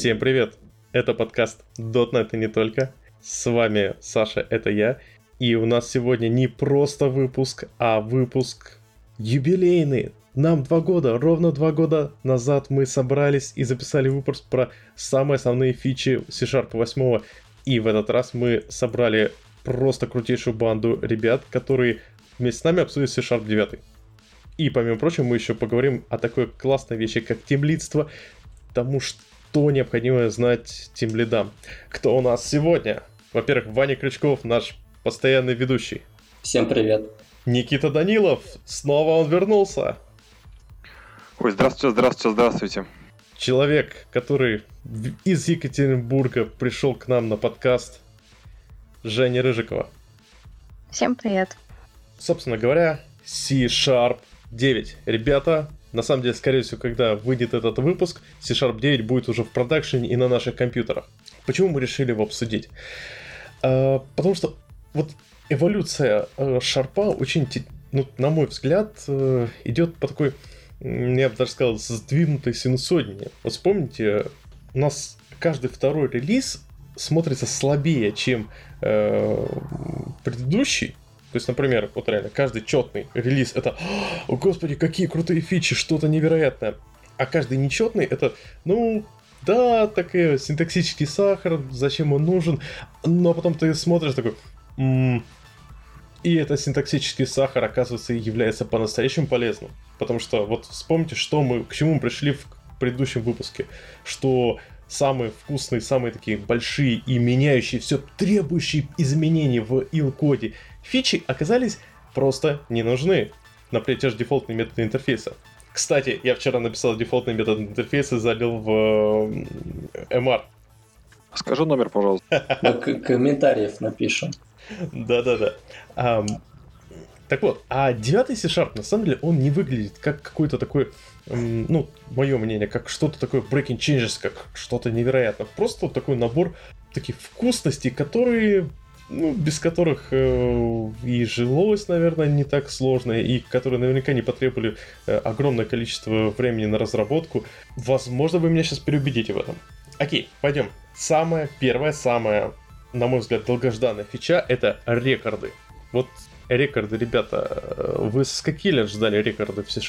Всем привет! Это подкаст .NET и не только. С вами Саша, это я. И у нас сегодня не просто выпуск, а выпуск юбилейный. Нам 2 года, ровно 2 года назад мы собрались и записали выпуск про самые основные фичи C# 8. И в этот раз мы собрали просто крутейшую банду ребят, которые вместе с нами обсудят C# 9. И, помимо прочего, мы еще поговорим о такой классной вещи, как тимлидство, тому, что необходимо знать тимлидам. Кто у нас сегодня? Во-первых, Ваня Крючков, наш постоянный ведущий. Всем привет. Никита Данилов, снова он вернулся. Ой, здравствуйте. Человек, который из Екатеринбурга пришел к нам на подкаст, Женя Рыжикова. Всем привет. Собственно говоря, C# 9. Ребята, на самом деле, скорее всего, когда выйдет этот выпуск, C# 9 будет уже в продакшене и на наших компьютерах. Почему мы решили его обсудить? Потому что вот эволюция шарпа очень, на мой взгляд, идет по такой, я бы даже сказал, сдвинутой синусоидине. Вот вспомните, у нас каждый второй релиз смотрится слабее, чем предыдущий. То есть, например, вот реально, каждый четный релиз это «О, господи, какие крутые фичи, что-то невероятное». А каждый нечетный это, да, такой синтаксический сахар, зачем он нужен. Но потом ты смотришь такой... И этот синтаксический сахар, оказывается, является по-настоящему полезным. Потому что вот вспомните, к чему мы пришли в предыдущем выпуске. Что самые вкусные, самые такие большие и меняющие, все требующие изменений в ил-коде фичи оказались просто не нужны. Например, те же дефолтные методы интерфейса. Кстати, я вчера написал дефолтный метод интерфейса и залил в MR. Скажи номер, пожалуйста. Комментариев напишем. Да-да-да. Так вот, а 9 C# на самом деле он не выглядит как какой-то такой, мое мнение, как что-то такое breaking changes, как что-то невероятное. Просто вот такой набор таких вкусностей, которые, без которых и жилось, наверное, не так сложно, и которые наверняка не потребовали огромное количество времени на разработку. Возможно, вы меня сейчас переубедите в этом. Окей, пойдем. Самая первая, на мой взгляд, долгожданная фича — это рекорды. Вот рекорды, ребята, вы с каких лет ждали рекорды в C#?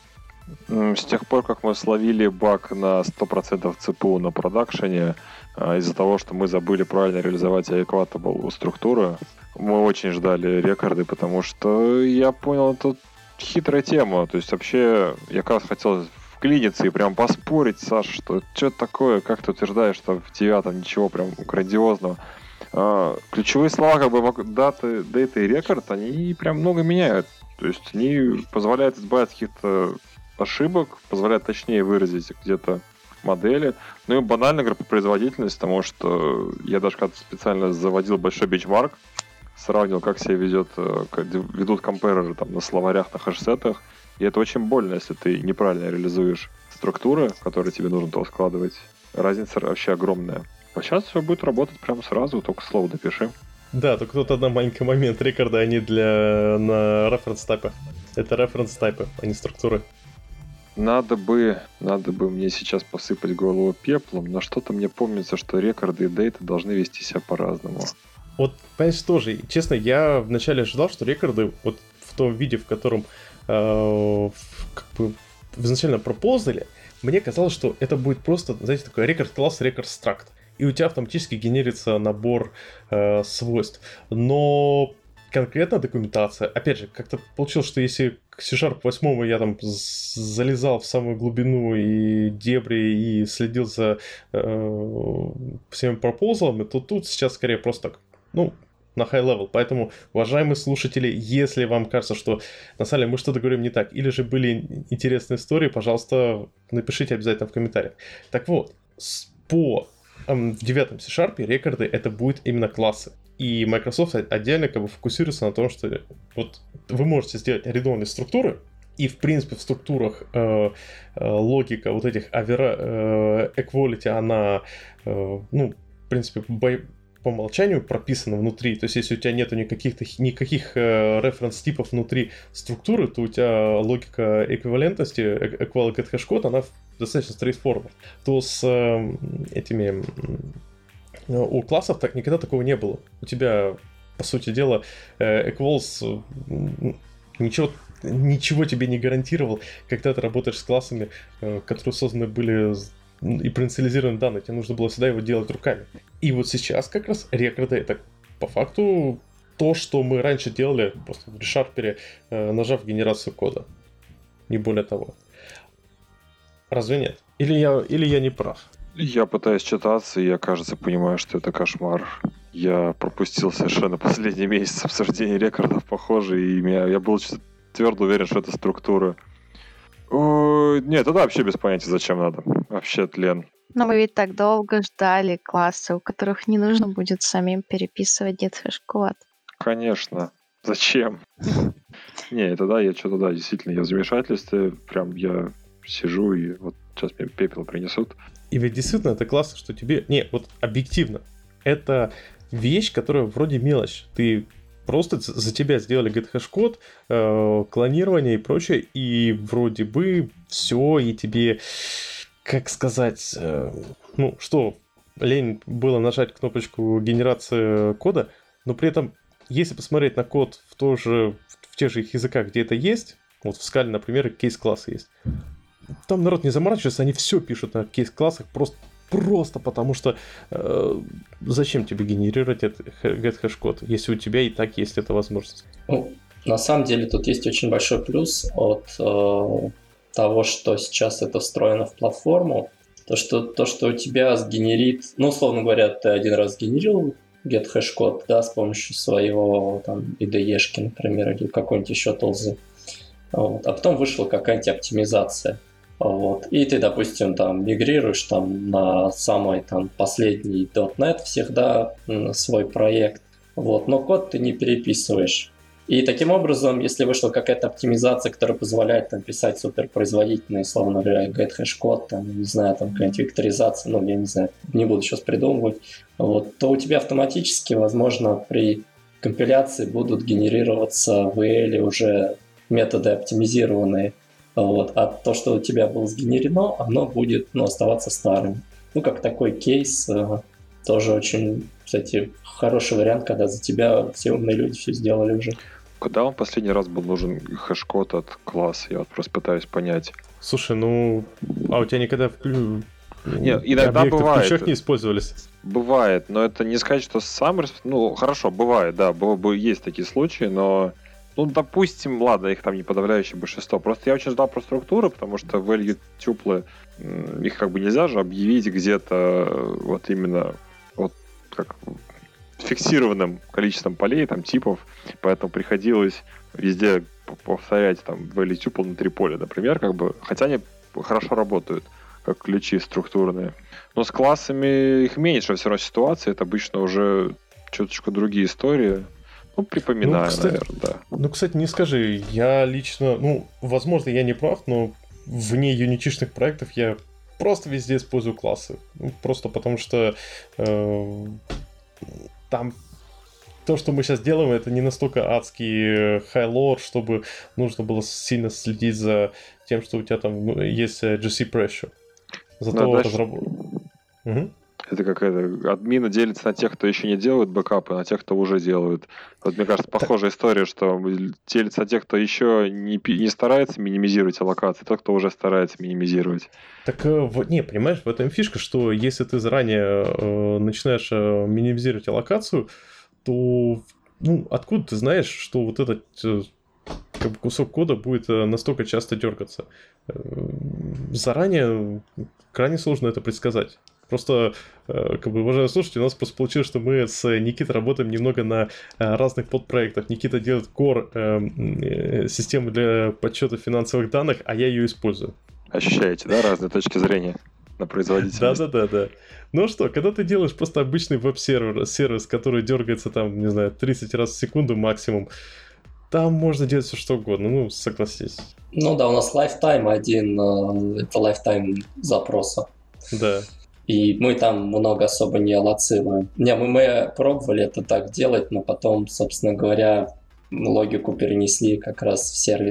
С тех пор, как мы словили баг на 100% ЦПУ на продакшене, из-за того, что мы забыли правильно реализовать equatable структуры, мы очень ждали рекорды, потому что я понял, это хитрая тема. То есть вообще я как раз хотел вклиниться и прям поспорить, Саша, что это такое, как ты утверждаешь, что в 9 ничего прям грандиозного. Ключевые слова, как бы дата и рекорд, они прям много меняют. То есть они позволяют избавиться от каких-то ошибок, позволяют точнее выразить где-то модели. И банально говоря, по производительности, потому что я даже когда-то специально заводил большой бенчмарк, сравнивал, как себя ведут компареры там на словарях, на хэшсетах. И это очень больно, если ты неправильно реализуешь структуры, которые тебе нужно туда складывать. Разница вообще огромная. А сейчас все будет работать прямо сразу, только слово допиши. Да, только тут один маленький момент. Рекорды, они на референс-тайпы. Это референс-тайпы, а не структуры. Надо бы мне сейчас посыпать голову пеплом, но что-то мне помнится, что рекорды и дейты должны вести себя по-разному. Вот, понимаешь, тоже, честно, я вначале ожидал, что рекорды вот в том виде, в котором изначально пропозали, мне казалось, что это будет просто, знаете, такой рекорд-класс, рекорд-стракт. И у тебя автоматически генерится набор свойств. Но конкретно документация, опять же, как-то получилось, что если к C# 8 я там залезал в самую глубину и дебри и следил за всеми пропозалами, то тут сейчас скорее просто так, на high level. Поэтому, уважаемые слушатели, если вам кажется, что на самом деле мы что-то говорим не так, или же были интересные истории, пожалуйста, напишите обязательно в комментариях. Так вот, в 9 C# рекорды это будут именно классы. И Microsoft отдельно фокусируется на том, что вот вы можете сделать редонные структуры, и в принципе в структурах логика вот этих equality, она в принципе по умолчанию прописано внутри. То есть, если у тебя нету никаких референс-типов внутри структуры, то у тебя логика эквивалентности, equal get hash code, она достаточно straightforward, то с этими... У классов так никогда такого не было. У тебя, по сути дела, Equals ничего тебе не гарантировал, когда ты работаешь с классами, которые созданы были и проинициализированы данные. Тебе нужно было всегда его делать руками. И вот сейчас как раз рекорды — это по факту то, что мы раньше делали просто в ReSharper, нажав генерацию кода. Не более того. Разве нет? Или я не прав? Я пытаюсь читаться, и я, кажется, понимаю, что это кошмар. Я пропустил совершенно последний месяц обсуждения рекордов, похоже, и я был твердо уверен, что это структура. Нет, это вообще без понятия, зачем надо. Вообще тлен. Но мы ведь так долго ждали классы, у которых не нужно будет самим переписывать get-hash-код. Конечно. Зачем? Не, это да, я что-то, да, действительно, я в замешательстве. Прям я сижу, и вот сейчас мне пепел принесут. И ведь действительно это классно, что тебе... Не, вот объективно. Это вещь, которая вроде мелочь. Ты просто за тебя сделали get-hash-код, клонирование и прочее, и вроде бы все, и тебе, как сказать, что, лень было нажать кнопочку генерации кода, но при этом, если посмотреть на код в тех же их языках, где это есть, вот в Scala, например, кейс-классы есть, там народ не заморачивается, они все пишут на кейс-классах просто потому что зачем тебе генерировать этот get-hash-код, если у тебя и так есть эта возможность? Ну, на самом деле тут есть очень большой плюс от того, что сейчас это встроено в платформу. То, что у тебя сгенерит... Ну, условно говоря, ты один раз сгенерил get-hash-код, да, с помощью своего там IDE-шки, например, или какой-нибудь еще толзы. Вот. А потом вышла какая-нибудь оптимизация. Вот. И ты, допустим, там мигрируешь там, на самый там, последний .NET всегда свой проект, вот. Но код ты не переписываешь. И таким образом, если вышла какая-то оптимизация, которая позволяет там, писать суперпроизводительный, условно говоря, get-hash-код, там, не знаю, там какая-нибудь векторизация, ну, я не знаю, не буду сейчас придумывать, вот, то у тебя автоматически, возможно, при компиляции будут генерироваться в EL уже методы оптимизированные. Вот. А то, что у тебя было сгенерено, оно будет оставаться старым. Ну, как такой кейс, тоже очень, кстати, хороший вариант, когда за тебя все умные люди все сделали уже. Когда вам последний раз был нужен хэш-код от класса? Я вот просто пытаюсь понять. Слушай, а у тебя никогда Нет, иногда бывает. В не использовались? Бывает, но это не сказать, что сам... Ну, хорошо, бывает, да, есть такие случаи, но... Ну, допустим, ладно, их там не подавляющее большинство. Просто я очень ждал про структуры, потому что value tuple, их как бы нельзя же объявить где-то вот именно вот как фиксированным количеством полей, там, типов. Поэтому приходилось везде повторять там value tuple на 3 поля, например, как бы, хотя они хорошо работают, как ключи структурные. Но с классами их меньше все равно ситуации, это обычно уже чуточку другие истории. Ну, припоминаю, кстати, наверное, да. Ну, кстати, не скажи, я лично, возможно, я не прав, но вне юнитичных проектов я просто везде использую классы. Просто потому что там то, что мы сейчас делаем, это не настолько адский high-lore, чтобы нужно было сильно следить за тем, что у тебя там есть GC pressure. Зато разработка... Это какая-то... Админы делятся на тех, кто еще не делает бэкапы, на тех, кто уже делают. Вот, мне кажется, похожая история, что делятся на тех, кто еще не старается минимизировать аллокации, тот, кто уже старается минимизировать. Так, не, понимаешь, в этом фишка, что если ты заранее начинаешь минимизировать аллокацию, то откуда ты знаешь, что вот этот как бы кусок кода будет настолько часто дергаться? Заранее крайне сложно это предсказать. Просто, как бы, уважаемые слушатели, у нас просто получилось, что мы с Никитой работаем немного на разных подпроектах. Никита делает core систему для подсчета финансовых данных, а я ее использую. Ощущаете, да, разные точки зрения на производительность? Да. Ну что, когда ты делаешь просто обычный веб-сервис, который дергается там, не знаю, 30 раз в секунду максимум, там можно делать все что угодно, согласись. Ну да, у нас lifetime один, это lifetime запроса. Да. И мы там много особо не аллоцируем. Мы пробовали это так делать, но потом, собственно говоря, логику перенесли как раз в сервис.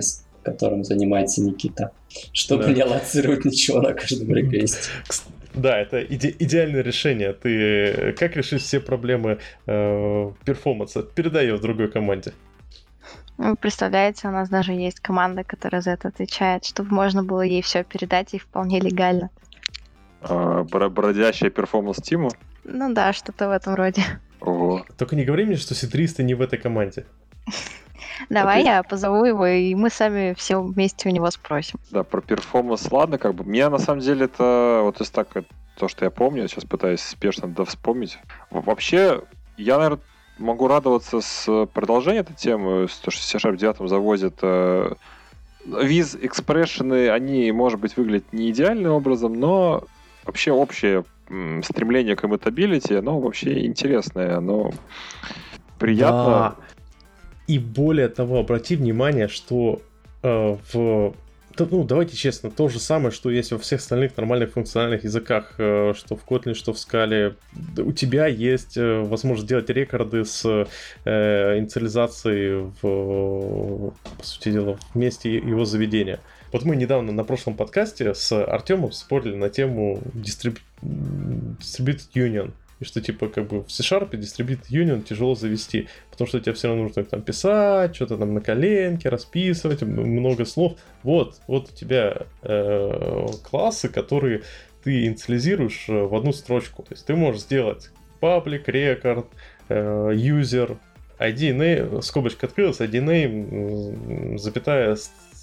которым занимается Никита, чтобы не лоцировать ничего на каждом реквесте. Да, это идеальное решение. Ты как решишь все проблемы перформанса? Передай ее в другой команде. Вы представляете, у нас даже есть команда, которая за это отвечает, чтобы можно было ей все передать и вполне легально. Бродящая перформанс-тиму? Ну да, что-то в этом роде. Ого. Только не говори мне, что C300 не в этой команде. Давай я позову его, и мы сами все вместе у него спросим. Да, про перформанс, ладно, как бы. Мне на самом деле это, вот из так, то, что я помню, сейчас пытаюсь спешно вспомнить. Вообще, я, наверное, могу радоваться с продолжения этой темы, с то, что C# 9 завозят Viz экспрессионы, они, может быть, выглядят не идеальным образом, но вообще общее стремление к immutability, оно вообще интересное, оно приятно. Да. И более того, обрати внимание, что давайте честно, то же самое, что есть во всех остальных нормальных функциональных языках, что в Kotlin, что в Scala. У тебя есть возможность делать рекорды с инициализацией по сути дела, в месте его заведения. Вот мы недавно на прошлом подкасте с Артемом спорили на тему Distributed Union. И что, типа, как бы в C# Distributed Union тяжело завести, потому что тебе все равно нужно там писать, что-то там на коленке, расписывать, много слов. Вот у тебя классы, которые ты инициализируешь в одну строчку. То есть ты можешь сделать public, record, user, ID name, скобочка открылась, ID name, запятая,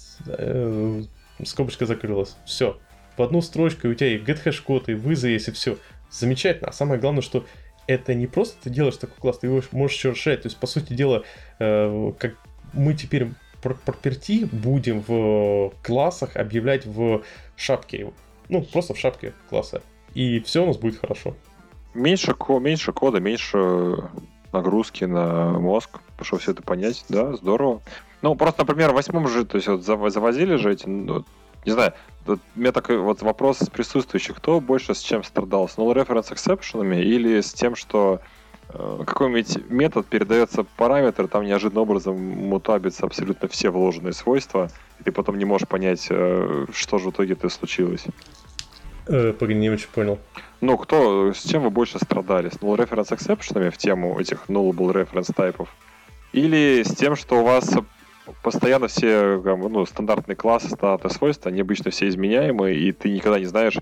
скобочка закрылась. Все. В одну строчку, и у тебя и get-hash-код, и вызов есть, и все. Замечательно. А самое главное, что это не просто ты делаешь такой класс, ты его можешь еще расширять. То есть, по сути дела, как мы теперь property будем в классах объявлять в шапке его. Ну, просто в шапке класса. И все у нас будет хорошо. Меньше кода, меньше нагрузки на мозг, чтобы все это понять. Да, здорово. Ну, просто, например, в 8 же, то есть вот завозили же эти, ну, не знаю, у меня такой вот вопрос из присутствующих, кто больше с чем страдал? С null reference exception'ами или с тем, что какой-нибудь метод передается параметр, там неожиданным образом мутабятся абсолютно все вложенные свойства, и ты потом не можешь понять, что же в итоге-то случилось? Погоди, не очень понял. Ну, с чем вы больше страдали? С null reference exception'ами в тему этих nullable reference тайпов? Или с тем, что у вас постоянно все стандартные классы, стандартные свойства, они обычно все изменяемые, и ты никогда не знаешь,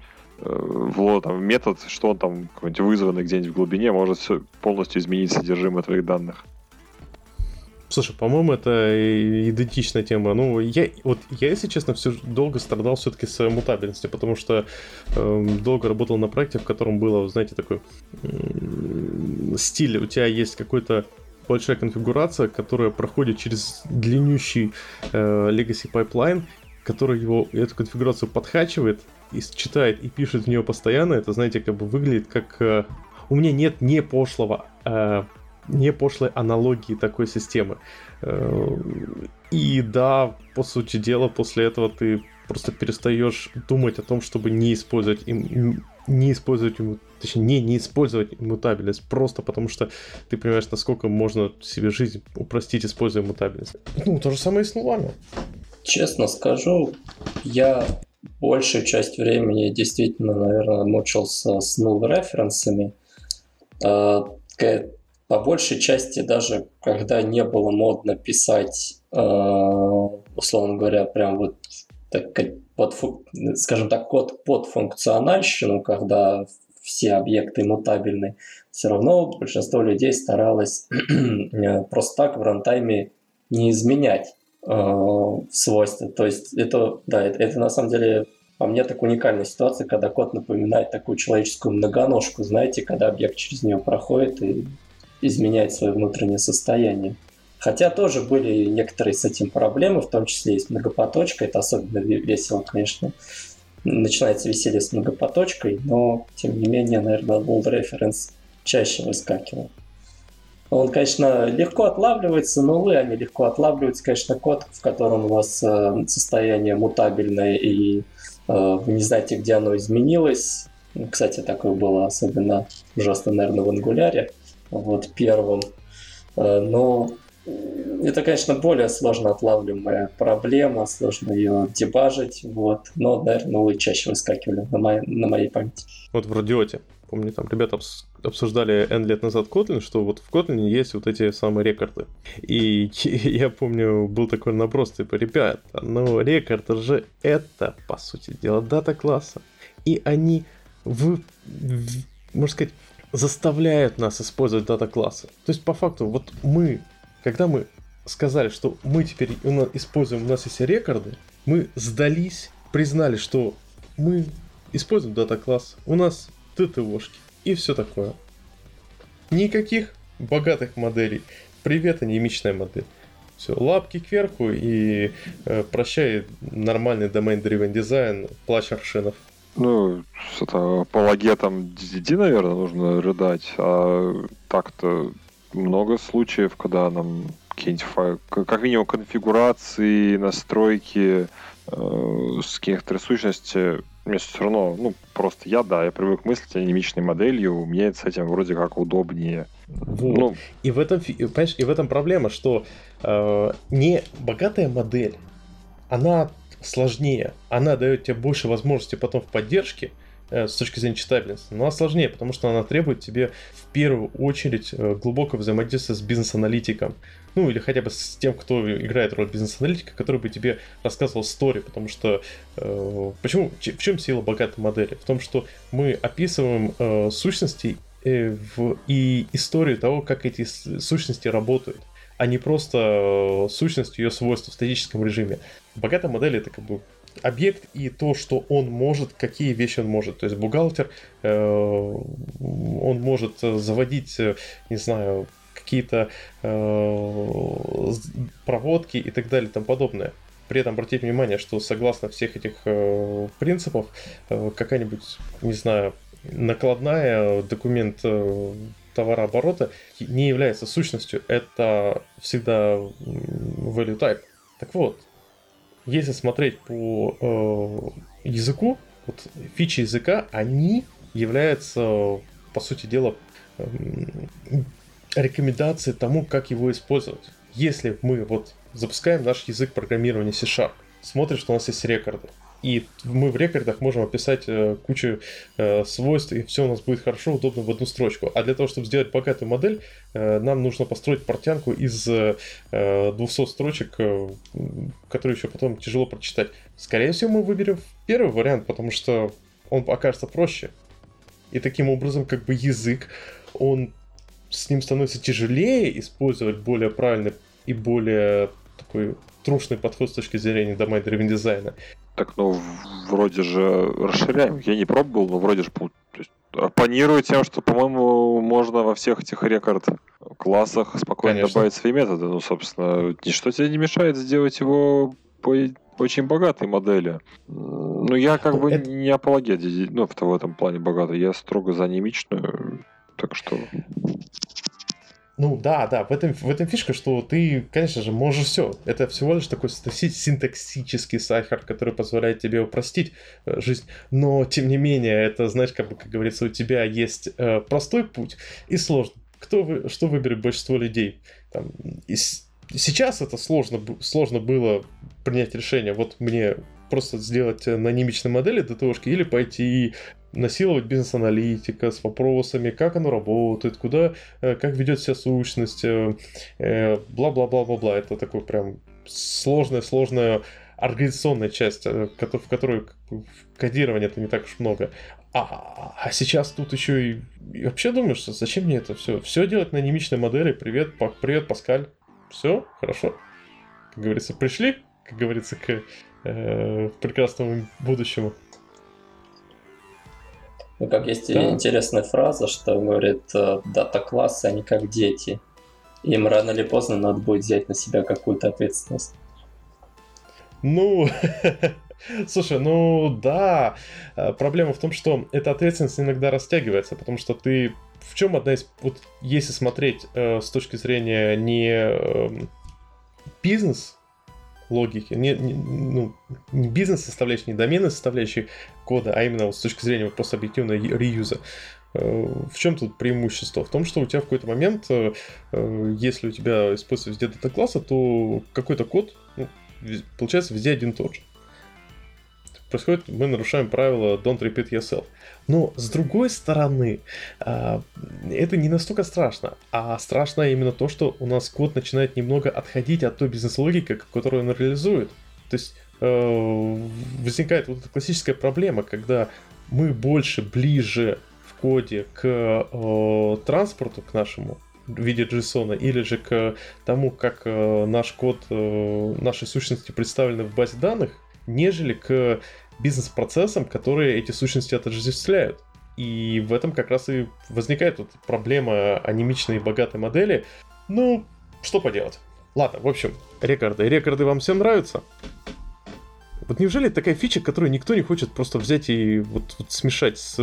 метод, что он там какой-нибудь вызванный где-нибудь в глубине, может все полностью изменить содержимое твоих данных. Слушай, по-моему, это идентичная тема. Ну, я, если честно, все долго страдал все-таки с мутабельностью, потому что долго работал на проекте, в котором было, знаете, такой стиль. У тебя есть какой-то большая конфигурация, которая проходит через длиннющий legacy pipeline, который эту конфигурацию подхачивает, и читает и пишет в нее постоянно. Это, знаете, как бы выглядит как... У меня нет не пошлой аналогии такой системы. И да, по сути дела, после этого ты просто перестаешь думать о том, чтобы не использовать иммутабельность, просто потому что ты понимаешь, насколько можно себе жизнь упростить, используя иммутабельность. Ну, то же самое и с нулами. Честно скажу, я большую часть времени действительно, наверное, мучился с null-референсами. По большей части, даже когда не было модно писать, условно говоря, прям вот скажем так, код под функциональщину, когда все объекты мутабельны, все равно большинство людей старалось просто так в рантайме не изменять свойства. То есть это на самом деле по мне так уникальная ситуация, когда код напоминает такую человеческую многоножку, знаете, когда объект через нее проходит и изменяет свое внутреннее состояние. Хотя тоже были некоторые с этим проблемы, в том числе и с многопоточкой. Это особенно весело, конечно. Начинается веселье с многопоточкой, но, тем не менее, наверное, null reference чаще выскакивал. Он, конечно, легко отлавливается, нулы, они легко отлавливаются. Конечно, код, в котором у вас состояние мутабельное, и вы не знаете, где оно изменилось. Кстати, такое было особенно ужасно, наверное, в Angular, вот первым. Но Это, конечно, более сложно отлавливаемая проблема, сложно ее дебажить, вот. Но, наверное, вы чаще выскакивали на моей памяти. Вот в Радиоте. Помню, там ребята обсуждали N лет назад Kotlin, что вот в Kotlin есть вот эти самые рекорды. И я помню, был такой наброс, типа, ребята, ну рекорды же это, по сути дела, дата класса. И они, можно сказать, заставляют нас использовать дата классы. То есть, по факту, вот когда мы сказали, что мы теперь используем, у нас есть рекорды, мы сдались, признали, что мы используем дата класс, у нас ТТОшки и все такое. Никаких богатых моделей. Привет, анемичная модель. Все, лапки кверху и прощай нормальный domain-driven дизайн, плащ аршинов. Ну, это апологетам DDD, наверное, нужно рыдать, а так-то много случаев, когда нам какие-нибудь как минимум конфигурации, настройки с некоторой сущности, мне все равно, ну, просто я привык мыслить анемичной моделью, мне с этим вроде как удобнее. Вот. Ну, и в этом проблема, что не богатая модель, она сложнее, она дает тебе больше возможностей потом в поддержке с точки зрения читабельности, но она сложнее, потому что она требует тебе в первую очередь глубокого взаимодействия с бизнес-аналитиком, ну или хотя бы с тем, кто играет роль бизнес-аналитика, который бы тебе рассказывал стори, потому что в чем сила богатой модели? В том, что мы описываем сущности и историю того, как эти сущности работают, а не просто сущность ее свойств в статическом режиме. Богатая модель — это как бы объект и то, что он может, какие вещи он может. То есть бухгалтер, он может заводить, не знаю, какие-то проводки и так далее и тому подобное. При этом обратите внимание, что согласно всех этих принципов, какая-нибудь, не знаю, накладная, документ товарооборота не является сущностью, это всегда value type. Так вот, если смотреть по языку, вот, фичи языка, они являются, по сути дела, рекомендацией тому, как его использовать. Если мы вот запускаем наш язык программирования C#, смотрим, что у нас есть рекорды, и мы в рекордах можем описать кучу свойств, и все у нас будет хорошо, удобно в одну строчку. А для того, чтобы сделать богатую модель, нам нужно построить портянку из 200 строчек, которые еще потом тяжело прочитать. Скорее всего, мы выберем первый вариант, потому что он окажется проще. И таким образом, как бы язык, с ним становится тяжелее использовать более правильный и более такой трушный подход с точки зрения domain-driven дизайна. Так, ну, вроде же расширяем. Я не пробовал, но вроде же оппонирую тем, что, по-моему, можно во всех этих рекорд-классах спокойно добавить свои методы. Ну, собственно, ничто тебе не мешает сделать его по очень богатой модели. Ну, я как бы не апологет, ну, в этом плане богатый. Я строго за анемичную, так что... Ну да, в этом фишка, что ты, конечно же, можешь все. Это всего лишь такой синтаксический сахар, который позволяет тебе упростить жизнь. Но, тем не менее, это, знаешь, как говорится, у тебя есть простой путь и сложный. Что выберет большинство людей? Сейчас это сложно было принять решение. Вот мне просто сделать на анемичной модели ДТОшки или пойти и насиловать бизнес-аналитика с вопросами, как оно работает, как ведет себя сущность, бла-бла-бла-бла-бла. Это такой прям сложная организационная часть, в которой кодирования это не так уж много. А сейчас тут еще и вообще думаешь, зачем мне это все? Все делать на анемичной модели. Привет, Паскаль. Все, хорошо. Как говорится, пришли, как говорится, к прекрасному будущему. Ну, как есть интересная фраза, что говорит, дата-классы, они как дети. Им рано или поздно надо будет взять на себя какую-то ответственность. Ну, слушай, да. Проблема в том, что эта ответственность иногда растягивается, потому что ты... В чем одна из... Вот если смотреть с точки зрения не бизнес-логики, не бизнес-составляющей, не доменной составляющей кода, а именно вот с точки зрения просто объективного реюза. В чем тут преимущество? В том, что у тебя в какой-то момент, если у тебя используется везде дата-класса, то какой-то код, получается, везде один и тот же. Происходит, мы нарушаем правило don't repeat yourself. Но с другой стороны, это не настолько страшно, а страшно именно то, что у нас код начинает немного отходить от той бизнес-логики, которую он реализует. То есть возникает вот эта классическая проблема, когда мы больше ближе в коде к транспорту, к нашему, в виде JSON, или же к тому, как наш код, наши сущности представлены в базе данных, нежели к бизнес-процессам, которые эти сущности отождествляют. И в этом как раз и возникает вот проблема анимичной и богатой модели. Ну, что поделать. Ладно, в общем, рекорды. Рекорды вам всем нравятся? Вот неужели это такая фича, которую никто не хочет просто взять и вот смешать с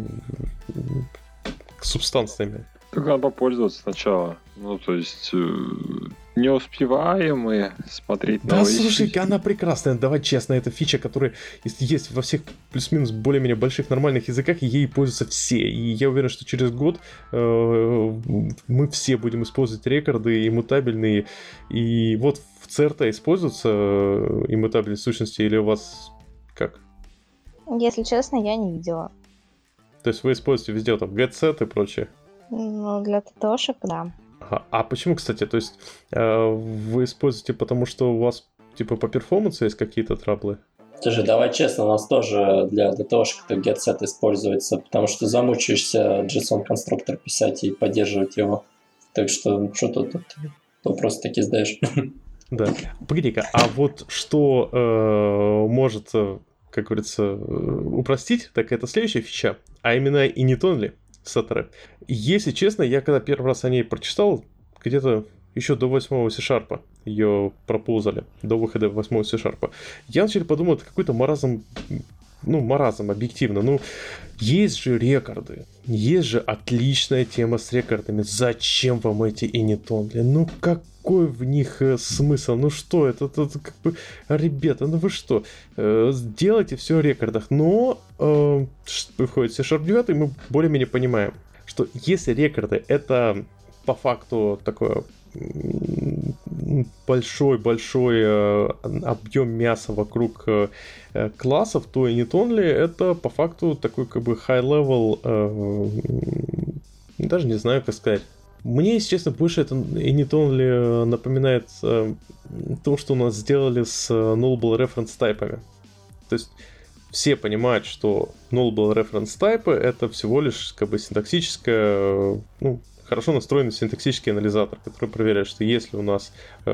субстанциями? Как надо попользоваться сначала. Ну, то есть, не успеваем мы смотреть на Да, слушай, она прекрасная, давай честно, это фича, которая есть во всех плюс-минус более-менее больших нормальных языках, и ей пользуются все. И я уверен, что через год мы все будем использовать рекорды иммутабельные. И вот в CRT используются иммутабельные сущности, или у вас как? Если честно, я не видела. То есть вы используете везде там getset и прочее? Ну, для ТТОшек, да. А почему, кстати, то есть вы используете, потому что у вас типа по перформансу есть какие-то траблы? Слушай, давай честно, у нас тоже для ТТОшек getset используется, потому что замучаешься JSON-конструктор писать и поддерживать его. Так что тут вопрос таки задаешь. Да. Погоди-ка, а вот что может, как говорится, упростить, так это следующая фича, а именно init-only сеттеры. Если честно, я когда первый раз о ней прочитал, где-то еще до 8 C-Sharp ее пропозали, до выхода 8 C-Sharp, я вначале подумал, это какой-то маразм, маразм, объективно. Есть же рекорды, есть же отличная тема с рекордами. Зачем вам эти init-only? Какой в них смысл? Что это как бы... Ребята, вы что? Сделайте все о рекордах. Но выходит C# 9, мы более-менее понимаем, что если рекорды это по факту такое большой объем мяса вокруг классов, то init-only это по факту такой как бы high-level, даже не знаю, как сказать. Мне, если честно, больше это init-only напоминает то, что у нас сделали с nullable reference тайпами. То есть все понимают, что nullable reference тайпы это всего лишь как бы синтаксическое, хорошо настроенный синтаксический анализатор, который проверяет, что если у нас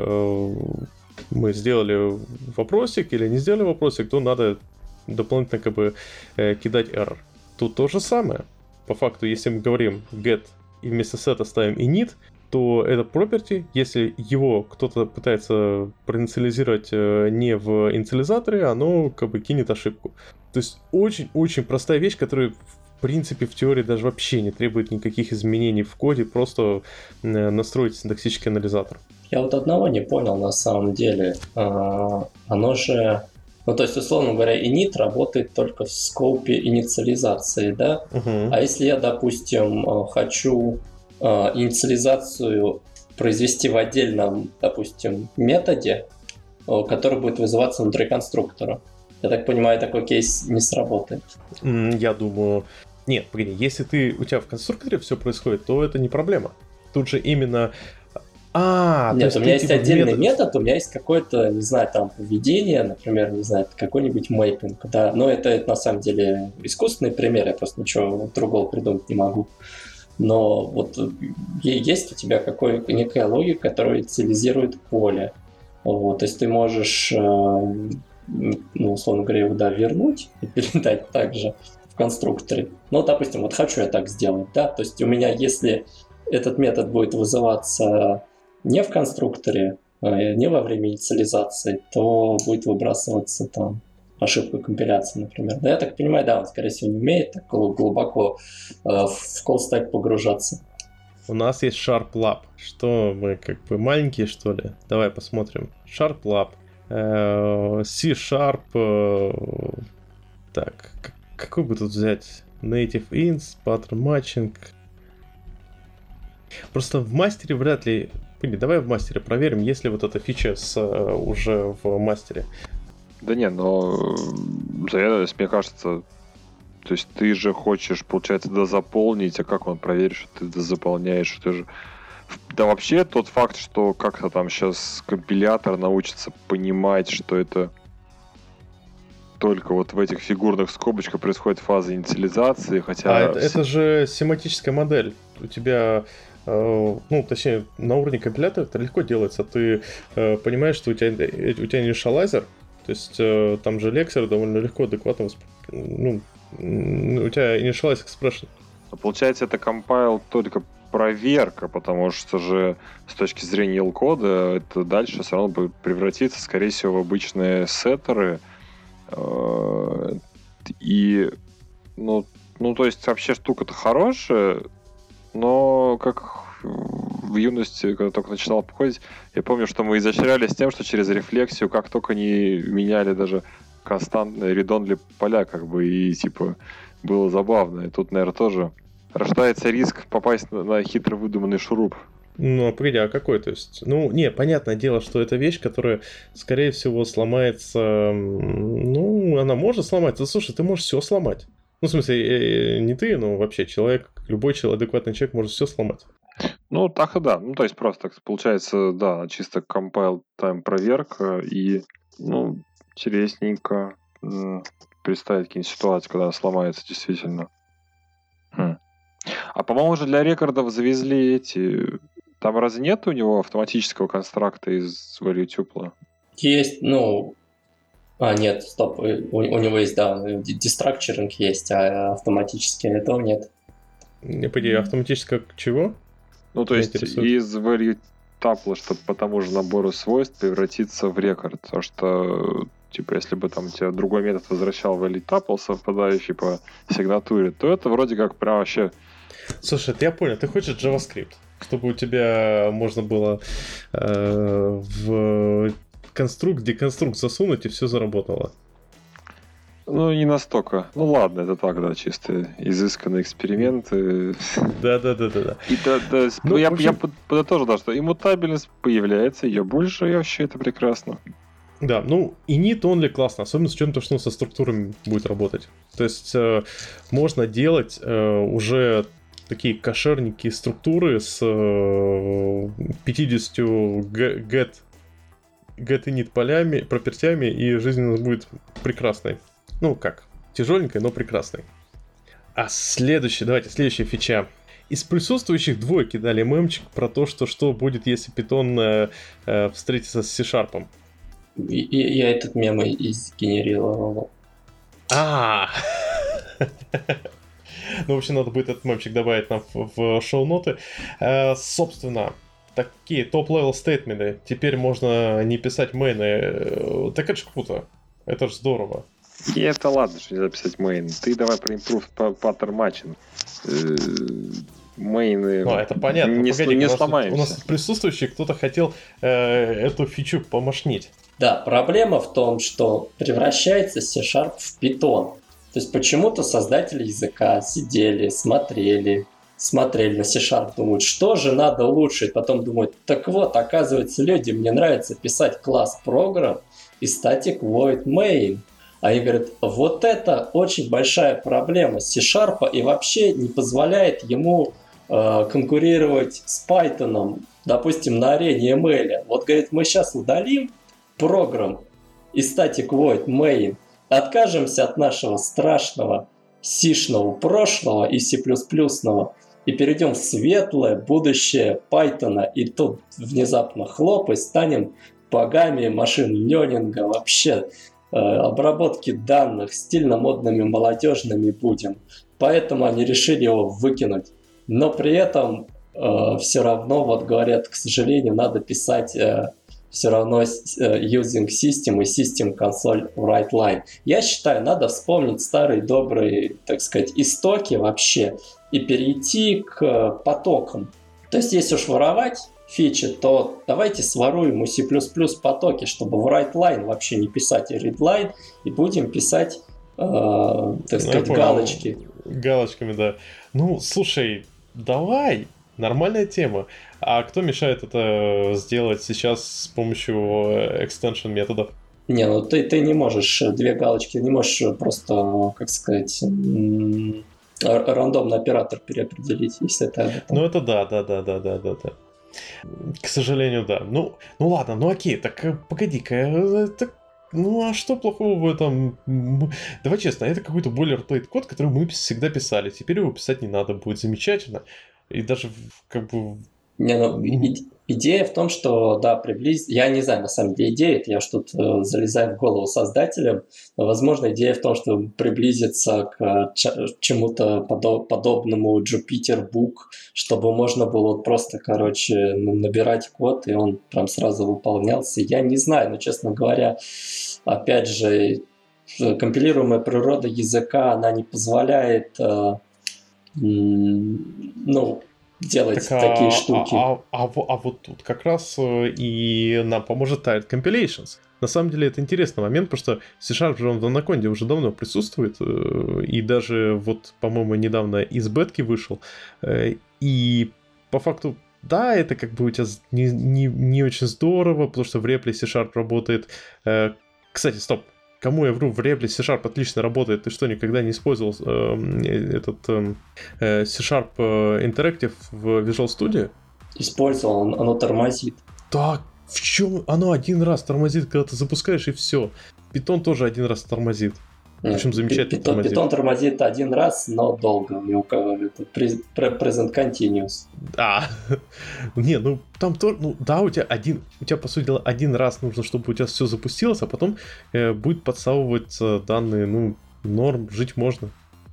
мы сделали вопросик или не сделали вопросик, то надо дополнительно как бы кидать error. Тут то же самое. По факту, если мы говорим get и вместо сета ставим init, то это property, если его кто-то пытается проинициализировать не в инициализаторе, оно как бы кинет ошибку. То есть очень-очень простая вещь, которая в принципе в теории даже вообще не требует никаких изменений в коде, просто настроить синтаксический анализатор. Я вот одного не понял на самом деле. Оно же... то есть, условно говоря, init работает только в скопе инициализации, да? А если я, допустим, хочу инициализацию произвести в отдельном, допустим, методе, который будет вызываться внутри конструктора, я так понимаю, такой кейс не сработает. Я думаю... Нет, погоди, если у тебя в конструкторе все происходит, то это не проблема. Тут же именно... Нет, у меня есть отдельный метод, у меня есть какое-то, не знаю, там, поведение, например, не знаю, какой-нибудь мэйпинг, да, но это на самом деле искусственный пример, я просто ничего другого придумать не могу. Но вот есть у тебя некая логика, которая инициализирует поле. Вот, то есть ты можешь, условно говоря, его вернуть и передать также в конструкторе. Допустим, вот хочу я так сделать, да, то есть у меня, если этот метод будет вызываться не в конструкторе, не во время инициализации, то будет выбрасываться там ошибка компиляции, например. Да, я так понимаю, да, он, скорее всего, не умеет так глубоко в call-stack погружаться. У нас есть SharpLab. Что мы, как бы, маленькие, что ли? Давай посмотрим. SharpLab. C-Sharp. Так, какой бы тут взять? native ints, pattern matching. Просто в мастере вряд ли... Давай в мастере проверим, есть ли вот эта фича уже в мастере. Да не, но мне кажется, то есть ты же хочешь, получается, дозаполнить, а как он проверит, что ты дозаполняешь, ты же... Да вообще тот факт, что как-то там сейчас компилятор научится понимать, что это только вот в этих фигурных скобочках происходит фаза инициализации, хотя... это же семантическая модель. У тебя... точнее, на уровне компилятора это легко делается. Ты понимаешь, что у тебя initializer, то есть там же лексер довольно легко, адекватно у тебя initialize expression. Получается, это compile только проверка, потому что же с точки зрения L-кода это дальше все равно будет превратиться, скорее всего, в обычные сеттеры. И, то есть вообще штука-то хорошая, но как в юности, когда только начинал обходить, я помню, что мы изощрялись тем, что через рефлексию как только не меняли даже константные редонли поля, как бы, и типа было забавно. И тут, наверное, тоже рождается риск попасть на хитро выдуманный шуруп. Погоди, а какой? То есть, понятное дело, что это вещь, которая, скорее всего, сломается. Она может сломаться. Слушай, ты можешь все сломать. В смысле, не ты, но вообще человек, любой адекватный человек может все сломать. Так и да. То есть просто получается, да, чисто compile time проверка и, интересненько представить какие-нибудь ситуации, когда она сломается действительно. А, по-моему, уже для рекордов завезли эти... Там разве нет у него автоматического констракта из value tuple? Есть, нет, стоп, у него есть, да, destructuring есть, а автоматически этого нет. Не поди, автоматическое чего? То есть из value tuple, чтобы по тому же набору свойств превратиться в рекорд. Потому что, если бы там тебе другой метод возвращал value tuple, совпадающий по сигнатуре, то это вроде как прям вообще... Слушай, я понял, ты хочешь JavaScript, чтобы у тебя можно было в конструкт, деконструкт засунуть, и все заработало. Не настолько. Ладно, это так, да, чисто изысканные эксперименты. Да. Я подытожу, да, что иммутабельность появляется, ее больше, и вообще это прекрасно. Да, init only классно, особенно с учетом того, что он со структурами будет работать. То есть можно делать уже такие кошерненькие структуры с 50 get init полями, пропертями, и жизнь у нас будет прекрасной. Тяжеленькой, но прекрасной. А следующая фича. Из присутствующих двойки дали мемчик про то, что будет, если Python встретится с C-Sharp. Я этот мем и сгенерировал. В общем, надо будет этот мемчик добавить нам в шоу-ноты. Собственно, такие топ-левел стейтменты. Теперь можно не писать мейны. Так это ж круто. Это ж здорово. И это ладно, что нельзя писать мейн. Ты давай про improve pattern matching. Мейны это понятно. Не сломаемся. У нас присутствующий кто-то хотел эту фичу помашнить. Да, проблема в том, что превращается C# в Python. То есть почему-то создатели языка сидели, смотрели на C#, думают, что же надо улучшить. Потом думают, так вот, оказывается, людям мне нравится писать класс program и static void main. Они говорят, вот это очень большая проблема C# и вообще не позволяет ему конкурировать с Python, допустим, на арене ML. Вот, говорит, мы сейчас удалим program и static void main, откажемся от нашего страшного C-шного прошлого и C++-ного и перейдем в светлое будущее Python, и тут внезапно хлоп, и станем богами машин-лернинга, вообще обработки данных стильно-модными, молодежными будем. Поэтому они решили его выкинуть. Но при этом все равно, вот говорят, к сожалению, надо писать все равно using system и system console write line. Я считаю, надо вспомнить старые добрые, так сказать, истоки вообще и перейти к потокам. То есть, если уж воровать фичи, то давайте своруем у C++ потоки, чтобы в write line вообще не писать и read line, и будем писать, так сказать, галочки. Галочками, да. Ну, слушай, давай, нормальная тема. А кто мешает это сделать сейчас с помощью extension методов? Не, ну ты не можешь 2 галочки, не можешь просто, как сказать, рандомный оператор переопределить, если это об этом. Ну, это да. К сожалению, да. Ну ладно, ну окей, так погоди-ка, ну а что плохого в этом? Давай честно, это какой-то boilerplate код, который мы всегда писали. Теперь его писать не надо, будет замечательно. И даже как бы... Не, ну, идея в том, что, да, приблизить... Я не знаю, на самом деле, идея, это я что-то залезаю в голову создателям. Но, возможно, идея в том, чтобы приблизиться к чему-то подобному Jupyter Book, чтобы можно было просто, короче, набирать код, и он прям сразу выполнялся. Я не знаю, но, честно говоря, опять же, компилируемая природа языка, она не позволяет, делать такие штуки. А вот тут как раз и нам поможет Tired Compilations. На самом деле это интересный момент, потому что C-Sharp же он в Anaconda уже давно присутствует, и даже вот, по-моему, недавно из бетки вышел. И по факту, да, это как бы у тебя не очень здорово, потому что в репле C-Sharp работает... Кстати, стоп. Кому я вру, в репле C-Sharp отлично работает. Ты что, никогда не использовал этот C-Sharp Interactive в Visual Studio? Использовал, оно тормозит. Так, в чем оно один раз тормозит, когда ты запускаешь, и все. Python тоже один раз тормозит. Причем замечательно тормозит. Python тормозит один раз, но долго. У кого это present continuous. Не, ну там тоже, ну да, у тебя, по сути дела, один раз нужно, чтобы у тебя все запустилось, а потом будет подсовываться данные, ну, норм, жить можно.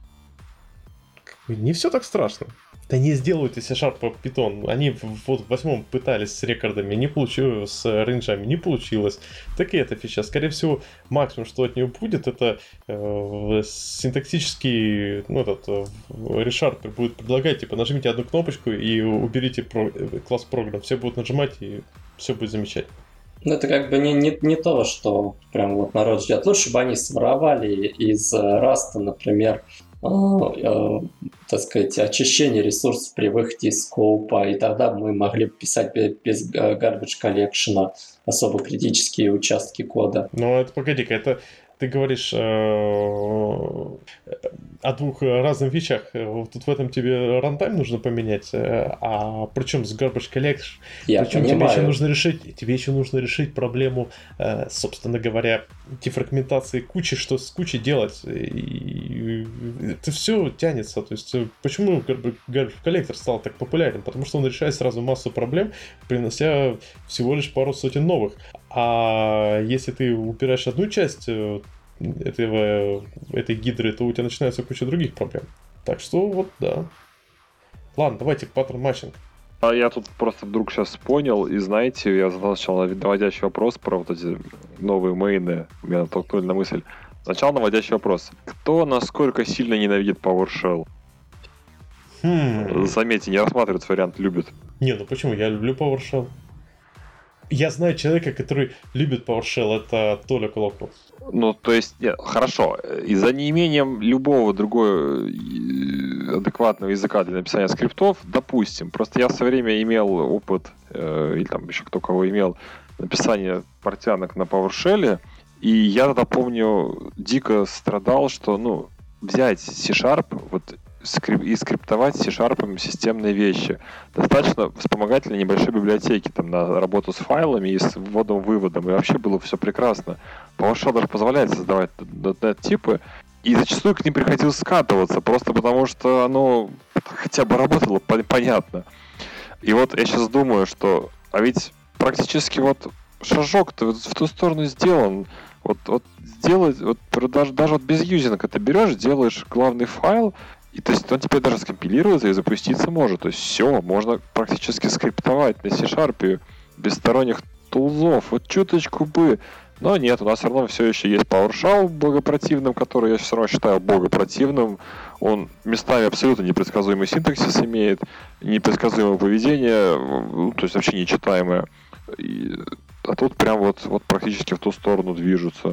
Не все так страшно. Да не сделают из C-Sharp Python. Они вот в 8 пытались с рекордами, не получилось, с рейнджами не получилось. Так и эта фича. Скорее всего, максимум, что от нее будет, это синтаксический, ReSharper будет предлагать, типа, нажмите одну кнопочку и уберите класс программ. Все будут нажимать, и все будет замечательно. Ну, это как бы не то, что прям вот народ ждет. Лучше бы они своровали из Rust, например, так сказать, очищение ресурсов при выходе из скопа, и тогда мы могли бы писать без garbage collection особо критические участки кода. Но это, погоди-ка, это ты говоришь о двух разных вещах. Тут в этом тебе рантайм нужно поменять, а причем с garbage collection. Причем тебе еще нужно решить проблему, собственно говоря, дефрагментации кучи, что с кучей делать. И это все тянется. То есть почему garbage collector стал так популярен? Потому что он решает сразу массу проблем, принося всего лишь пару сотен новых. А если ты убираешь одну часть этой гидры, то у тебя начинается куча других проблем. Так что вот, да. Ладно, давайте паттерн матчинг. А я тут просто вдруг сейчас понял, и знаете, я задал сначала наводящий вопрос про вот эти новые мейны. Меня натолкнули на мысль. Сначала наводящий вопрос. Кто насколько сильно ненавидит PowerShell? Заметьте, не рассматривается вариант «любит». Не, ну почему? Я люблю PowerShell. Я знаю человека, который любит PowerShell, это Толя Колокол. Ну, то есть, нет, хорошо. И за неимением любого другого адекватного языка для написания скриптов, допустим, просто я в свое время имел опыт, или там еще кто кого имел, написания портянок на PowerShell, и я тогда помню, дико страдал, что, взять C-Sharp, и скриптовать C-Sharp системные вещи. Достаточно вспомогательной небольшой библиотеки там, на работу с файлами и с вводом-выводом, и вообще было все прекрасно. PowerShell даже позволяет создавать .NET-типы, и зачастую к ним приходилось скатываться, просто потому что оно хотя бы работало понятно. И вот я сейчас думаю, что а ведь практически шажок-то в ту сторону сделан. Сделать, даже без юзинга ты берешь, делаешь главный файл, и то есть он теперь даже скомпилируется и запуститься может. То есть все, можно практически скриптовать на C-Sharp без сторонних тулзов. Вот чуточку бы. Но нет, у нас все равно все еще есть PowerShell богопротивным, который я все равно считаю богопротивным. Он местами абсолютно непредсказуемый синтаксис имеет, непредсказуемое поведение, то есть вообще нечитаемое. А тут прям вот практически в ту сторону движутся.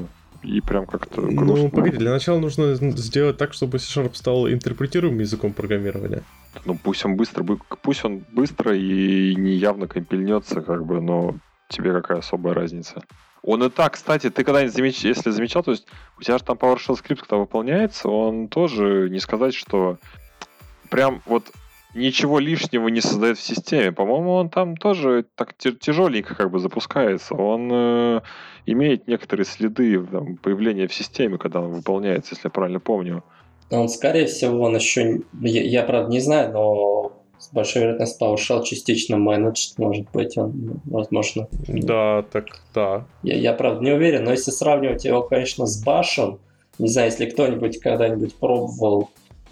и прям как-то грустно. Ну, погоди, для начала нужно сделать так, чтобы C# стал интерпретируемым языком программирования. Ну, пусть он быстро и неявно компильнется, как бы, но тебе какая особая разница? Он и так, кстати, ты когда-нибудь если замечал, то есть у тебя же там PowerShell скрипт, когда выполняется, он тоже, не сказать, что прям вот ничего лишнего не создает в системе. По-моему, он там тоже так тяжеленько как бы запускается. Он имеет некоторые следы там, появления в системе, когда он выполняется, если я правильно помню. Он, скорее всего, он еще... Я правда, не знаю, но с большой вероятностью PowerShell частично менеджд, может быть, он, возможно. Да, так, да. Я правда, не уверен, но если сравнивать его, конечно, с Bash, не знаю, если кто-нибудь когда-нибудь пробовал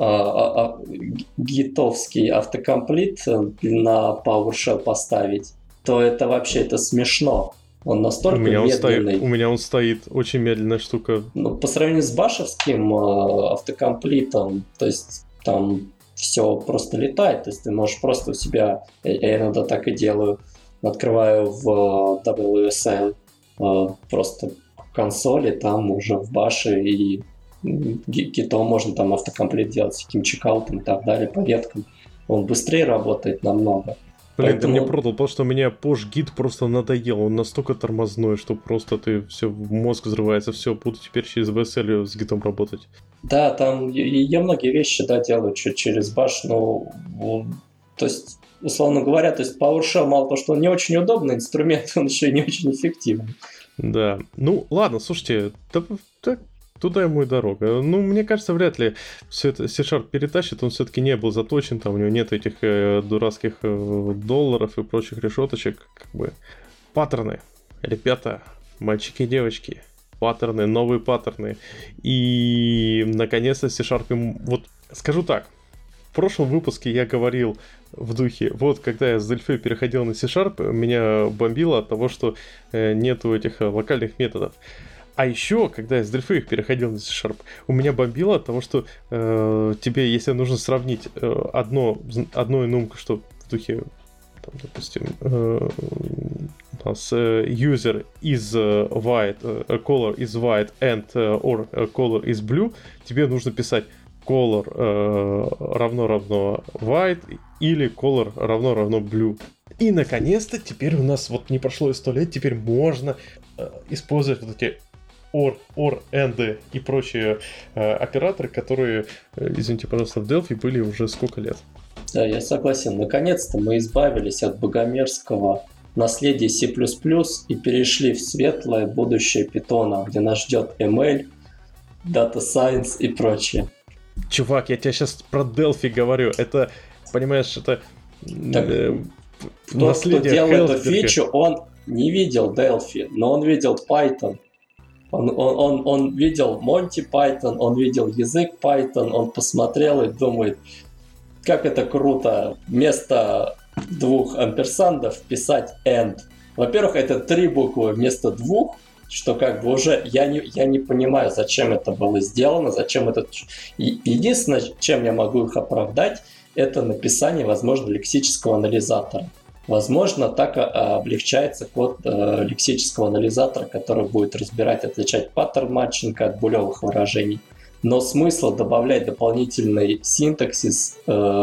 гитовский автокомплит на PowerShell поставить, то это вообще это смешно. Он настолько медленный. У меня он стоит. Очень медленная штука. Ну, по сравнению с башевским автокомплитом, то есть там все просто летает. То есть ты можешь просто у себя, я иногда так и делаю, открываю в WSL просто консоли, там уже в баше и гитом можно там автокомплит делать с таким чекаутом и так далее, по веткам. Он быстрее работает намного. Блин, ты мне продал, потому что у меня Posh-гид просто надоел. Он настолько тормозной, что просто ты мозг взрывается. Все, буду теперь через VSL с гитом работать. Да, там я многие вещи делаю через Bash, но то есть, условно говоря, то есть PowerShell мало того, что он не очень удобный инструмент, он еще и не очень эффективный. Да, ну ладно, слушайте, туда ему и дорога. Ну, мне кажется, вряд ли все это C# перетащит, он все-таки не был заточен, там у него нет этих дурацких долларов и прочих решеточек, как бы. Паттерны, ребята, мальчики и девочки, паттерны, новые паттерны. И, наконец-то, C# вот, скажу так, в прошлом выпуске я говорил в духе, вот, когда я с Delphi переходил на C#, меня бомбило от того, что нету этих локальных методов. А еще, когда я с Delphi переходил на C#, у меня бомбило от того, что тебе, если нужно сравнить одно enum, что в духе, там, допустим, у нас user is white, color is white and or color is blue, тебе нужно писать color равно white или color равно blue. И, наконец-то, теперь у нас вот не прошло и 100 лет, теперь можно использовать вот эти or, and и прочие операторы, которые, извините, пожалуйста, в Delphi были уже сколько лет. Да, я согласен. Наконец-то мы избавились от богомерзкого наследия C++ и перешли в светлое будущее Python, где нас ждет ML, Data Science и прочее. Чувак, я тебе сейчас про Delphi говорю. Это, понимаешь, это наследие. Кто делал эту фичу, он не видел Delphi, но он видел Python. Он видел Monty Python, он видел язык Python, он посмотрел и думает, как это круто вместо 2 амперсандов писать AND. Во-первых, это 3 буквы вместо 2, что как бы уже я не понимаю, зачем это было сделано, зачем это... Единственное, чем я могу их оправдать, это написание, возможно, лексического анализатора. Возможно, так облегчается код лексического анализатора, который будет разбирать, отличать паттерн матчинга от булевых выражений. Но смысла добавлять дополнительный синтаксис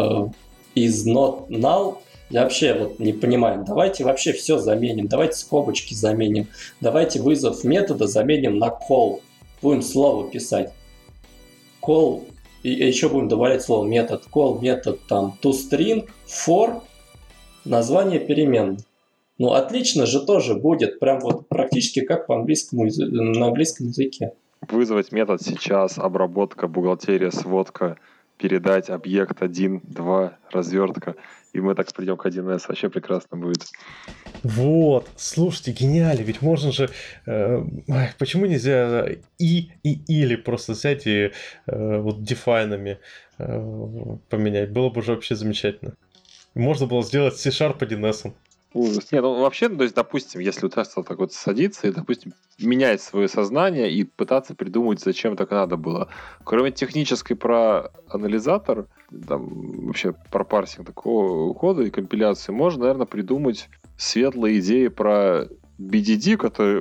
из not null я вообще вот не понимаю. Давайте вообще все заменим. Давайте скобочки заменим. Давайте вызов метода заменим на call. Будем слово писать. Call. И еще будем добавлять слово метод. Call метод там toString for название переменной. Ну, отлично же тоже будет. Прям вот практически как на английском языке. Вызвать метод сейчас, обработка, бухгалтерия, сводка, передать объект 1, 2, развертка. И мы так придем к 1С. Вообще прекрасно будет. Вот, слушайте, гениально. Ведь можно же... почему нельзя или просто взять и вот дефайнами поменять? Было бы уже вообще замечательно. Можно было сделать C# 1С. Ужас. Нет, ну вообще, то есть, допустим, если у теста так вот садиться и, допустим, менять свое сознание и пытаться придумать, зачем так надо было. Кроме технической про анализатор, там вообще про парсинг такого кода и компиляции, можно, наверное, придумать светлые идеи про BDD, который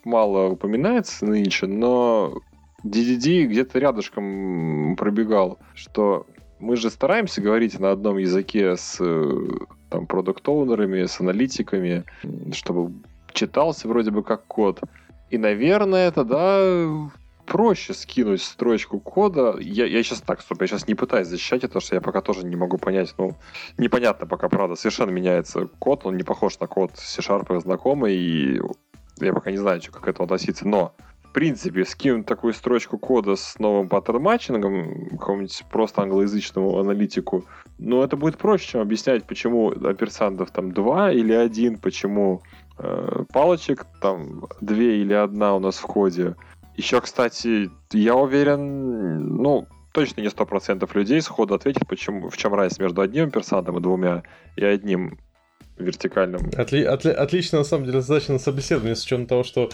мало упоминается нынче, но DDD где-то рядышком пробегал, что мы же стараемся говорить на одном языке с там продакт-оунерами, с аналитиками, чтобы читался вроде бы как код. И, наверное, это, да, проще скинуть строчку кода. Я сейчас так, стоп, я сейчас не пытаюсь защищать это, потому что я пока тоже не могу понять, непонятно пока, правда, совершенно меняется код, он не похож на код C# знакомый, и я пока не знаю, как к этому относиться, но в принципе, скинуть такую строчку кода с новым паттерн-матчингом какому-нибудь просто англоязычному аналитику, это будет проще, чем объяснять, почему амперсандов там 2 или 1, почему палочек там 2 или 1 у нас в коде. Еще, кстати, я уверен, точно не 100% людей сходу ответит, в чем разница между одним амперсандом и 2, и одним вертикальным. Отлично, на самом деле, задача на собеседование, с учетом того, что,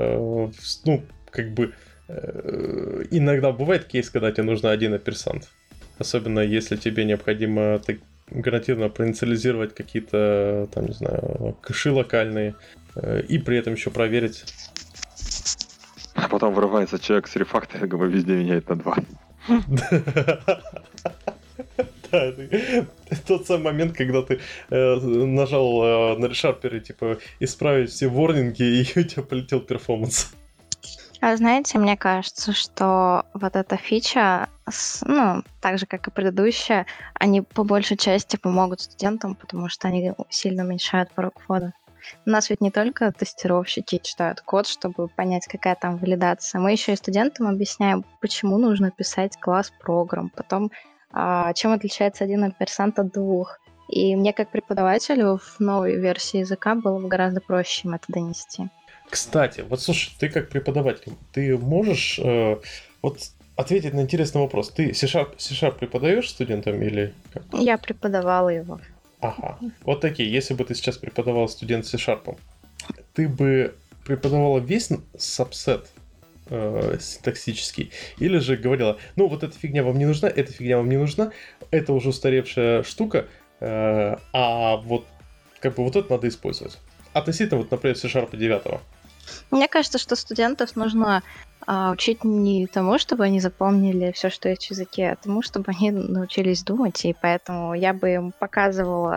иногда бывает кейс, когда тебе нужно один амперсанд. Особенно, если тебе необходимо гарантированно проинициализировать какие-то, там, не знаю, кэши локальные, и при этом еще проверить. А потом врывается человек с рефакторингом и везде меняет на 2. Да, тот самый момент, когда ты нажал на решарпере, типа, исправить все ворнинги, и у тебя полетел перформанс. А знаете, мне кажется, что вот эта фича, так же, как и предыдущая, они по большей части помогут студентам, потому что они сильно уменьшают порог входа. У нас ведь не только тестировщики читают код, чтобы понять, какая там валидация. Мы еще и студентам объясняем, почему нужно писать класс программ, потом чем отличается один амперсанд от 2. И мне как преподавателю в новой версии языка было бы гораздо проще им это донести. Кстати, вот слушай, ты как преподаватель, ты можешь ответить на интересный вопрос. Ты C# преподаешь студентам или как? Я преподавала его. Ага. Вот такие. Если бы ты сейчас преподавал студент C#, ты бы преподавала весь сабсет синтаксический, или же говорила, вот эта фигня вам не нужна, эта фигня вам не нужна, это уже устаревшая штука, а вот это надо использовать. Относительно, например, C# 9. Мне кажется, что студентов нужно учить не тому, чтобы они запомнили все, что есть в языке, а тому, чтобы они научились думать, и поэтому я бы им показывала,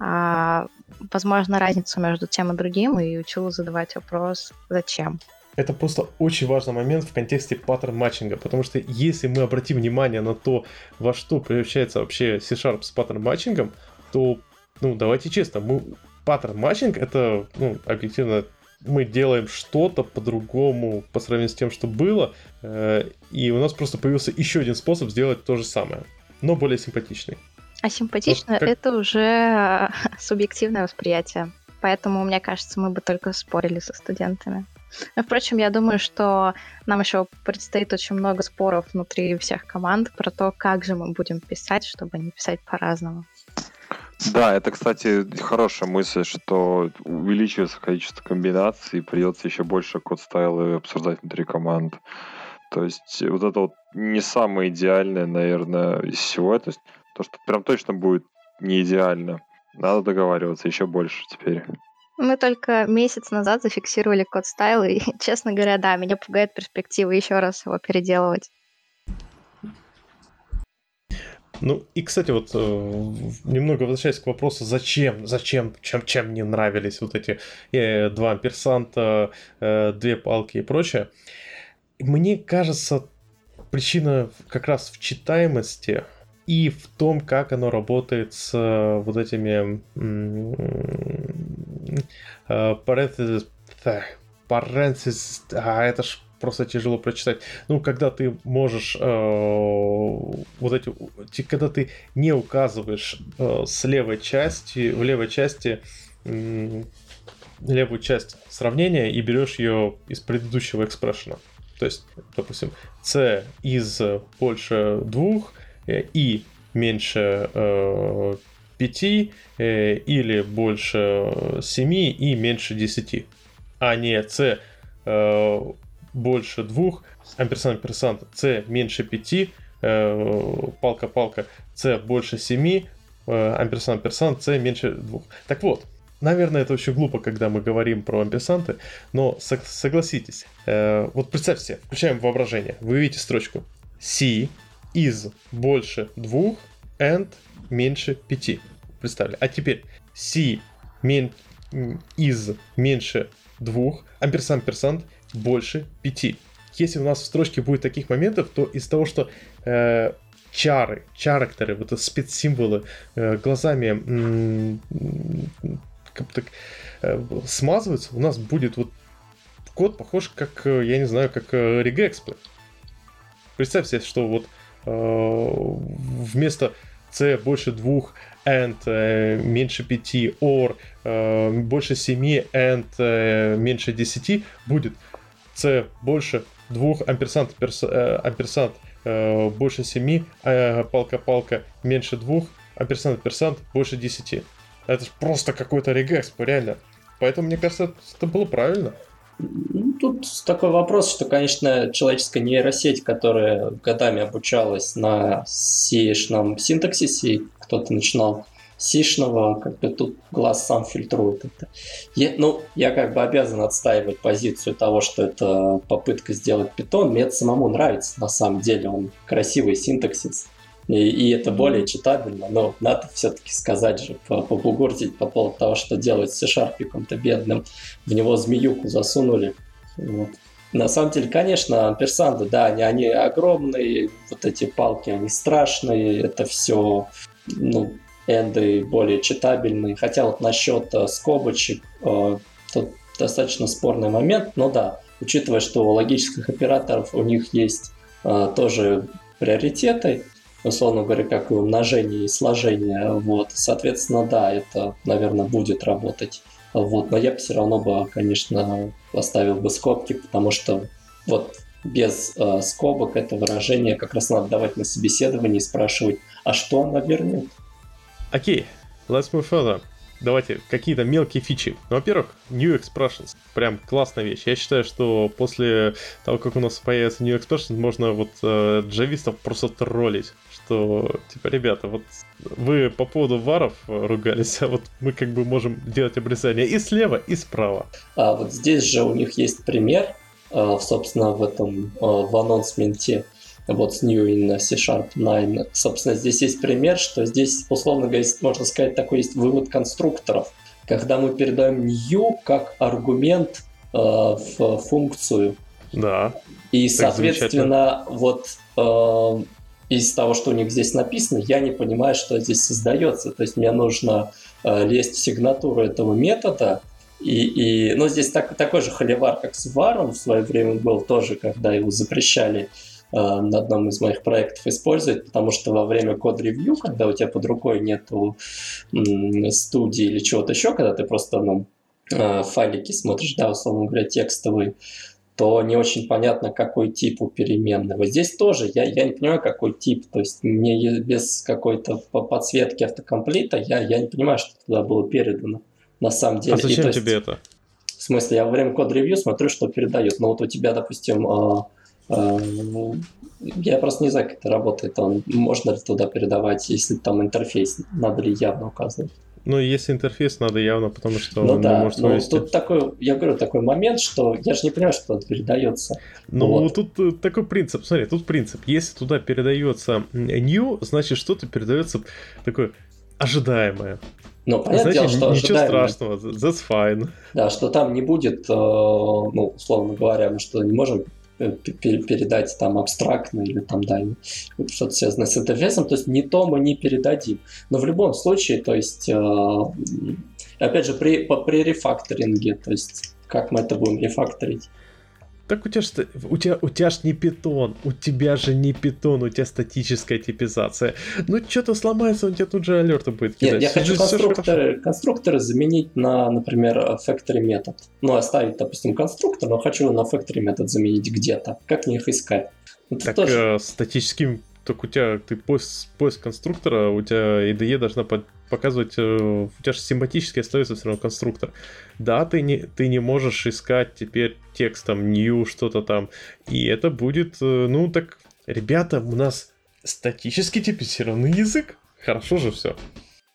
возможно, разницу между тем и другим, и учила задавать вопрос «Зачем?». Это просто очень важный момент в контексте паттерн-матчинга, потому что если мы обратим внимание на то, во что превращается вообще C# с паттерн-матчингом, то, давайте честно, паттерн-матчинг — это, объективно, мы делаем что-то по-другому по сравнению с тем, что было, и у нас просто появился еще один способ сделать то же самое, но более симпатичный. А симпатично это уже субъективное восприятие, поэтому, мне кажется, мы бы только спорили со студентами. Но, впрочем, я думаю, что нам еще предстоит очень много споров внутри всех команд про то, как же мы будем писать, чтобы не писать по-разному. Да, это, кстати, хорошая мысль, что увеличивается количество комбинаций, придется еще больше код-стайлы обсуждать внутри команд. То есть вот это не самое идеальное, наверное, из всего. То есть то, что прям точно будет не идеально. Надо договариваться еще больше теперь. Мы только месяц назад зафиксировали код-стайл, и, честно говоря, да, меня пугает перспектива еще раз его переделывать. И, кстати, немного возвращаясь к вопросу, чем мне нравились вот эти 2 амперсанта, 2 палки и прочее. Мне кажется, причина как раз в читаемости и в том, как оно работает с вот этими parentheses, это ж просто тяжело прочитать. Когда ты можешь когда ты не указываешь с левой части, в левой части левую часть сравнения и берешь ее из предыдущего экспрессиона. То есть, допустим, c из больше 2 и меньше 5 или больше 7 и меньше 10, а не c больше 2, амперсант, c меньше 5, палка, c больше 7, амперсант, c меньше 2. Так вот, наверное, это очень глупо, когда мы говорим про амперсанты, но согласитесь. Вот представьте, включаем воображение. Вы видите строчку C is больше 2 and меньше 5. Представили. А теперь C is меньше 2, амперсант больше 5. Если у нас в строчке будет таких моментов, то из-за того, что чарактеры, вот это спецсимволы глазами как-то смазываются, у нас будет вот код похож как, я не знаю, как regex. Представьте, что вот вместо C больше 2 and меньше 5 or больше 7 and меньше 10 будет C больше 2 амперсант больше 7, палка меньше 2, амперсант больше 10. Это же просто какой-то регэкс, реально. Поэтому, мне кажется, это было правильно. Тут такой вопрос, что, конечно, человеческая нейросеть, которая годами обучалась на C-шном синтаксисе, кто-то начинал C-шного, как бы тут глаз сам фильтрует это. Я как бы обязан отстаивать позицию того, что это попытка сделать Python. Мне это самому нравится, на самом деле. Он красивый синтаксис. И это более читабельно, но надо все-таки сказать же, побугуртить по поводу того, что делать с C-шарпиком-то бедным. В него змеюку засунули. Вот. На самом деле, конечно, амперсанды, да, они огромные, вот эти палки, они страшные, это все, энды более читабельные. Хотя вот насчет скобочек, тут достаточно спорный момент, но да, учитывая, что у логических операторов у них есть тоже приоритеты, условно говоря, как и умножение и сложение, вот, соответственно, да, это, наверное, будет работать, вот, но я бы все равно конечно, поставил бы скобки, потому что вот без скобок это выражение как раз надо давать на собеседовании и спрашивать, а что она вернет? Окей, let's move further. Давайте какие-то мелкие фичи. Во-первых, New Expressions. Прям классная вещь. Я считаю, что после того, как у нас появится New Expressions, можно вот джавистов просто троллить. Что, типа, ребята, вот вы по поводу варов ругались, а вот мы как бы можем делать обрезание и слева, и справа. А вот здесь же у них есть пример, собственно, в анонсменте. Вот с New in C# 9. Собственно, здесь есть пример, что здесь, условно говоря, можно сказать, такой есть вывод конструкторов. Когда мы передаем new как аргумент в функцию. Да. И, соответственно, вот из того, что у них здесь написано, я не понимаю, что здесь создается. То есть мне нужно лезть в сигнатуру этого метода. Но здесь такой же холивар, как с варом в свое время был тоже, когда его запрещали на одном из моих проектов использовать, потому что во время код-ревью, когда у тебя под рукой нету студии или чего-то еще, когда ты просто файлики смотришь, да, условно говоря, текстовые, то не очень понятно, какой тип у переменной. Вот здесь тоже я не понимаю, какой тип. То есть мне без какой-то подсветки автокомплита я не понимаю, что туда было передано на самом деле. А зачем тебе это? В смысле, я во время код-ревью смотрю, что передает. Но вот у тебя, допустим, я просто не знаю, как это работает. Можно ли туда передавать, если там интерфейс, надо ли явно указывать? Ну, если интерфейс, надо явно, потому что он не может вывести. Тут такой момент, что я же не понимаю, что туда передается. Тут такой принцип, смотри, тут принцип. Если туда передается new, значит что-то передается такое ожидаемое. Понятное дело, что ничего страшного, that's fine. Да, что там не будет, условно говоря, мы что не можем передать там абстрактно или там, да, что-то связанное с интерфейсом, то есть не то мы не передадим. Но в любом случае, то есть, опять же, при рефакторинге, то есть, как мы это будем рефакторить? Так у тебя ж не Python, у тебя же не Python, у тебя статическая типизация. Что-то сломается, он тебе тут же алерты будет кидать. Нет, я хочу конструкторы заменить на, например, factory метод. Оставить, допустим, конструктор, но хочу на factory метод заменить где-то. Как мне их искать? Так статическим, так у тебя ты поиск конструктора, у тебя IDE должна показывать, у тебя же символически остается все равно конструктор. Да, ты не можешь искать теперь текстом new что-то там, и это будет, так, ребята, у нас статически типизированный язык. Хорошо же все.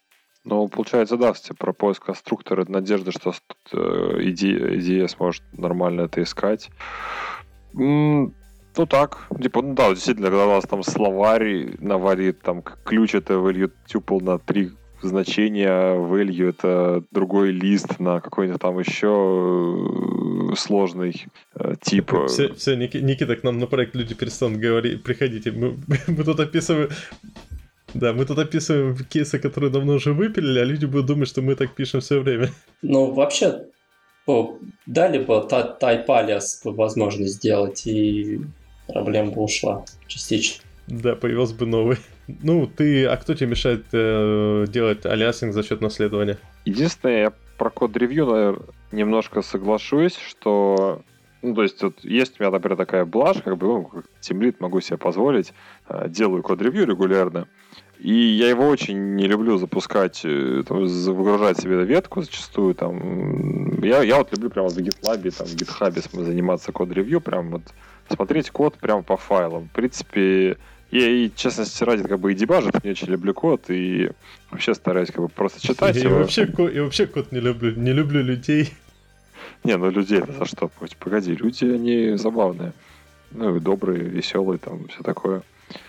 Ну, получается, да, про поиск конструктора, надежда, что идея сможет нормально это искать. Ну так, типа, ну да, действительно, когда у нас там словарь навалит, там ключ это value tuple на 3 значения, value это другой лист на какой-нибудь там еще сложный тип. Все, Никита, к нам на проект люди перестанут говорить, приходите, мы тут описываем... Да, мы тут описываем кейсы, которые давно уже выпилили, а люди будут думать, что мы так пишем все время. Ну, вообще, дали бы type alias возможность сделать, и проблема бы ушла частично. Да, появился бы новый. Ну, а кто тебе мешает делать алиасинг за счет наследования? Единственное, я про код-ревью, наверное, немножко соглашусь, что... Ну, то есть, вот есть у меня, например, такая блажь, как бы, ну, как тимлид могу себе позволить, делаю код-ревью регулярно, и я его очень не люблю запускать, там, выгружать себе ветку зачастую, там, я вот люблю прямо в GitLab, там, в GitHub заниматься код-ревью, прям вот смотреть код прямо по файлам. В принципе, я и, честности ради, как бы и дебажить, не очень люблю код, и вообще стараюсь как бы просто читать я его. Я вообще код не люблю людей. Не, ну людей-то за что? Погоди, люди, они забавные. Ну, и добрые, веселые, там, все такое.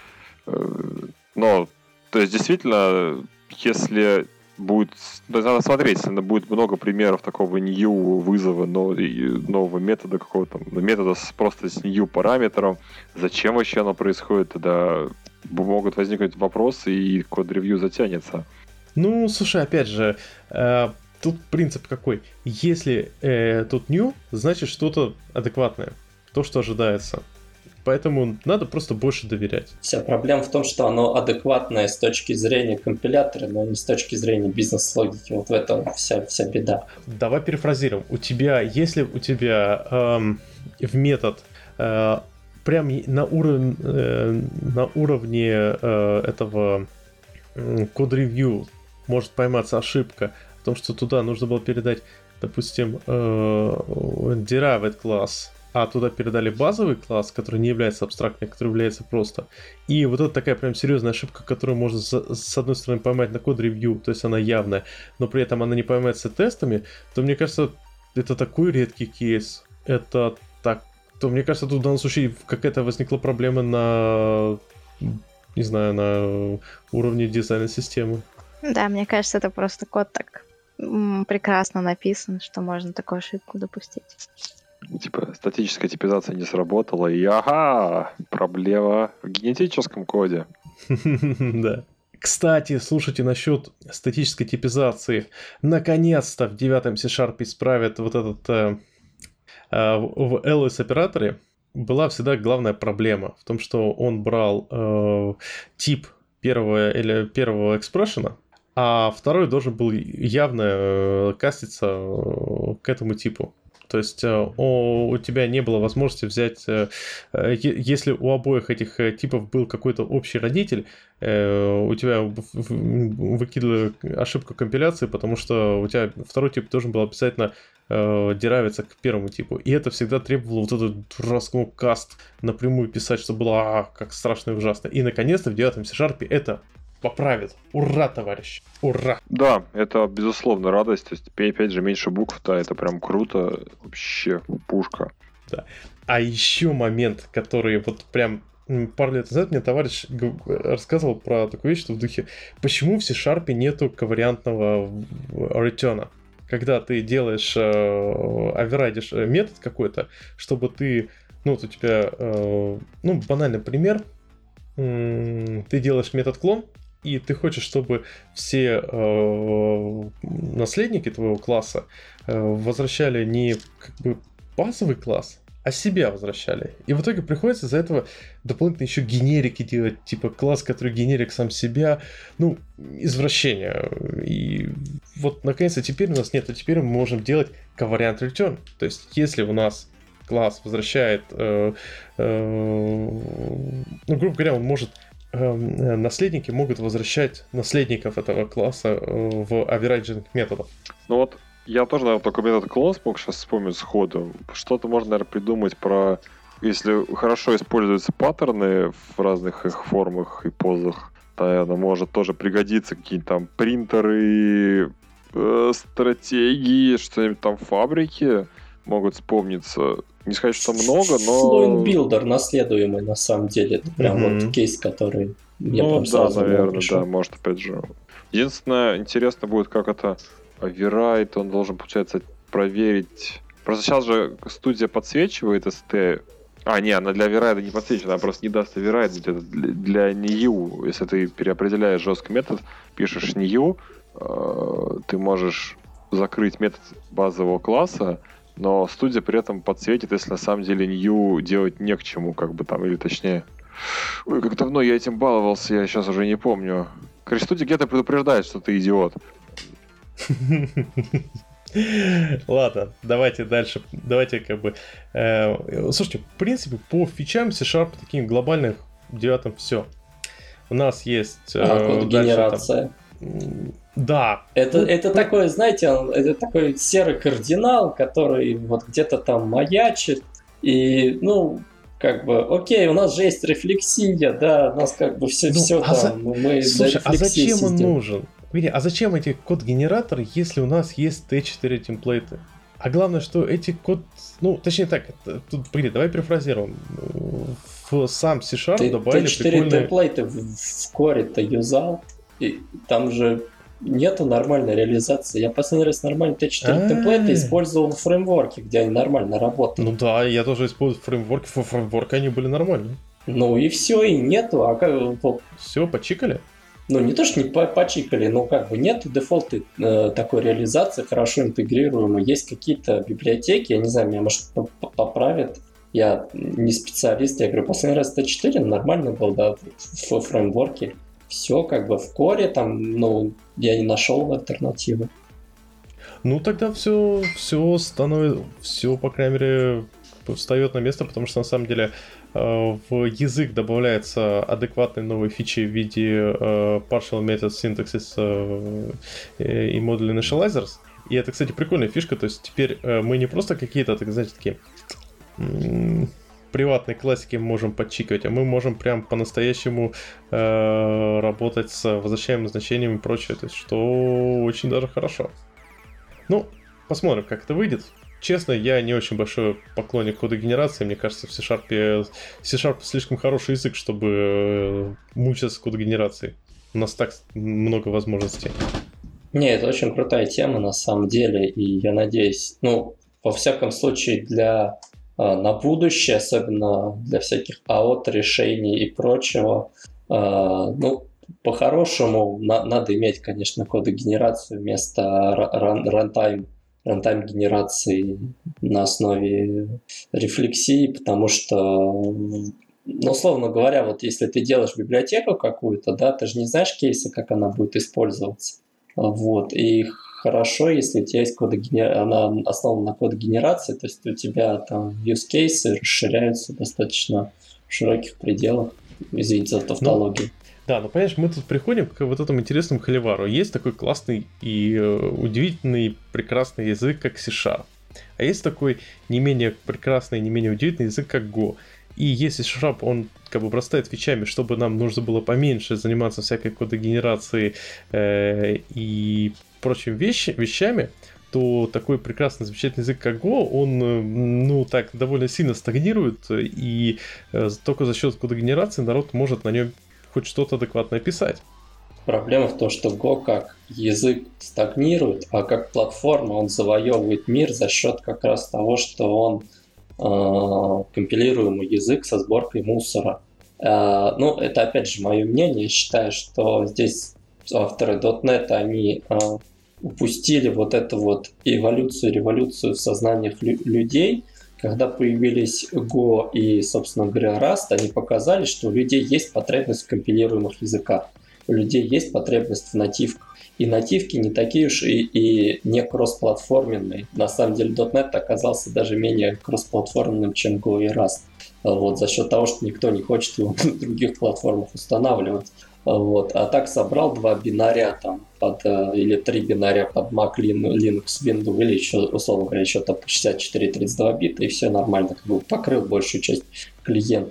Но, то есть, действительно, если будет... Надо смотреть, если будет много примеров такого new вызова, нового метода какого-то, метода просто с new параметром, зачем вообще оно происходит, тогда могут возникнуть вопросы, и код-ревью затянется. Ну, слушай, опять же... Тут принцип какой? Если тут new, значит что-то адекватное. То, что ожидается. Поэтому надо просто больше доверять. Вся проблема в том, что оно адекватное с точки зрения компилятора, но не с точки зрения бизнес-логики. Вот в этом вся беда. Давай перефразируем. Если у тебя в метод прям на уровне этого код-ревью может пойматься ошибка, в том, что туда нужно было передать, допустим, derived класс, а туда передали базовый класс, который не является абстрактным, который является просто. И вот это такая прям серьезная ошибка, которую можно с одной стороны поймать на код-ревью, то есть она явная, но при этом она не поймается тестами, то мне кажется, это такой редкий кейс. То мне кажется, тут в данном случае какая-то возникла проблема на уровне дизайна системы. Да, мне кажется, это просто код так прекрасно написан, что можно такую ошибку допустить. Типа статическая типизация не сработала, и проблема в генетическом коде. Да. Кстати, слушайте, насчет статической типизации. Наконец-то в 9 C# исправят вот этот... в LS-операторе была всегда главная проблема в том, что он брал тип первого экспрессиона, а второй должен был явно каститься к этому типу. То есть у тебя не было возможности взять... Если у обоих этих типов был какой-то общий родитель, у тебя выкидывали ошибку компиляции, потому что у тебя второй тип должен был обязательно деравиться к первому типу. И это всегда требовало вот этот дурацкому каст напрямую писать, что было как страшно и ужасно. И наконец-то в 9 C# это поправит. Ура, товарищ! Ура! Да, это безусловно радость. То есть, опять же, меньше букв, да, это прям круто. Вообще, пушка. Да. А еще момент, который вот прям пару лет назад мне товарищ рассказывал про такую вещь, что в духе, почему в C# нету ковариантного ретёрна? Когда ты делаешь, оверрайдишь метод какой-то, чтобы ты, у тебя, банальный пример, ты делаешь метод клон, и ты хочешь, чтобы все наследники твоего класса возвращали не как бы базовый класс, а себя возвращали. И в итоге приходится из-за этого дополнительно еще генерики делать, типа класс, который генерик сам себя, извращение. И вот наконец-то теперь у нас нет, а теперь мы можем делать covariant return. То есть если у нас класс возвращает, грубо говоря, он может, наследники могут возвращать наследников этого класса в overriding методах. Ну вот, я тоже, наверное, только метод клон смог сейчас вспомнить сходу. Что-то можно, наверное, придумать про... Если хорошо используются паттерны в разных их формах и позах, наверное, может тоже пригодиться, какие-то там принтеры, стратегии, что-нибудь там, фабрики могут вспомниться. Не сказать, что много, но... Fluent Builder наследуемый, на самом деле. Это прям вот кейс, который мне прям сразу наверное, пришел. да, может, опять же. Единственное, интересно будет, как это override, он должен, получается, проверить... Просто сейчас же студия подсвечивает ST. Она для override не подсвечивает, она просто не даст override для new. Если ты переопределяешь жесткий метод, пишешь new, ты можешь закрыть метод базового класса, но студия при этом подсветит, если на самом деле new делать не к чему, как бы там, или точнее... Ой, как давно я этим баловался, я сейчас уже не помню. Короче, студия где-то предупреждает, что ты идиот. Ладно, давайте дальше. Давайте слушайте, в принципе, по фичам C# таким глобальных в 9 все. У нас есть... код-генерация. Да. Это такой, знаете, это такой серый кардинал, который вот где-то там маячит. И, окей, у нас же есть рефлексия, да, у нас все там, мы слушай, до рефлексии зачем он сидим. нужен? А зачем эти код-генераторы, если у нас есть T4 темплейты? А главное, что эти точнее так, тут, давай перефразируем. В сам C# добавили T4 прикольные... темплейты в коре-то юзал, и там же нету нормальной реализации. Я последний раз нормальные T4 темплейты использовал в фреймворке, где они нормально работают. Ну да, я тоже использую фреймворки, в фреймворке они были нормальные. Ну и все, и нету, Все, почикали? Не то, что не почикали, но нету дефолта такой реализации, хорошо интегрируемой. Есть какие-то библиотеки, я не знаю, меня, может, поправят. Я не специалист, я говорю, последний раз T4 нормально был, да, в фреймворке. Все в коре, там, я не нашел альтернативы. Тогда все становится, все, по крайней мере, встает на место, потому что на самом деле в язык добавляются адекватные новые фичи в виде partial method syntaxes и modular initializers. И это, кстати, прикольная фишка, то есть теперь мы не просто какие-то, такие приватные классики можем подчикивать, а мы можем прям по-настоящему работать с возвращаемым значением и прочее, то есть что очень даже хорошо. Посмотрим, как это выйдет. Честно, я не очень большой поклонник кодогенерации. Мне кажется, в C# слишком хороший язык, чтобы мучиться с кодогенерацией. У нас так много возможностей. Не, это очень крутая тема на самом деле, и я надеюсь, во всяком случае, на будущее, особенно для всяких AOT решений и прочего, по-хорошему надо иметь, конечно, кодогенерацию вместо рантайм генерации на основе рефлексии, потому что, условно говоря, вот если ты делаешь библиотеку какую-то, да, ты же не знаешь кейса, как она будет использоваться. Вот, и хорошо, если у тебя есть она основана на кодогенерации, то есть у тебя там use cases расширяются достаточно в широких пределах, извините за тавтологию. Да, понимаешь, мы тут приходим к вот этому интересному холивару. Есть такой классный и удивительный, прекрасный язык, как C#. А есть такой не менее прекрасный, не менее удивительный язык, как Go. И если C#, он обрастает фичами, чтобы нам нужно было поменьше заниматься всякой кодогенерацией и прочими вещами, то такой прекрасный, замечательный язык, как Go, он, так довольно сильно стагнирует, и только за счет кодогенерации народ может на нем хоть что-то адекватное писать. Проблема в том, что Go как язык стагнирует, а как платформа он завоевывает мир за счет как раз того, что он компилируемый язык со сборкой мусора. Это опять же мое мнение. Я считаю, что здесь авторы .NET, они упустили вот эту вот революцию в сознаниях людей. Когда появились Go и, собственно говоря, Rust, они показали, что у людей есть потребность в компилируемых языках. У людей есть потребность в нативках. И нативки не такие уж и не кроссплатформенные. На самом деле .NET оказался даже менее кроссплатформенным, чем Go и Rust. Вот, за счет того, что никто не хочет его на других платформах устанавливать. Вот. А так собрал 2 бинаря там, или 3 бинаря под Mac, Linux, Windows, или еще, условно говоря, еще там 64-32 бита, и все нормально, покрыл большую часть клиентов.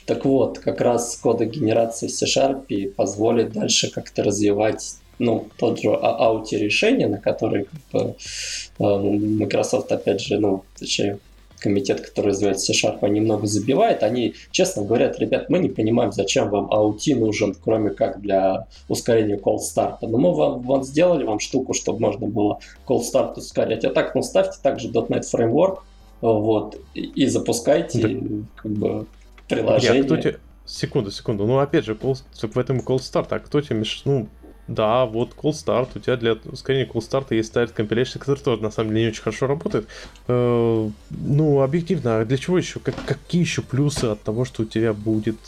Так вот, как раз кодогенерация в C# позволит дальше как-то развивать тот же AUTI-решение, на которые Microsoft, опять же, точнее, комитет, который развивает C#, они много забивает. Они честно говорят: ребят, мы не понимаем, зачем вам AUTI нужен, кроме как для ускорения cold start. Но мы вам сделали вам штуку, чтобы можно было cold start ускорять. А так, ставьте также .NET Framework, и запускайте приложение. Секунду. Опять же, в этом cold start, а кто тебе мешает? Да, вот cold start, у тебя для ускорения cold start есть start compilation, который тоже на самом деле не очень хорошо работает. Объективно, а для чего еще? Какие еще плюсы от того, что у тебя будет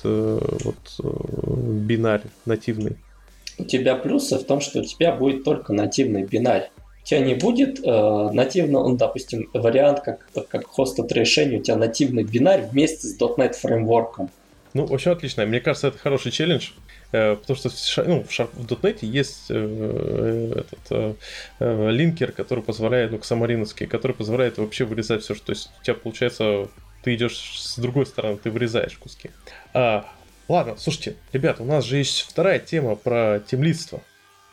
бинарь нативный? У тебя плюсы в том, что у тебя будет только нативный бинарь. У тебя не будет нативно, допустим, вариант, как hosted решение, у тебя нативный бинарь вместе с .NET фреймворком. В общем, отлично. Мне кажется, это хороший челлендж, потому что в .NET есть линкер, который позволяет, ксамариновский, который позволяет вообще вырезать все, что... То есть у тебя, получается, ты идешь с другой стороны, ты вырезаешь куски. Ладно, слушайте, ребята, у нас же есть вторая тема про тимлидство.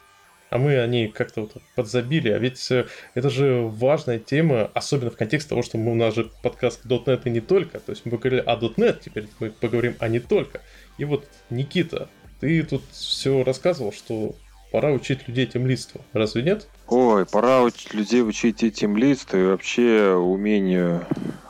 А мы о ней как-то подзабили. А ведь это же важная тема, особенно в контексте того, что у нас же подкаст .NET и не только. То есть мы говорили о .NET, теперь мы поговорим о не только. И Никита, ты тут все рассказывал, что пора учить людей тимлидству. Разве нет? Ой, пора людей учить и тимлидству, и вообще умению,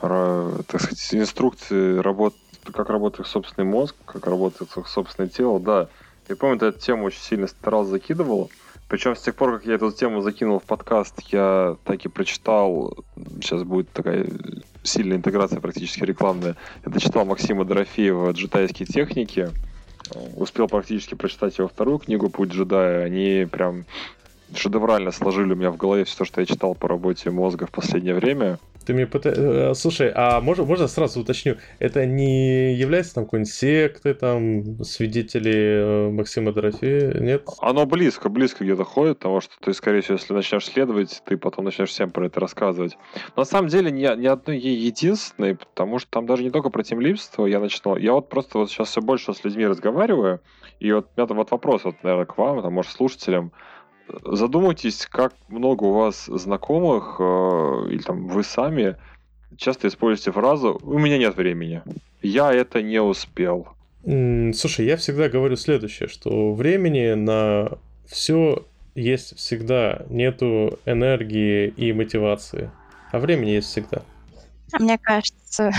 так сказать, инструкции, как работает их собственный мозг, как работает их собственное тело. Да, я помню, эту тему очень сильно старался, закидывал. Причем с тех пор, как я эту тему закинул в подкаст, я так и прочитал, сейчас будет такая сильная интеграция практически рекламная, я дочитал Максима Дорофеева «Джедайские техники», успел практически прочитать его вторую книгу «Путь джедая», они прям шедеврально сложили у меня в голове все то, что я читал по работе мозга в последнее время. Ты мне Слушай, а можно сразу уточню, это не является там какой-нибудь сектой, там, свидетели Максима Дорофеева, нет? Оно близко где-то ходит, потому что ты, скорее всего, если начнешь следовать, ты потом начнешь всем про это рассказывать. Но на самом деле ни одной единственной, потому что там даже не только про тимлидство я начинал. Я просто сейчас все больше с людьми разговариваю, и у меня вопрос, наверное, к вам, может, слушателям. Задумайтесь, как много у вас знакомых, или там вы сами часто используете фразу «у меня нет времени», «я это не успел». Слушай, я всегда говорю следующее, что времени на все есть всегда, нету энергии и мотивации, а времени есть всегда. Мне кажется,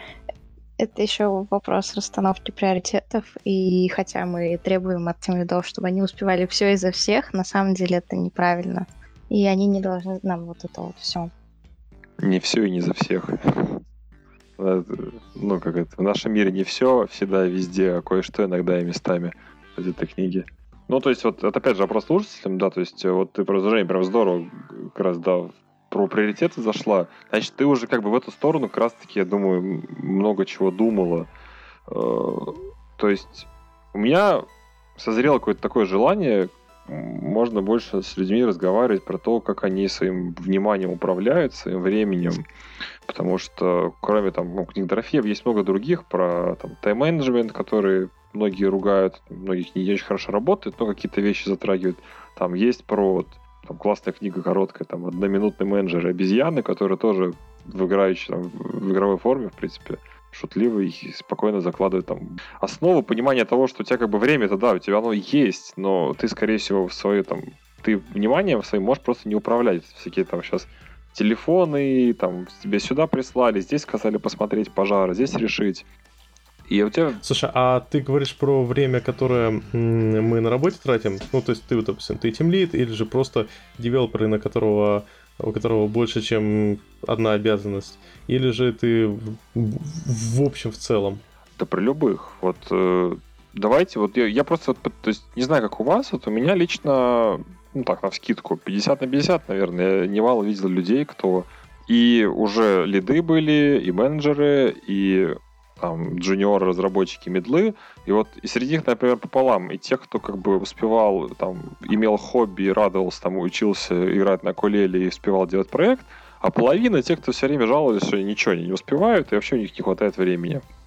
это еще вопрос расстановки приоритетов, и хотя мы требуем от тимлидов, чтобы они успевали все и за всех, на самом деле это неправильно, и они не должны нам это все. Не все и не за всех. В нашем мире не все всегда везде, а кое-что иногда и местами из этой книги. То есть, это опять же вопрос слушателям, да, то есть, ты про Жень прям здорово как раз, да, про приоритеты зашла. Значит, ты уже в эту сторону как раз-таки, я думаю, много чего думала. То есть, у меня созрело какое-то такое желание, можно больше с людьми разговаривать про то, как они своим вниманием управляют, своим временем. Потому что, кроме книг Дорофеева, есть много других про тайм-менеджмент, которые многие ругают, многих не очень хорошо работают, но какие-то вещи затрагивают. Там есть про классная книга короткая, «Одноминутный менеджер и обезьяны», которые тоже в игровой форме, в принципе, шутливый и спокойно закладывает основу понимания того, что у тебя время-то, да, у тебя оно есть, но ты, скорее всего, ты вниманием своим можешь просто не управлять. Всякие сейчас телефоны, тебе сюда прислали, здесь сказали посмотреть пожар, здесь решить. И у тебя... Слушай, а ты говоришь про время, которое мы на работе тратим? То есть ты, допустим, ты тимлид или же просто девелопер, у которого больше, чем одна обязанность? Или же ты в общем, в целом? Да при любых. Давайте, я просто, то есть, не знаю, как у вас, у меня лично, навскидку, 50 на 50, наверное, я немало видел людей, кто и уже лиды были, и менеджеры, и джуниоры, разработчики, мидлы, и среди них, например, пополам, и тех, кто успевал, имел хобби, радовался, учился играть на укулеле и успевал делать проект, а половина тех, кто все время жаловались, что ничего не успевают, и вообще у них не хватает времени.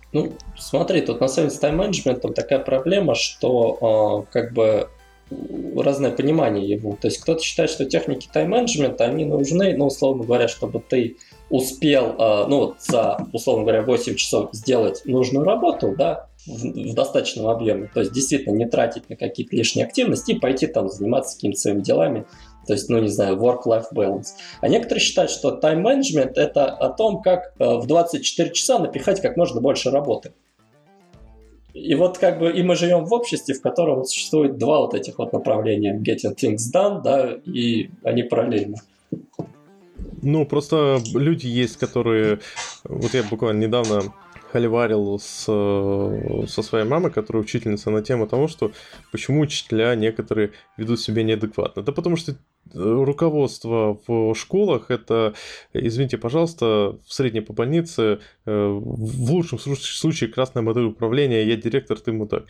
Ну, смотри, тут на самом деле с тайм-менеджментом такая проблема, что как бы разное понимание его. То есть кто-то считает, что техники тайм-менеджмента, они нужны, ну, условно говоря, чтобы ты успел, за, условно говоря, 8 часов сделать нужную работу, да, в достаточном объеме. То есть действительно не тратить на какие-то лишние активности и пойти там заниматься какими-то своими делами. То есть, ну, не знаю, work-life balance. А некоторые считают, что тайм-менеджмент – это о том, как в 24 часа напихать как можно больше работы. И вот как бы и мы живем в обществе, в котором существует два вот этих вот направления – getting things done, да, и они параллельно. Ну, просто люди есть, которые... Вот я буквально недавно холиварил со своей мамой, которая учительница, на тему того, что почему учителя некоторые ведут себя неадекватно. Да потому что руководство в школах это, извините, пожалуйста, в средней по больнице, в лучшем случае красная модель управления, я директор, ты мудак.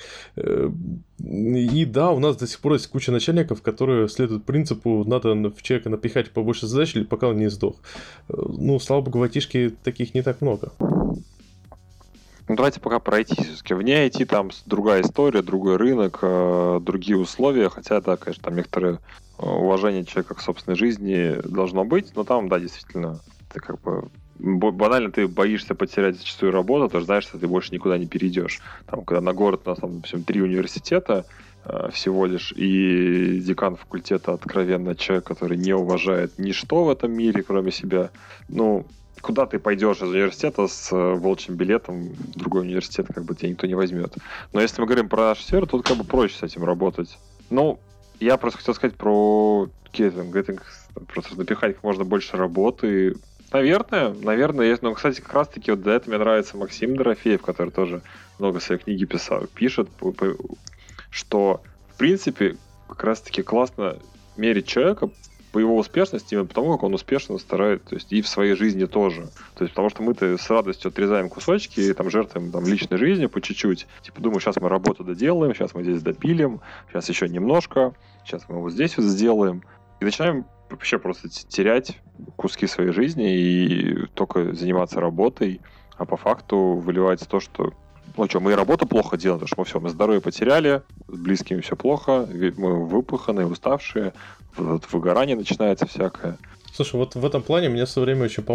И да, у нас до сих пор есть куча начальников, которые следуют принципу, надо в человека напихать побольше задач, или пока он не сдох. Ну, слава богу, в айтишке таких не так много. Ну, давайте пока про IT все-таки. Вне IT там другая история, другой рынок, другие условия, хотя, да, конечно, там некоторое уважение человека к собственной жизни должно быть, но там, да, действительно, ты как бы банально ты боишься потерять зачастую работу, ты знаешь, что ты больше никуда не перейдешь. Там, когда на город у нас там, допустим, 3 университета всего лишь, и декан факультета откровенно человек, который не уважает ничто в этом мире, кроме себя, ну, куда ты пойдешь из университета с волчьим билетом в другой университет, как бы тебя никто не возьмет. Но если мы говорим про нашу сферу, тут как бы проще с этим работать. Ну, я просто хотел сказать про getting, просто напихать как можно больше работы. Наверное, есть. Но, кстати, как раз-таки вот для этого мне нравится Максим Дорофеев, который тоже много своей книги пишет, что, в принципе, как раз-таки классно мерить человека по его успешности, именно потому, как он успешно старается, то есть и в своей жизни тоже. То есть потому что мы-то с радостью отрезаем кусочки и там жертвуем там личной жизнью по чуть-чуть. Типа думаю, сейчас мы работу доделаем, сейчас мы здесь допилим, сейчас еще немножко, сейчас мы вот здесь вот сделаем. И начинаем вообще просто терять куски своей жизни и только заниматься работой, а по факту выливается то, что мы и работу плохо делаем, потому что мы здоровье потеряли, с близкими все плохо, мы выпуханные, уставшие, выгорание начинается всякое. Слушай, вот в этом плане мне в свое время очень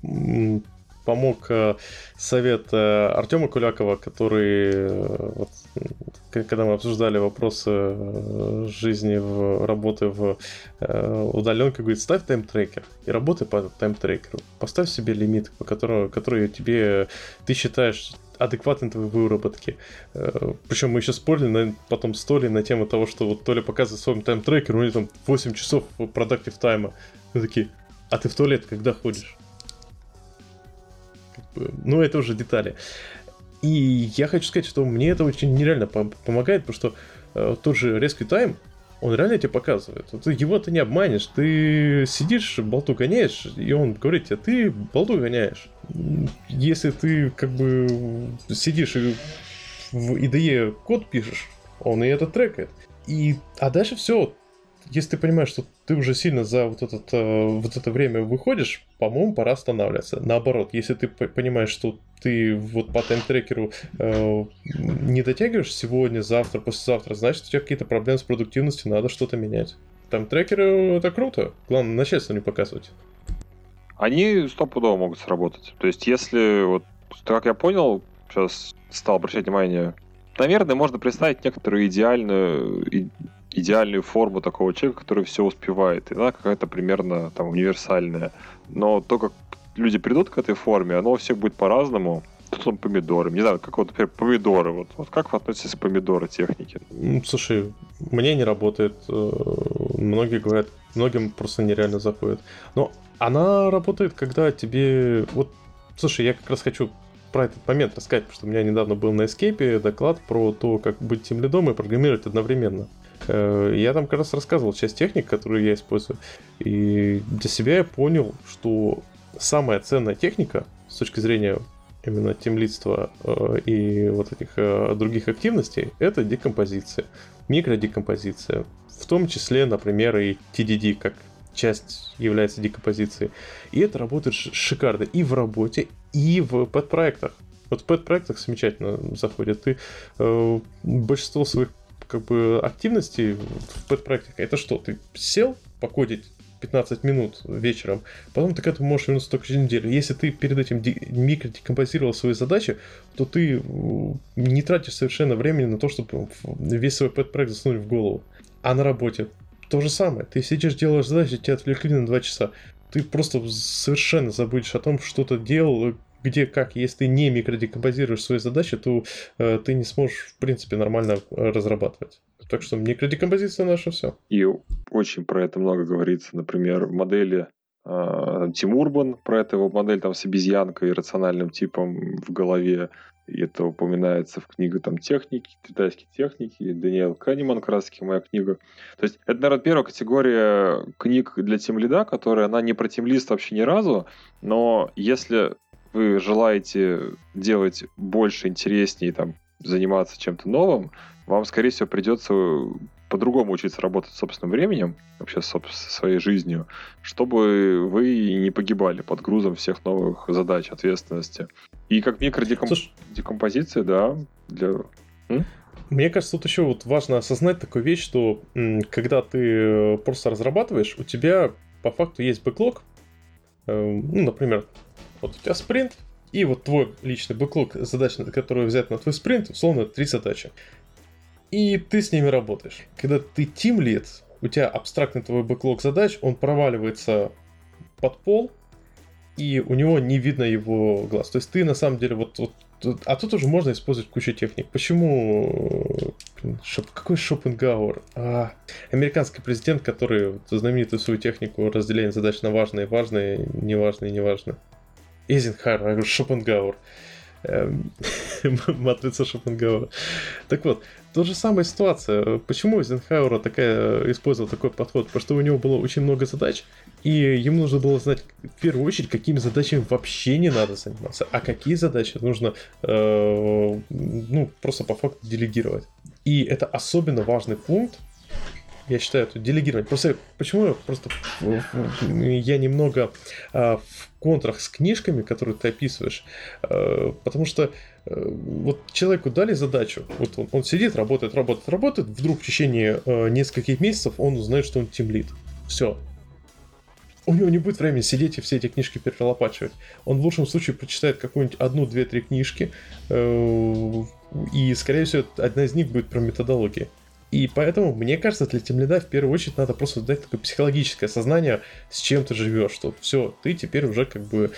помог совет Артема Кулякова, который, вот, когда мы обсуждали вопросы жизни, работы в удаленке, говорит, ставь тайм-трекер и работай по тайм-трекеру. Поставь себе лимит, по которому ты считаешь адекватной твоей выработки. Причем мы еще спорили, потом с Толей на тему того, что вот Толя показывает своим тайм-трекер, у него там 8 часов продактив тайма. Мы такие, а ты в туалет когда ходишь? Ну, это уже детали. И я хочу сказать, что мне это очень нереально помогает, потому что тот же Rescue Time, он реально тебе показывает. Его-то не обманешь. Ты сидишь, болту гоняешь, и он говорит тебе, ты болту гоняешь. Если ты как бы сидишь и в IDE код пишешь, он и это трекает. А дальше все. Если ты понимаешь, что ты уже сильно за вот это время выходишь, по-моему, пора останавливаться. Наоборот, если ты понимаешь, что ты вот по тайм-трекеру не дотягиваешь сегодня, завтра, послезавтра, значит, у тебя какие-то проблемы с продуктивностью, надо что-то менять. Тайм-трекеры — это круто. Главное, начальству не показывать. Они стопудово могут сработать. То есть, если, вот, как я понял, сейчас стал обращать внимание, наверное, можно представить некоторую идеальную форму такого человека, который все успевает. И она какая-то примерно там универсальная. Но то, как люди придут к этой форме, оно у всех будет по-разному. Тут там помидоры. Не знаю, как вот, например, помидоры. Вот как вы относитесь к помидоры технике? Слушай, мне не работает. Многие говорят, многим просто нереально заходит. Но она работает, когда тебе... Вот, слушай, я как раз хочу про этот момент рассказать, потому что у меня недавно был на Escape доклад про то, как быть тимлидом и программировать одновременно. Я там как раз рассказывал часть техник, которые я использую. И для себя я понял, что самая ценная техника с точки зрения именно тимлидства и вот этих других активностей — это декомпозиция, микродекомпозиция. В том числе, например, и TDD как часть является декомпозицией. И это работает шикарно и в работе, и в подпроектах. Вот в пэт-проектах замечательно заходит. Ты большинство своих как бы активностей в пэт-проектах, это что? Ты сел покодить 15 минут вечером, потом ты к этому можешь вернуться только через неделю. Если ты перед этим микродекомпозировал свои задачи, то ты не тратишь совершенно времени на то, чтобы весь свой пэт-проект засунуть в голову. А на работе то же самое. Ты сидишь, делаешь задачи, тебя отвлекли на 2 часа. Ты просто совершенно забудешь о том, что ты делал, где, как. Если ты не микродекомпозируешь свои задачи, то ты не сможешь, в принципе, нормально разрабатывать. Так что микродекомпозиция наше все. И очень про это много говорится. Например, в модели Тим Урбан, про это его модель там с обезьянкой и рациональным типом в голове. И это упоминается в книге там техники, китайские техники, и Дэниел Канеман, как раз таки моя книга. То есть это, наверное, первая категория книг для тимлида, которая, она не про тимлист вообще ни разу, но если вы желаете делать больше, интереснее, там, заниматься чем-то новым, вам, скорее всего, придется по-другому учиться работать с собственным временем, вообще со своей жизнью, чтобы вы не погибали под грузом всех новых задач, ответственности. И как микродекомпозиция, да, для... Мне кажется, тут еще вот важно осознать такую вещь, что когда ты просто разрабатываешь, у тебя по факту есть бэклог. Ну, например, вот у тебя спринт, и вот твой личный бэклог задач, которые взять на твой спринт, условно, 3 задачи. И ты с ними работаешь. Когда ты тимлид, у тебя абстрактный твой бэклог задач, он проваливается под пол, и у него не видно его глаз. То есть ты на самом деле а тут уже можно использовать кучу техник. Почему... Какой Шопенгауэр? Американский президент, который знаменитую свою технику разделения задач на важные, неважные, неважные. Эйзенхауэр, я говорю, Шопенгауэр. Матрица Шопенгауэра. Так вот, та же самая ситуация. Почему Эйзенхауэр использовал такой подход? Потому что у него было очень много задач, и ему нужно было знать в первую очередь, какими задачами вообще не надо заниматься, а какие задачи нужно просто по факту делегировать. И это особенно важный пункт, я считаю, это делегировать. Просто почему я немного в контрах с книжками, которые ты описываешь, потому что вот человеку дали задачу, вот он сидит, работает, вдруг в течение нескольких месяцев он узнает, что он тимлид. Все. У него не будет времени сидеть и все эти книжки перелопачивать. Он в лучшем случае прочитает какую-нибудь 1, 2, 3 книжки, и, скорее всего, одна из них будет про методологии. И поэтому, мне кажется, для тимлида в первую очередь надо просто дать такое психологическое осознание, с чем ты живешь, что все, ты теперь уже как бы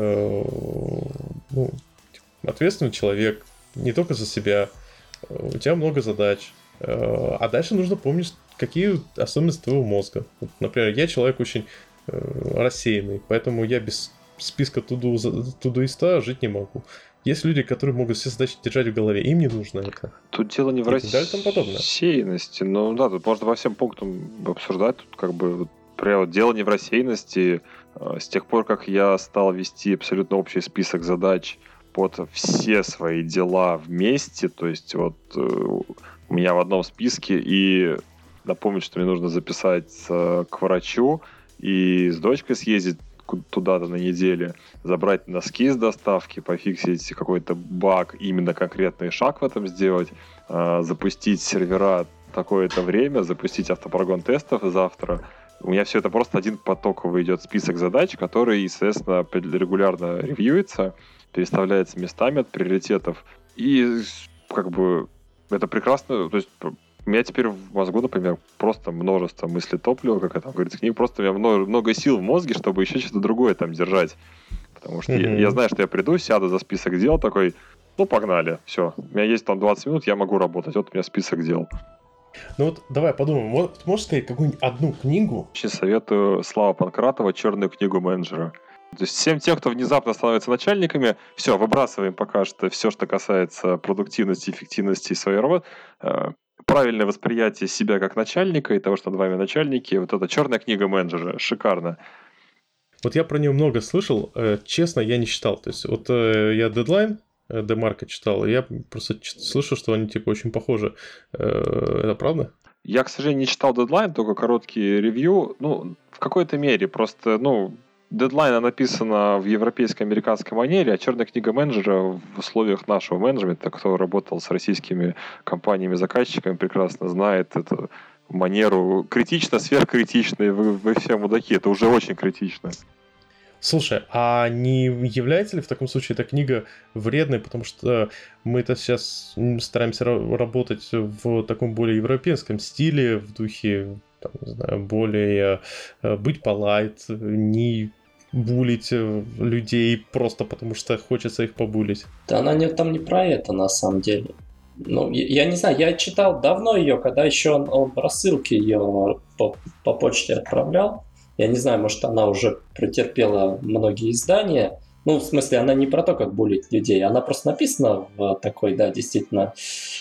ответственный человек, не только за себя, у тебя много задач, а дальше нужно помнить, какие особенности твоего мозга. Вот, например, я человек очень рассеянный, поэтому я без списка тудуиста жить не могу. Есть люди, которые могут все задачи держать в голове, им не нужно это. Тут дело не в рассеянности, но да, тут можно по всем пунктам обсуждать, тут как бы прям дело не в рассеянности. С тех пор, как я стал вести абсолютно общий список задач под все свои дела вместе, то есть вот у меня в одном списке, и напомнить, что мне нужно записаться к врачу и с дочкой съездить туда-то на неделе, забрать носки с доставки, пофиксить какой-то баг, именно конкретный шаг в этом сделать, запустить сервера такое-то время, запустить автопрогон тестов завтра. У меня все это просто один потоковый идет список задач, который, естественно, регулярно ревьюется, переставляется местами от приоритетов. И как бы это прекрасно, то есть у меня теперь в мозгу, например, просто множество мыслетоплива, как это говорится, к ним просто у меня много сил в мозге, чтобы еще что-то другое там держать. Потому что я знаю, что я приду, сяду за список дел, такой, погнали, все. У меня есть там 20 минут, я могу работать, вот у меня список дел. Ну вот давай подумаем, можешь сказать какую-нибудь одну книгу? Очень советую Слава Панкратова «Черную книгу менеджера». То есть всем тем, кто внезапно становится начальниками, все, выбрасываем пока что все, что касается продуктивности, эффективности своей работы. Правильное восприятие себя как начальника и того, что над вами начальники. Вот эта «Черная книга менеджера». Шикарно. Вот я про нее много слышал. Честно, я не читал. То есть вот я Deadline, Демарка читал, и я просто слышу, что они типа очень похожи. Это правда? Я, к сожалению, не читал Deadline, только короткие ревью. В какой-то мере. Просто, дедлайна написана в европейско-американской манере, а черная книга менеджера в условиях нашего менеджмента, кто работал с российскими компаниями-заказчиками, прекрасно знает эту манеру критично, сверхкритично, вы все мудаки, это уже очень критично. Слушай, а не является ли в таком случае эта книга вредной, потому что мы-то сейчас стараемся работать в таком более европейском стиле, в духе, там, не знаю, более быть полайт, не булить людей просто потому, что хочется их побулить? Да она там не про это на самом деле. Ну, я не знаю, я читал давно ее, когда еще он рассылки ее по почте отправлял. Я не знаю, может, она уже претерпела многие издания. Ну, в смысле, она не про то, как булить людей. Она просто написана в такой, да, действительно,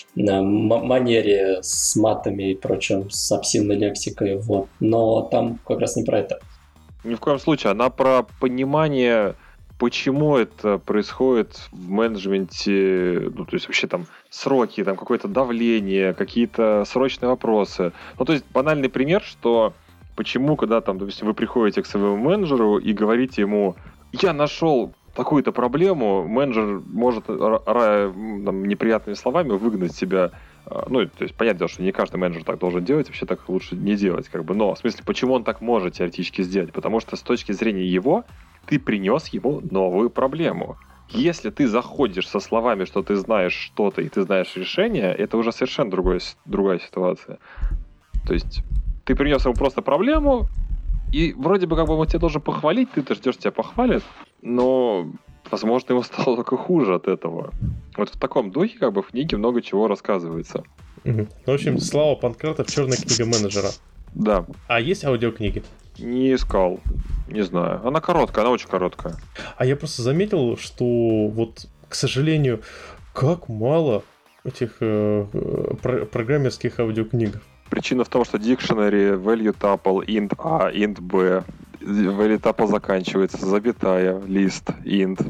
манере с матами и прочим, с обсценной лексикой. Вот. Но там как раз не про это. Ни в коем случае. Она про понимание, почему это происходит в менеджменте, ну, то есть вообще там сроки, там какое-то давление, какие-то срочные вопросы. Ну, то есть банальный пример, что почему, когда там, допустим, вы приходите к своему менеджеру и говорите ему, я нашел такую-то проблему, менеджер может там, неприятными словами выгнать себя. Ну, то есть, понятно, что не каждый менеджер так должен делать, вообще так лучше не делать, как бы. Но, в смысле, почему он так может теоретически сделать? Потому что с точки зрения его, ты принес ему новую проблему. Если ты заходишь со словами, что ты знаешь что-то и ты знаешь решение, это уже совершенно другая ситуация. То есть, ты принес ему просто проблему, и вроде бы как бы он тебя должен похвалить, ты ждешь, тебя похвалят, но, возможно, ему стало только хуже от этого. Вот в таком духе как бы в книге много чего рассказывается. Угу. В общем, Слава Панкратов, черная книга менеджера. Да. А есть аудиокниги? Не искал. Не знаю. Она короткая, она очень короткая. А я просто заметил, что вот, к сожалению, как мало этих программерских аудиокниг. Причина в том, что dictionary, value tuple, int a, int b, value tuple заканчивается, запятая, list, int.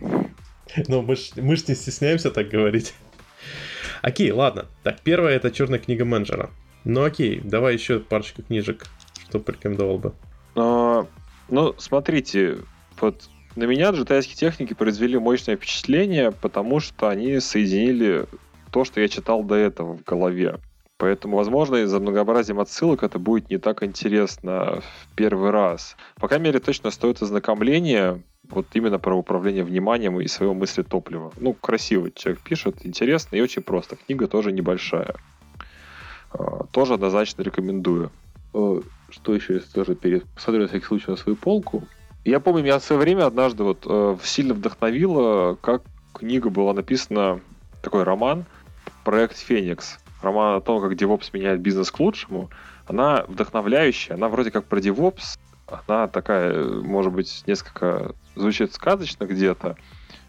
Но мы ж не стесняемся так говорить. Окей, ладно. Так, первая это черная книга менеджера. Ну окей, давай еще парочку книжек, что порекомендовал бы. Ну, смотрите, вот на меня джедайские техники произвели мощное впечатление, потому что они соединили то, что я читал до этого в голове. Поэтому, возможно, из-за многообразием отсылок это будет не так интересно в первый раз. По крайней мере, точно стоит ознакомления вот именно про управление вниманием и своего мыслетоплива. Ну, красиво человек пишет, интересно и очень просто. Книга тоже небольшая. Тоже однозначно рекомендую. Что еще, если тоже посмотрю на всякий случай на свою полку. Я помню, меня в свое время однажды вот сильно вдохновило, как книга была написана, такой роман, «Проект Феникс». Роман о том, как DevOps меняет бизнес к лучшему. Она вдохновляющая, она вроде как про DevOps, она такая, может быть, несколько звучит сказочно где-то.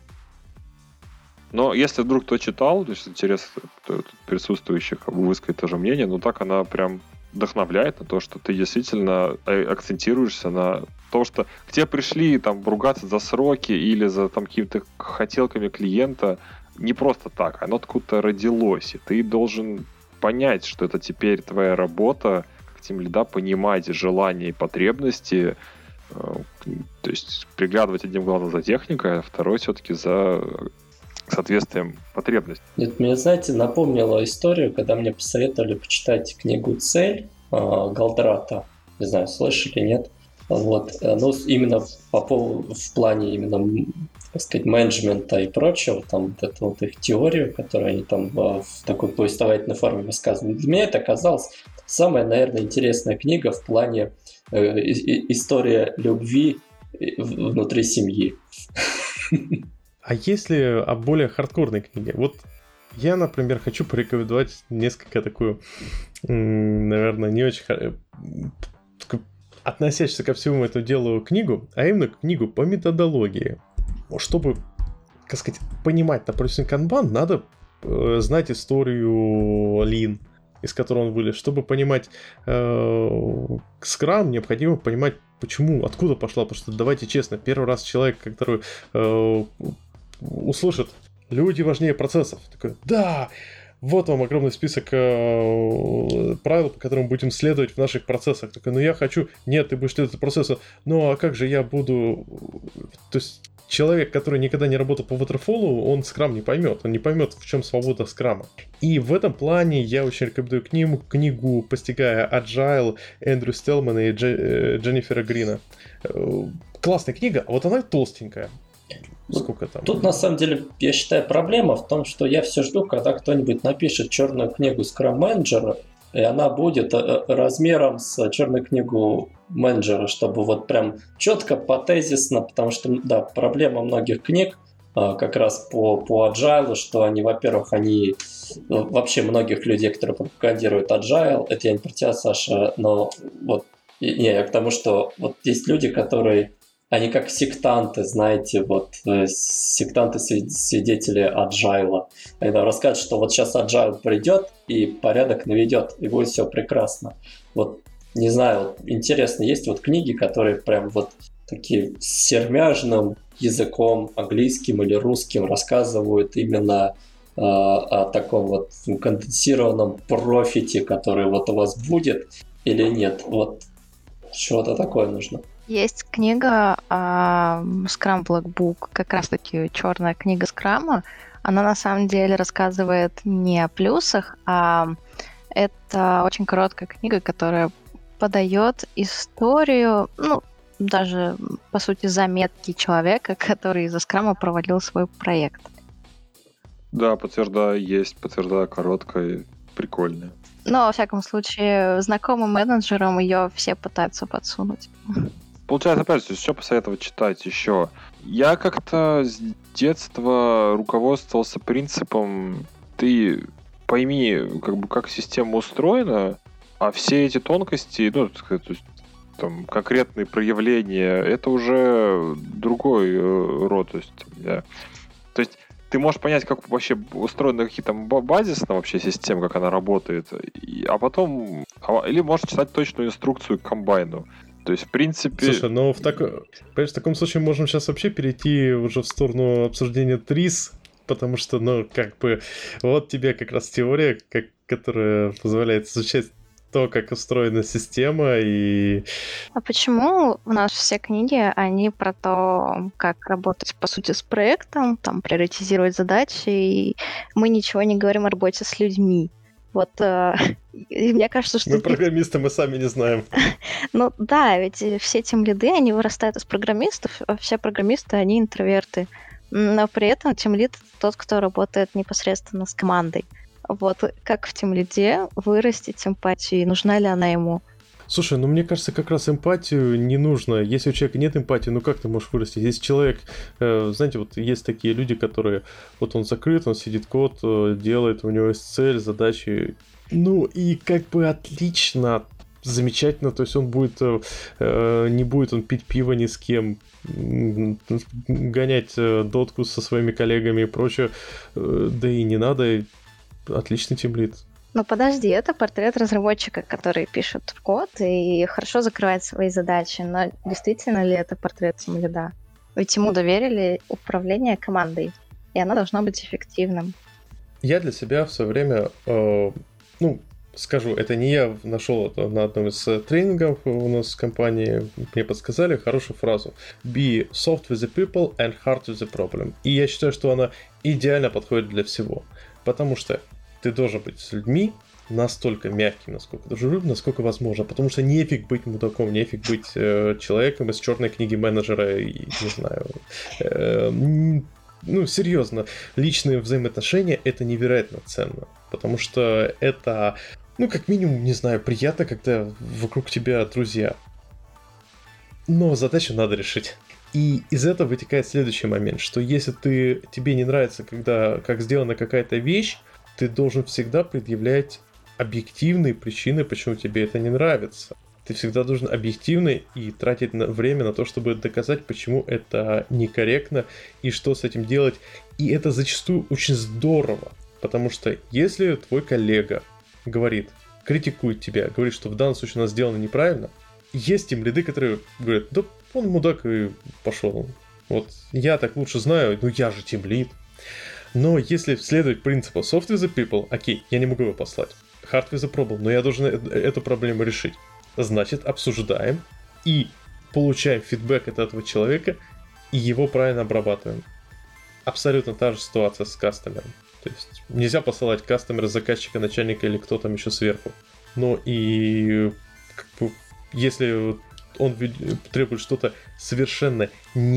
Но если вдруг кто читал, то есть интересно присутствующих как бы высказать тоже мнение, но так она прям вдохновляет на то, что ты действительно акцентируешься на том, что к тебе пришли там ругаться за сроки или за там какими-то хотелками клиента не просто так, оно откуда-то родилось, и ты должен понять, что это теперь твоя работа, как тимлида, понимать желания и потребности, то есть приглядывать одним глазом за техникой, а второй все-таки за соответствием потребностей. Это мне, знаете, напомнило историю, когда мне посоветовали почитать книгу «Цель» Галдрата. Не знаю, слышали, нет? Вот. Ну, именно в плане именно, так сказать, менеджмента и прочего, там вот эту вот их теорию, которую они там в такой повествовательной форме высказывали. Для меня это оказалось самая, наверное, интересная книга в плане история любви внутри семьи. А если о более хардкорной книге? Вот я, например, хочу порекомендовать несколько такую, наверное, не очень относящуюся ко всему этому делу книгу, а именно книгу по методологии. Чтобы, как сказать, понимать, допустим, канбан, надо знать историю Lean, из которой он вылез. Чтобы понимать Scrum, необходимо понимать, почему, откуда пошла. Потому что, давайте честно, первый раз человек, который услышит «люди важнее процессов», такой: да, вот вам огромный список правил, по которым будем следовать в наших процессах. Такой, ну я хочу, нет, ты будешь следовать процессу, ну а как же я буду... То есть человек, который никогда не работал по Waterfall, он скрам не поймет, он не поймет, в чем свобода скрама. И в этом плане я очень рекомендую книгу «Постигая Agile» Эндрю Стелмана и Дженнифера Грина. Классная книга, а вот она толстенькая. Сколько там? Тут, на самом деле, я считаю, проблема в том, что я все жду, когда кто-нибудь напишет черную книгу Scrum Manager, и она будет размером с черную книгу менеджера, чтобы вот прям четко, потезисно, потому что, да, проблема многих книг как раз по Agile, что они, во-первых, они вообще многих людей, которые пропагандируют Agile, это я не про тебя, Саша, но вот я к тому, что вот есть люди, которые они как сектанты, знаете, вот сектанты-свидетели Agile. Они расскажут, что вот сейчас Agile придет и порядок наведет, и будет все прекрасно. Вот, не знаю, вот, интересно, есть вот книги, которые прям вот такие с сермяжным языком, английским или русским, рассказывают именно о таком вот конденсированном профите, который вот у вас будет или нет. Вот что-то такое нужно. Есть книга Scrum Black Book, как раз-таки черная книга скрама. Она на самом деле рассказывает не о плюсах, а это очень короткая книга, которая подает историю, ну, даже, по сути, заметки человека, который из-за скрама провалил свой проект. Да, подтверждаю, короткая, прикольная. Но, во всяком случае, знакомым менеджерам ее все пытаются подсунуть. Получается, опять же, что посоветовать читать еще? Я как-то с детства руководствовался принципом: ты пойми, как система устроена, а все эти тонкости, ну, так сказать, там, конкретные проявления, это уже другой род. То есть ты можешь понять, как вообще устроены какие-то базисно вообще системы, как она работает, а потом... Или можешь читать точную инструкцию к комбайну. То есть, в принципе... Слушай, но в таком случае можем сейчас вообще перейти уже в сторону обсуждения ТРИС, потому что, ну, как бы, вот тебе как раз теория, которая позволяет изучать то, как устроена система, и... А почему у нас все книги, они про то, как работать, по сути, с проектом, там, приоритизировать задачи, и мы ничего не говорим о работе с людьми? Вот, и мне кажется, что... Мы программисты, мы сами не знаем. Ну да, ведь все тимлиды, они вырастают из программистов, а все программисты, они интроверты. Но при этом тимлид — тот, кто работает непосредственно с командой. Вот, как в тимлиде вырастить эмпатию, нужна ли она ему? Слушай, ну мне кажется, как раз эмпатию не нужно. Если у человека нет эмпатии, ну как ты можешь вырастить? Если человек, знаете, вот есть такие люди, которые, вот он закрыт, он сидит, код делает, у него есть цель, задачи. Ну и как бы отлично, замечательно, то есть он будет, не будет он пить пиво ни с кем, гонять дотку со своими коллегами и прочее, да и не надо, отличный тимлид. Но подожди, это портрет разработчика, который пишет код и хорошо закрывает свои задачи. Но действительно ли это портрет тимлида? Ведь ему доверили управление командой, и оно должно быть эффективным. Я для себя в свое время, скажу, это не я нашел это на одном из тренингов у нас в компании, мне подсказали хорошую фразу: be soft with the people and hard with the problem. И я считаю, что она идеально подходит для всего, потому что ты должен быть с людьми настолько мягким, насколько дружелюбным, насколько возможно, потому что нефиг быть мудаком, нефиг быть человеком из черной книги менеджера, и, не знаю, серьезно, личные взаимоотношения — это невероятно ценно, потому что это, как минимум, не знаю, приятно, когда вокруг тебя друзья. Но задачу надо решить. И из этого вытекает следующий момент, что если тебе не нравится, как сделана какая-то вещь, ты должен всегда предъявлять объективные причины, почему тебе это не нравится. Ты всегда должен объективно и тратить время на то, чтобы доказать, почему это некорректно и что с этим делать. И это зачастую очень здорово, потому что если твой коллега критикует тебя, говорит, что в данном случае у нас сделано неправильно, есть тимлиды, которые говорят: да он мудак и пошел. Вот я так лучше знаю, я же тимлид. Но если следовать принципу soft with the people, окей, я не могу его послать. Hard with the problem, но я должен эту проблему решить. Значит, обсуждаем и получаем фидбэк от этого человека и его правильно обрабатываем. Абсолютно та же ситуация с кастомером. То есть нельзя посылать кастомера, заказчика, начальника или кто там еще сверху. Но и если он требует что-то совершенно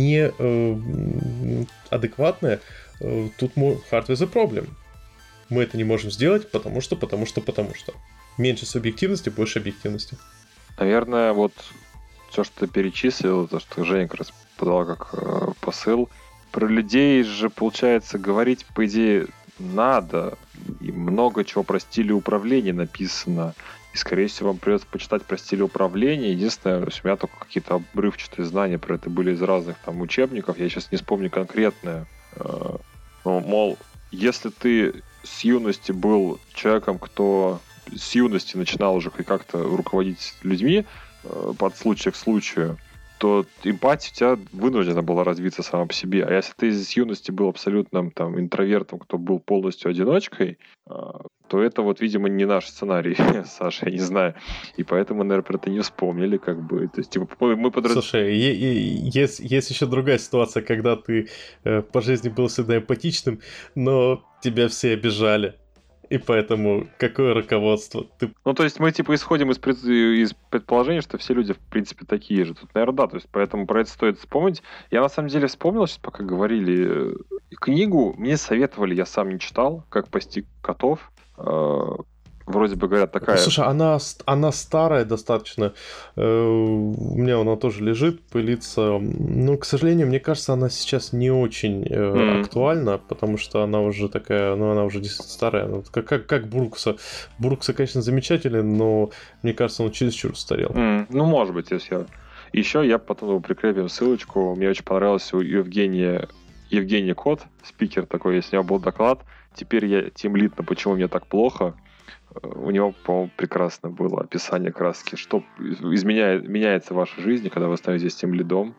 неадекватное, тут hard with the problem. Мы это не можем сделать, потому что. Меньше субъективности, больше объективности. Наверное, вот все, что ты перечислил, то, что Женя как раз подала как посыл, про людей же, получается, говорить, по идее, надо. И много чего про стили управления написано. И, скорее всего, вам придется почитать про стили управления. Единственное, у меня только какие-то обрывчатые знания про это были из разных там учебников. Я сейчас не вспомню конкретное. Мол, если ты с юности был человеком, кто с юности начинал уже как-то руководить людьми под случая к случаю, то эмпатия у тебя вынуждена была развиться сама по себе. А если ты с юности был абсолютным там интровертом, кто был полностью одиночкой, то это вот, видимо, не наш сценарий, Саша, я не знаю. И поэтому, наверное, про это не вспомнили, как бы. То есть, типа, мы Слушай, есть еще другая ситуация, когда ты по жизни был всегда эмпатичным, но тебя все обижали. И поэтому какое руководство? Ну, то есть мы, типа, исходим из предположения, что все люди, в принципе, такие же. Тут, наверное, да, то есть поэтому про это стоит вспомнить. Я, на самом деле, вспомнил, сейчас пока говорили, книгу мне советовали, я сам не читал, «Как пасти котов». Вроде бы говорят такая... Слушай, она старая достаточно. У меня она тоже лежит, пылится. Но, к сожалению, мне кажется, она сейчас не очень актуальна, потому что она уже такая, ну, она уже действительно старая. Как Брукса. Брукса, конечно, замечательный, но мне кажется, он чересчур устарел. Ну, может быть, если я... Еще я потом прикрепим ссылочку. Мне очень понравился у Евгения Кот, спикер такой, если у него был доклад. Теперь я тимлид на «Почему мне так плохо». У него, по-моему, прекрасно было описание краски, что меняется в вашей жизни, когда вы становитесь тимлидом.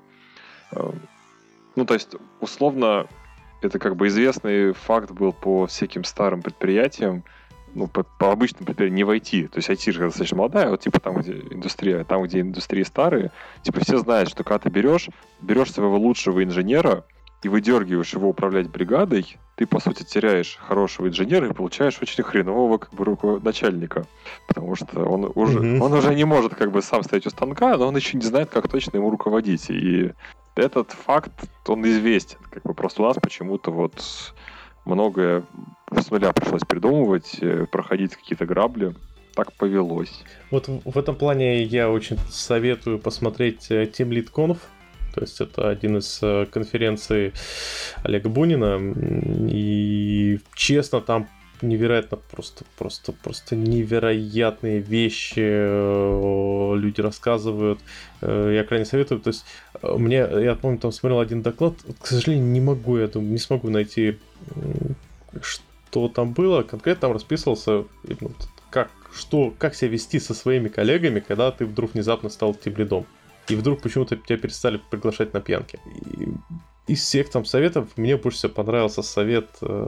Ну, то есть, условно, это как бы известный факт был по всяким старым предприятиям, ну, по обычным предприятиям не в IT. То есть IT же достаточно молодая, вот типа там, где индустрии старые, типа все знают, что когда ты берешь своего лучшего инженера и выдергиваешь его управлять бригадой, ты, по сути, теряешь хорошего инженера и получаешь очень хренового как бы начальника. Потому что он уже не может как бы сам стоять у станка, но он еще не знает, как точно ему руководить. И этот факт, он известен. Как бы просто у нас почему-то вот многое с нуля пришлось придумывать, проходить какие-то грабли. Так повелось. Вот в этом плане я очень советую посмотреть Team Lead Conf. То есть это один из конференций Олега Бунина. И честно, там невероятно просто невероятные вещи люди рассказывают. Я крайне советую. То есть я помню, там смотрел один доклад. К сожалению, не смогу найти, что там было. Конкретно там расписывался, как себя вести со своими коллегами, когда ты вдруг внезапно стал тимлидом. И вдруг почему-то тебя перестали приглашать на пьянки. И из всех там советов мне больше всего понравился совет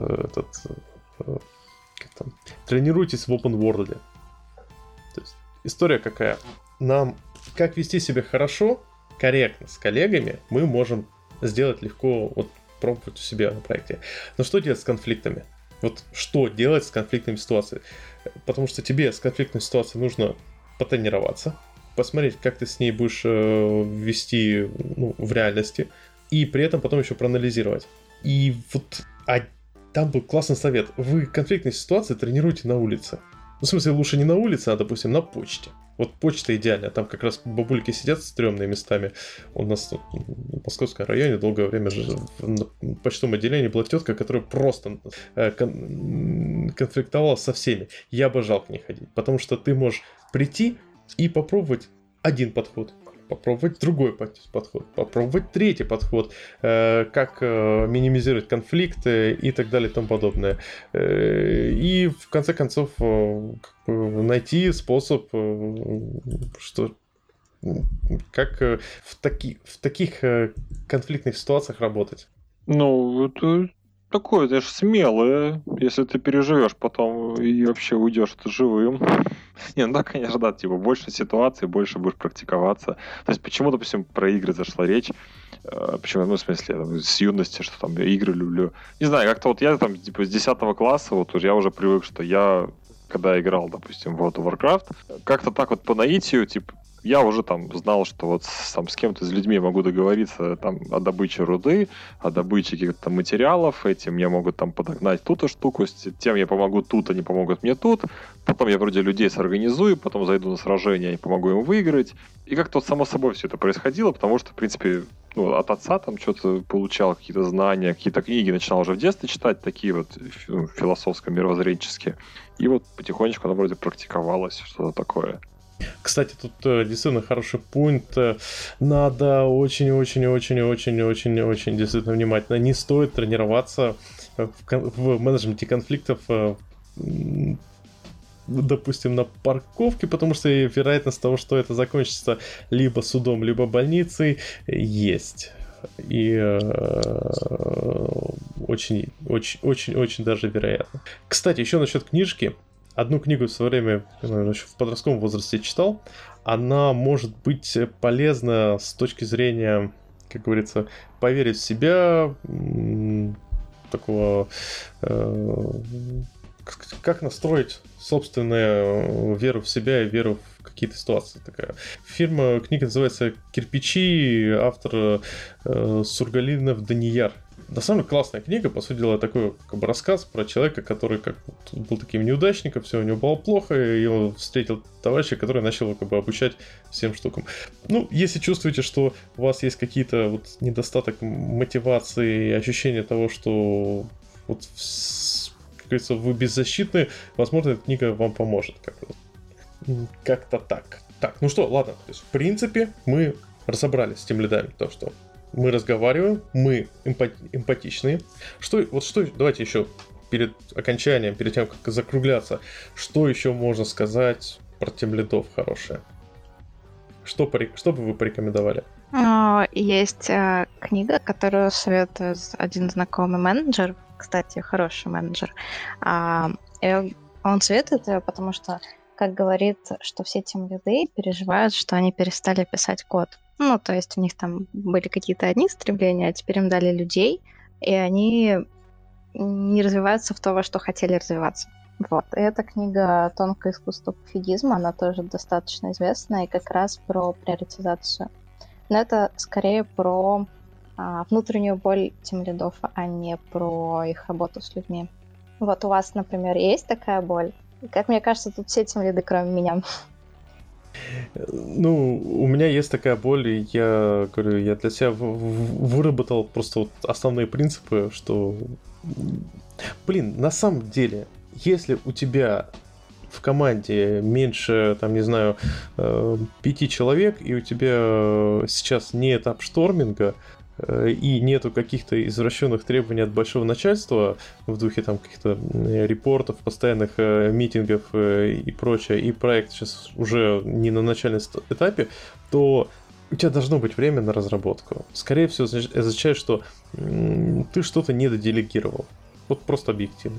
тренируйтесь в open world. То есть история какая? Нам как вести себя хорошо, корректно с коллегами мы можем сделать легко, вот пробовать у себя на проекте. Но что делать с конфликтами? Вот что делать с конфликтными ситуациями? Потому что тебе с конфликтной ситуацией нужно потренироваться, посмотреть, как ты с ней будешь вести в реальности, и при этом потом еще проанализировать. И вот там был классный совет. Вы конфликтные ситуации тренируйте на улице. В смысле, лучше не на улице, а, допустим, на почте. Вот почта идеально. Там как раз бабульки сидят стрёмными местами. У нас в Московском районе долгое время на почтовом отделении была тетка, которая просто конфликтовала со всеми. Я обожал к ней ходить. Потому что ты можешь прийти и попробовать один подход, попробовать другой подход, попробовать третий подход, как минимизировать конфликты и так далее и тому подобное. И в конце концов найти способ, как в таких конфликтных ситуациях работать. Ну, это такое, ты же смелое, если ты переживешь потом и вообще уйдешь живым. Не, ну да, конечно, да, типа больше ситуаций, больше будешь практиковаться. То есть почему, допустим, про игры зашла речь? Почему, ну, в смысле, там, с юности, что там, я игры люблю. Не знаю, как-то вот я там, типа, с 10 класса, вот уже я уже привык, что я, когда играл, допустим, в World of Warcraft, как-то так вот по наитию, типа, я уже там знал, что вот там, с кем-то из людьми могу договориться там о добыче руды, о добыче каких-то материалов, этим мне могут там подогнать ту-то штуку, с тем я помогу тут, они помогут мне тут, потом я вроде людей сорганизую, потом зайду на сражение и помогу им выиграть. И как-то вот само собой все это происходило, потому что, в принципе, ну, от отца там что-то получал, какие-то знания, какие-то книги начинал уже в детстве читать, такие вот философско-мировоззренческие. И вот потихонечку оно вроде практиковалось, что-то такое. Кстати, тут действительно хороший пункт. Надо очень-очень-очень-очень-очень действительно внимательно. Не стоит тренироваться в менеджменте конфликтов, допустим, на парковке, потому что вероятность того, что это закончится либо судом, либо больницей, есть. И очень даже вероятно. Кстати, еще насчет книжки. Одну книгу в свое время, еще в подростковом возрасте читал. Она может быть полезна с точки зрения, как говорится, поверить в себя, такого, как настроить собственную веру в себя и веру в какие-то ситуации. Такая книга называется «Кирпичи», автор Сургалинов Данияр. На самом деле классная книга, по сути дела, такой как бы рассказ про человека, который был таким неудачником, все у него было плохо, и он встретил товарища, который начал его как бы обучать всем штукам. Ну, если чувствуете, что у вас есть какие-то вот недостаток мотивации и ощущение того, что вот, как говорится, вы беззащитны, возможно, эта книга вам поможет как-то так. Так, ну что, ладно, то есть, в принципе, мы разобрались с тем лидами, то, что мы разговариваем, мы эмпатичные. Давайте еще перед окончанием, перед тем, как закругляться, что еще можно сказать про тимлидов хорошее? Что бы вы порекомендовали? Есть книга, которую советует один знакомый менеджер, кстати, хороший менеджер. Он советует ее, потому что, как говорит, что все тимлиды переживают, что они перестали писать код. Ну, то есть у них там были какие-то одни стремления, а теперь им дали людей, и они не развиваются в то, во что хотели развиваться. Вот. И эта книга «Тонкое искусство пофигизма», она тоже достаточно известная, и как раз про приоритизацию. Но это скорее про внутреннюю боль тимлидов, а не про их работу с людьми. Вот у вас, например, есть такая боль? Как мне кажется, тут все тимлиды, кроме меня. Ну, у меня есть такая боль, и я говорю, я для себя выработал просто вот основные принципы, что, на самом деле, если у тебя в команде меньше, там, не знаю, 5 человек, и у тебя сейчас не этап шторминга, и нету каких-то извращенных требований от большого начальства в духе там каких-то репортов, постоянных митингов и прочее, и проект сейчас уже не на начальном этапе, то у тебя должно быть время на разработку. Скорее всего, означает, что ты что-то недоделегировал. Вот просто объективно.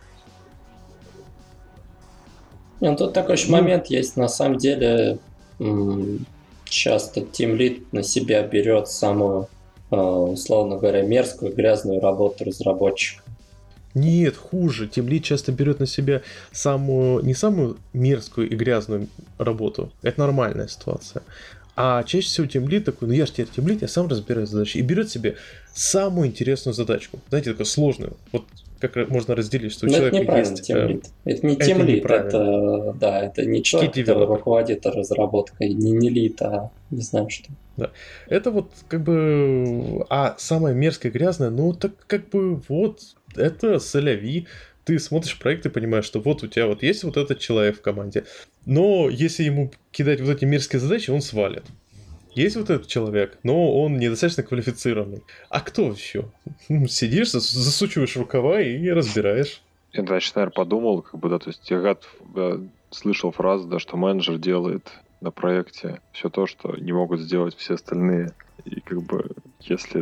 Ну, тут такой еще момент есть, на самом деле, часто тимлид на себя берет самую, условно говоря, мерзкую, грязную работу разработчика. Нет, хуже. Тимлид часто берет на себя не самую мерзкую и грязную работу. Это нормальная ситуация. А чаще всего тимлид такой, я же теперь тимлид, я сам разбираюсь в задаче. И берет себе самую интересную задачку. Знаете, такую сложную. Вот как можно разделить, что у человека это неправильно, есть... тимлид. Это не тимлид, это не человек, который руководит разработкой, не лид, а не знаю что. Да. Это вот как бы... А самое мерзкое и грязное, так как бы вот это соляви. Ты смотришь проект и понимаешь, что вот у тебя вот есть вот этот человек в команде, но если ему кидать вот эти мерзкие задачи, он свалит. Есть вот этот человек, но он недостаточно квалифицированный. А кто еще? Сидишь, засучиваешь рукава и разбираешь. Я, значит, наверное, подумал, то есть я слышал фразу, что менеджер делает на проекте все то, что не могут сделать все остальные. И если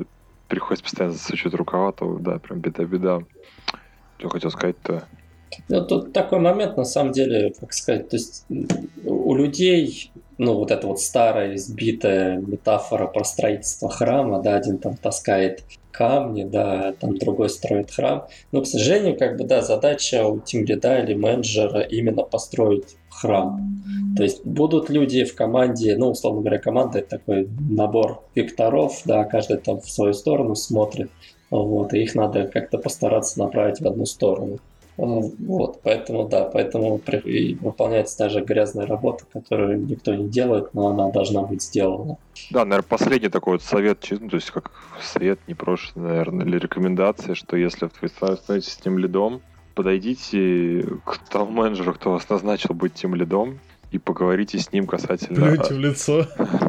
приходится постоянно засучивать рукава, то да, прям беда-беда. Что хотел сказать-то? Ну, тут такой момент, на самом деле, как сказать, то есть у людей, ну, вот эта вот старая избитая метафора про строительство храма, да, один там таскает камни, да, там другой строит храм. Но, к сожалению, как бы, да, задача у тимлида или менеджера именно построить храм. То есть будут люди в команде, ну, условно говоря, команда — это такой набор векторов, да, каждый там в свою сторону смотрит, вот, и их надо как-то постараться направить в одну сторону. Вот, поэтому, да, поэтому и выполняется даже грязная работа, которую никто не делает, но она должна быть сделана. Да, наверное, последний такой вот совет, ну, то есть как совет непрошенный, наверное, или рекомендация, что если вы становитесь тем лидом, подойдите к тому менеджеру, кто вас назначил быть тем лидом, и поговорите с ним касательно... Плюньте в лицо.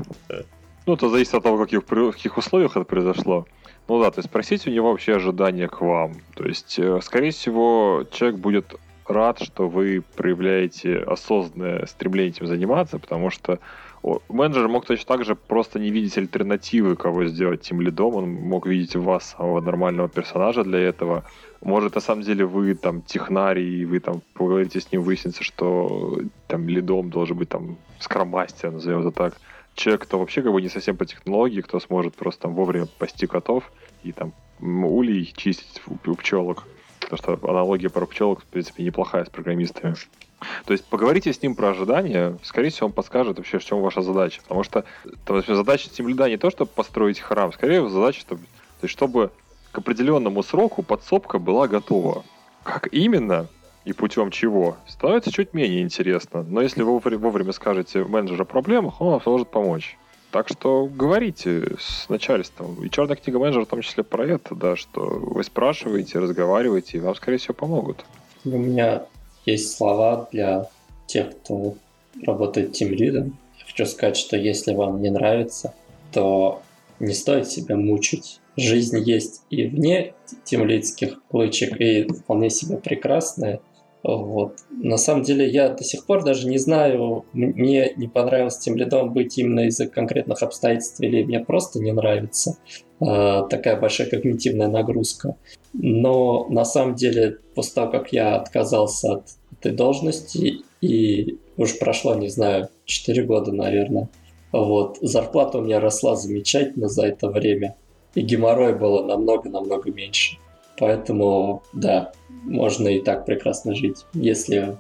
Ну, это зависит от того, в каких условиях это произошло. Ну да, то есть спросите у него вообще ожидания к вам. То есть, скорее всего, человек будет рад, что вы проявляете осознанное стремление этим заниматься, потому что менеджер мог точно так же просто не видеть альтернативы, кого сделать тимлидом. Он мог видеть в вас самого нормального персонажа для этого. Может, на самом деле вы там технарий, и вы там поговорите с ним, выяснится, что там лидом должен быть там скрам-мастер, назовем это так. Человек, кто вообще как бы не совсем по технологии, кто сможет просто там вовремя пасти котов и там улей чистить у пчелок. Потому что аналогия про пчелок, в принципе, неплохая с программистами. То есть поговорите с ним про ожидания, скорее всего, он подскажет вообще, в чем ваша задача. Потому что там, задача тимлида не то, чтобы построить храм, скорее задача, чтобы к определенному сроку подсобка была готова. Как именно и путем чего, становится чуть менее интересно. Но если вы вовремя скажете менеджеру о проблемах, он вам сможет помочь. Так что говорите с начальством. И черная книга менеджера в том числе про это, да, что вы спрашиваете, разговариваете, и вам, скорее всего, помогут. У меня есть слова для тех, кто работает тимлидом. Я хочу сказать, что если вам не нравится, то не стоит себя мучить. Жизнь есть и вне тимлидских плычек, и вполне себе прекрасная. Вот. На самом деле я до сих пор даже не знаю, мне не понравилось тимлидом быть именно из-за конкретных обстоятельств, или мне просто не нравится такая большая когнитивная нагрузка. Но на самом деле после того, как я отказался от этой должности, и уже прошло, не знаю, 4 года, наверное, вот, зарплата у меня росла замечательно за это время, и геморрой было намного-намного меньше. Поэтому, да, можно и так прекрасно жить. Если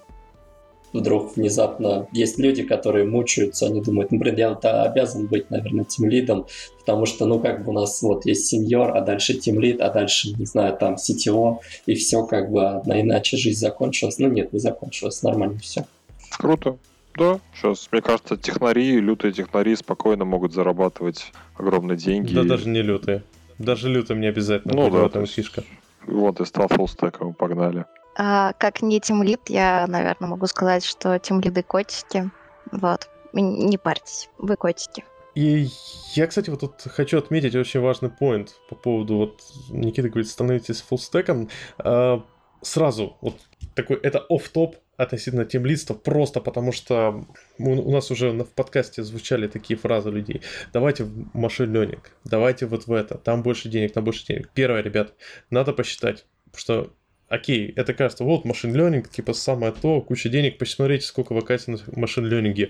вдруг внезапно есть люди, которые мучаются, они думают, ну, блин, я обязан быть, наверное, тимлидом, потому что, ну, как бы у нас вот есть сеньор, а дальше тимлид, а дальше, не знаю, там, CTO, и все как бы, иначе жизнь закончилась. Ну, нет, не закончилась, нормально все. Круто. Да, сейчас, мне кажется, лютые технари спокойно могут зарабатывать огромные деньги. Да, даже не лютые. Даже лютым не обязательно. Ну да, там фишка. Вот, и стал фуллстеком, погнали. Как не тимлид, я, наверное, могу сказать, что тимлиды котики. Вот. Не парьтесь, вы котики. И я, кстати, вот тут хочу отметить очень важный поинт по поводу, вот, Никита говорит, становитесь фуллстеком. Сразу, вот такой, это офф-топ относительно тимлидства, просто потому что у нас уже в подкасте звучали такие фразы людей. Давайте в машин learning, давайте вот в это, там больше денег, там больше денег. Первое, ребят, надо посчитать, что, окей, это кажется, вот машин learning, типа самое то, куча денег, посмотрите, сколько вакансий на машин learning.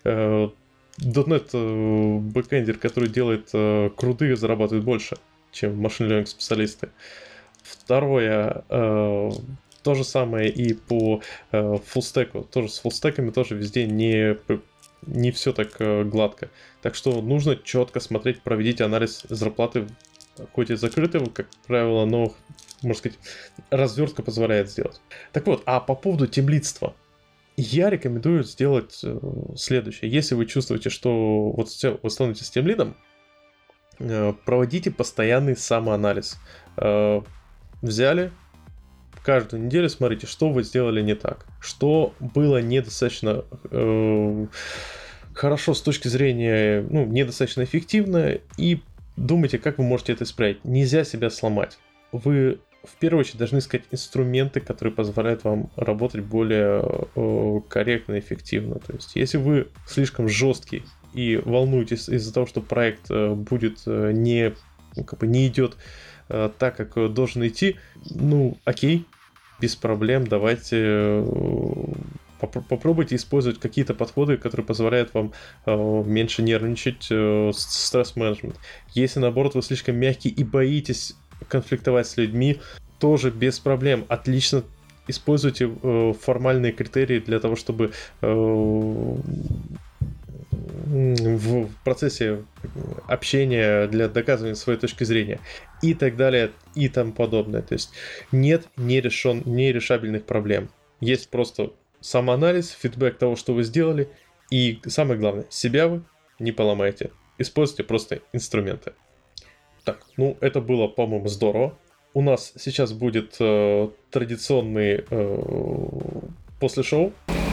.NET бэкэндер, который делает круды, зарабатывает больше, чем машин learning специалисты. Второе, то же самое и по фуллстеку. Тоже с фуллстеками тоже везде не все так гладко. Так что нужно четко смотреть, проведите анализ зарплаты, хоть и закрытого, как правило, но, можно сказать, развертка позволяет сделать. Так вот, а по поводу тимлидства. Я рекомендую сделать следующее. Если вы чувствуете, что вот вы становитесь тимлидом, проводите постоянный самоанализ. Взяли, каждую неделю смотрите, что вы сделали не так, что было недостаточно хорошо с точки зрения, недостаточно эффективно, и думайте, как вы можете это исправить. Нельзя себя сломать. Вы в первую очередь должны искать инструменты, которые позволяют вам работать более корректно и эффективно. То есть, если вы слишком жесткий и волнуетесь из-за того, что проект будет не как бы не идет так, как должен идти, ну, окей, без проблем, давайте попробуйте использовать какие-то подходы, которые позволяют вам меньше нервничать, стресс-менеджмент. Если, наоборот, вы слишком мягкий и боитесь конфликтовать с людьми, тоже без проблем. Отлично используйте формальные критерии для того, чтобы в процессе общения для доказывания своей точки зрения и так далее и тому подобное. То есть нет нерешабельных проблем. Есть просто самоанализ, фидбэк того, что вы сделали, и самое главное, себя вы не поломаете. Используйте просто инструменты. Так, ну это было, по-моему, здорово. У нас сейчас будет традиционный после шоу.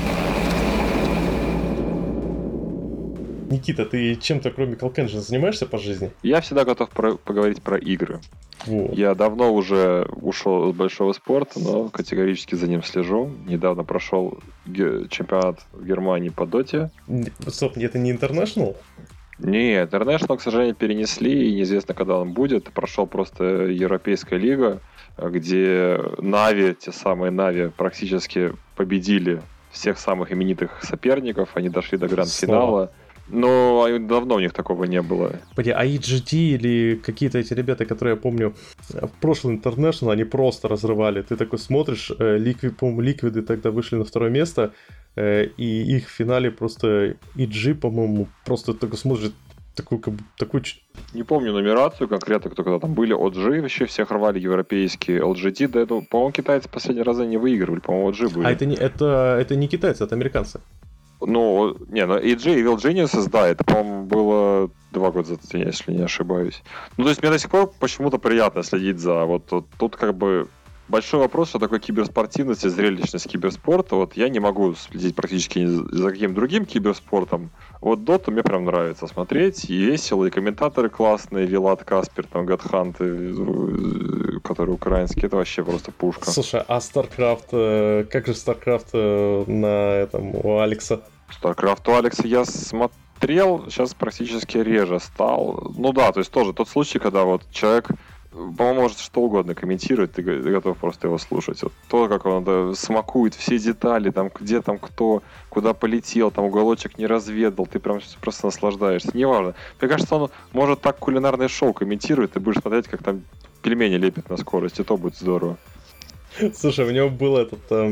Никита, ты чем-то кроме Call Engine занимаешься по жизни? Я всегда готов поговорить про игры. Вот. Я давно уже ушел из большого спорта, но категорически за ним слежу. Недавно прошел чемпионат в Германии по доте. Стоп, это не International? Не, International, к сожалению, перенесли, и неизвестно, когда он будет. Прошел просто Европейская лига, где Нави, те самые Нави, практически победили всех самых именитых соперников. Они дошли до гранд-финала. Но давно у них такого не было. А EGT или какие-то эти ребята, которые я помню, в прошлый International, они просто разрывали. Ты такой смотришь, по-моему, Ликвиды тогда вышли на второе место, и их в финале просто EG, по-моему, просто только смотришь такой... Не помню нумерацию конкретно, кто когда там были. OG вообще всех рвали европейские. LGT, да, это, по-моему, китайцы в последний раз не выигрывали. По-моему, OG были. А это не китайцы, это американцы. Ну, не, ну EG и Evil Geniuses, да, это, по-моему, было 2 года, если не ошибаюсь. Ну, то есть мне до сих пор почему-то приятно следить за... Вот тут как бы большой вопрос, что такое киберспортивность и зрелищность киберспорта. Вот я не могу следить практически ни за каким другим киберспортом. Вот Dota мне прям нравится смотреть, и весело, и комментаторы классные, Вилат, Каспер, там, Гадхант, которые украинские, это вообще просто пушка. Слушай, а StarCraft, как же StarCraft на этом у Алекса? StarCraft у Алекса я смотрел, сейчас практически реже стал. Ну да, то есть тоже тот случай, когда вот человек, по-моему, может что угодно комментировать, ты готов просто его слушать. Вот то, как он смакует все детали, там, где там кто, куда полетел, там уголочек не разведал, ты прям просто наслаждаешься. Неважно. Мне кажется, он может так кулинарное шоу комментировать, ты будешь смотреть, как там пельмени лепят на скорость, и то будет здорово. Слушай, у него было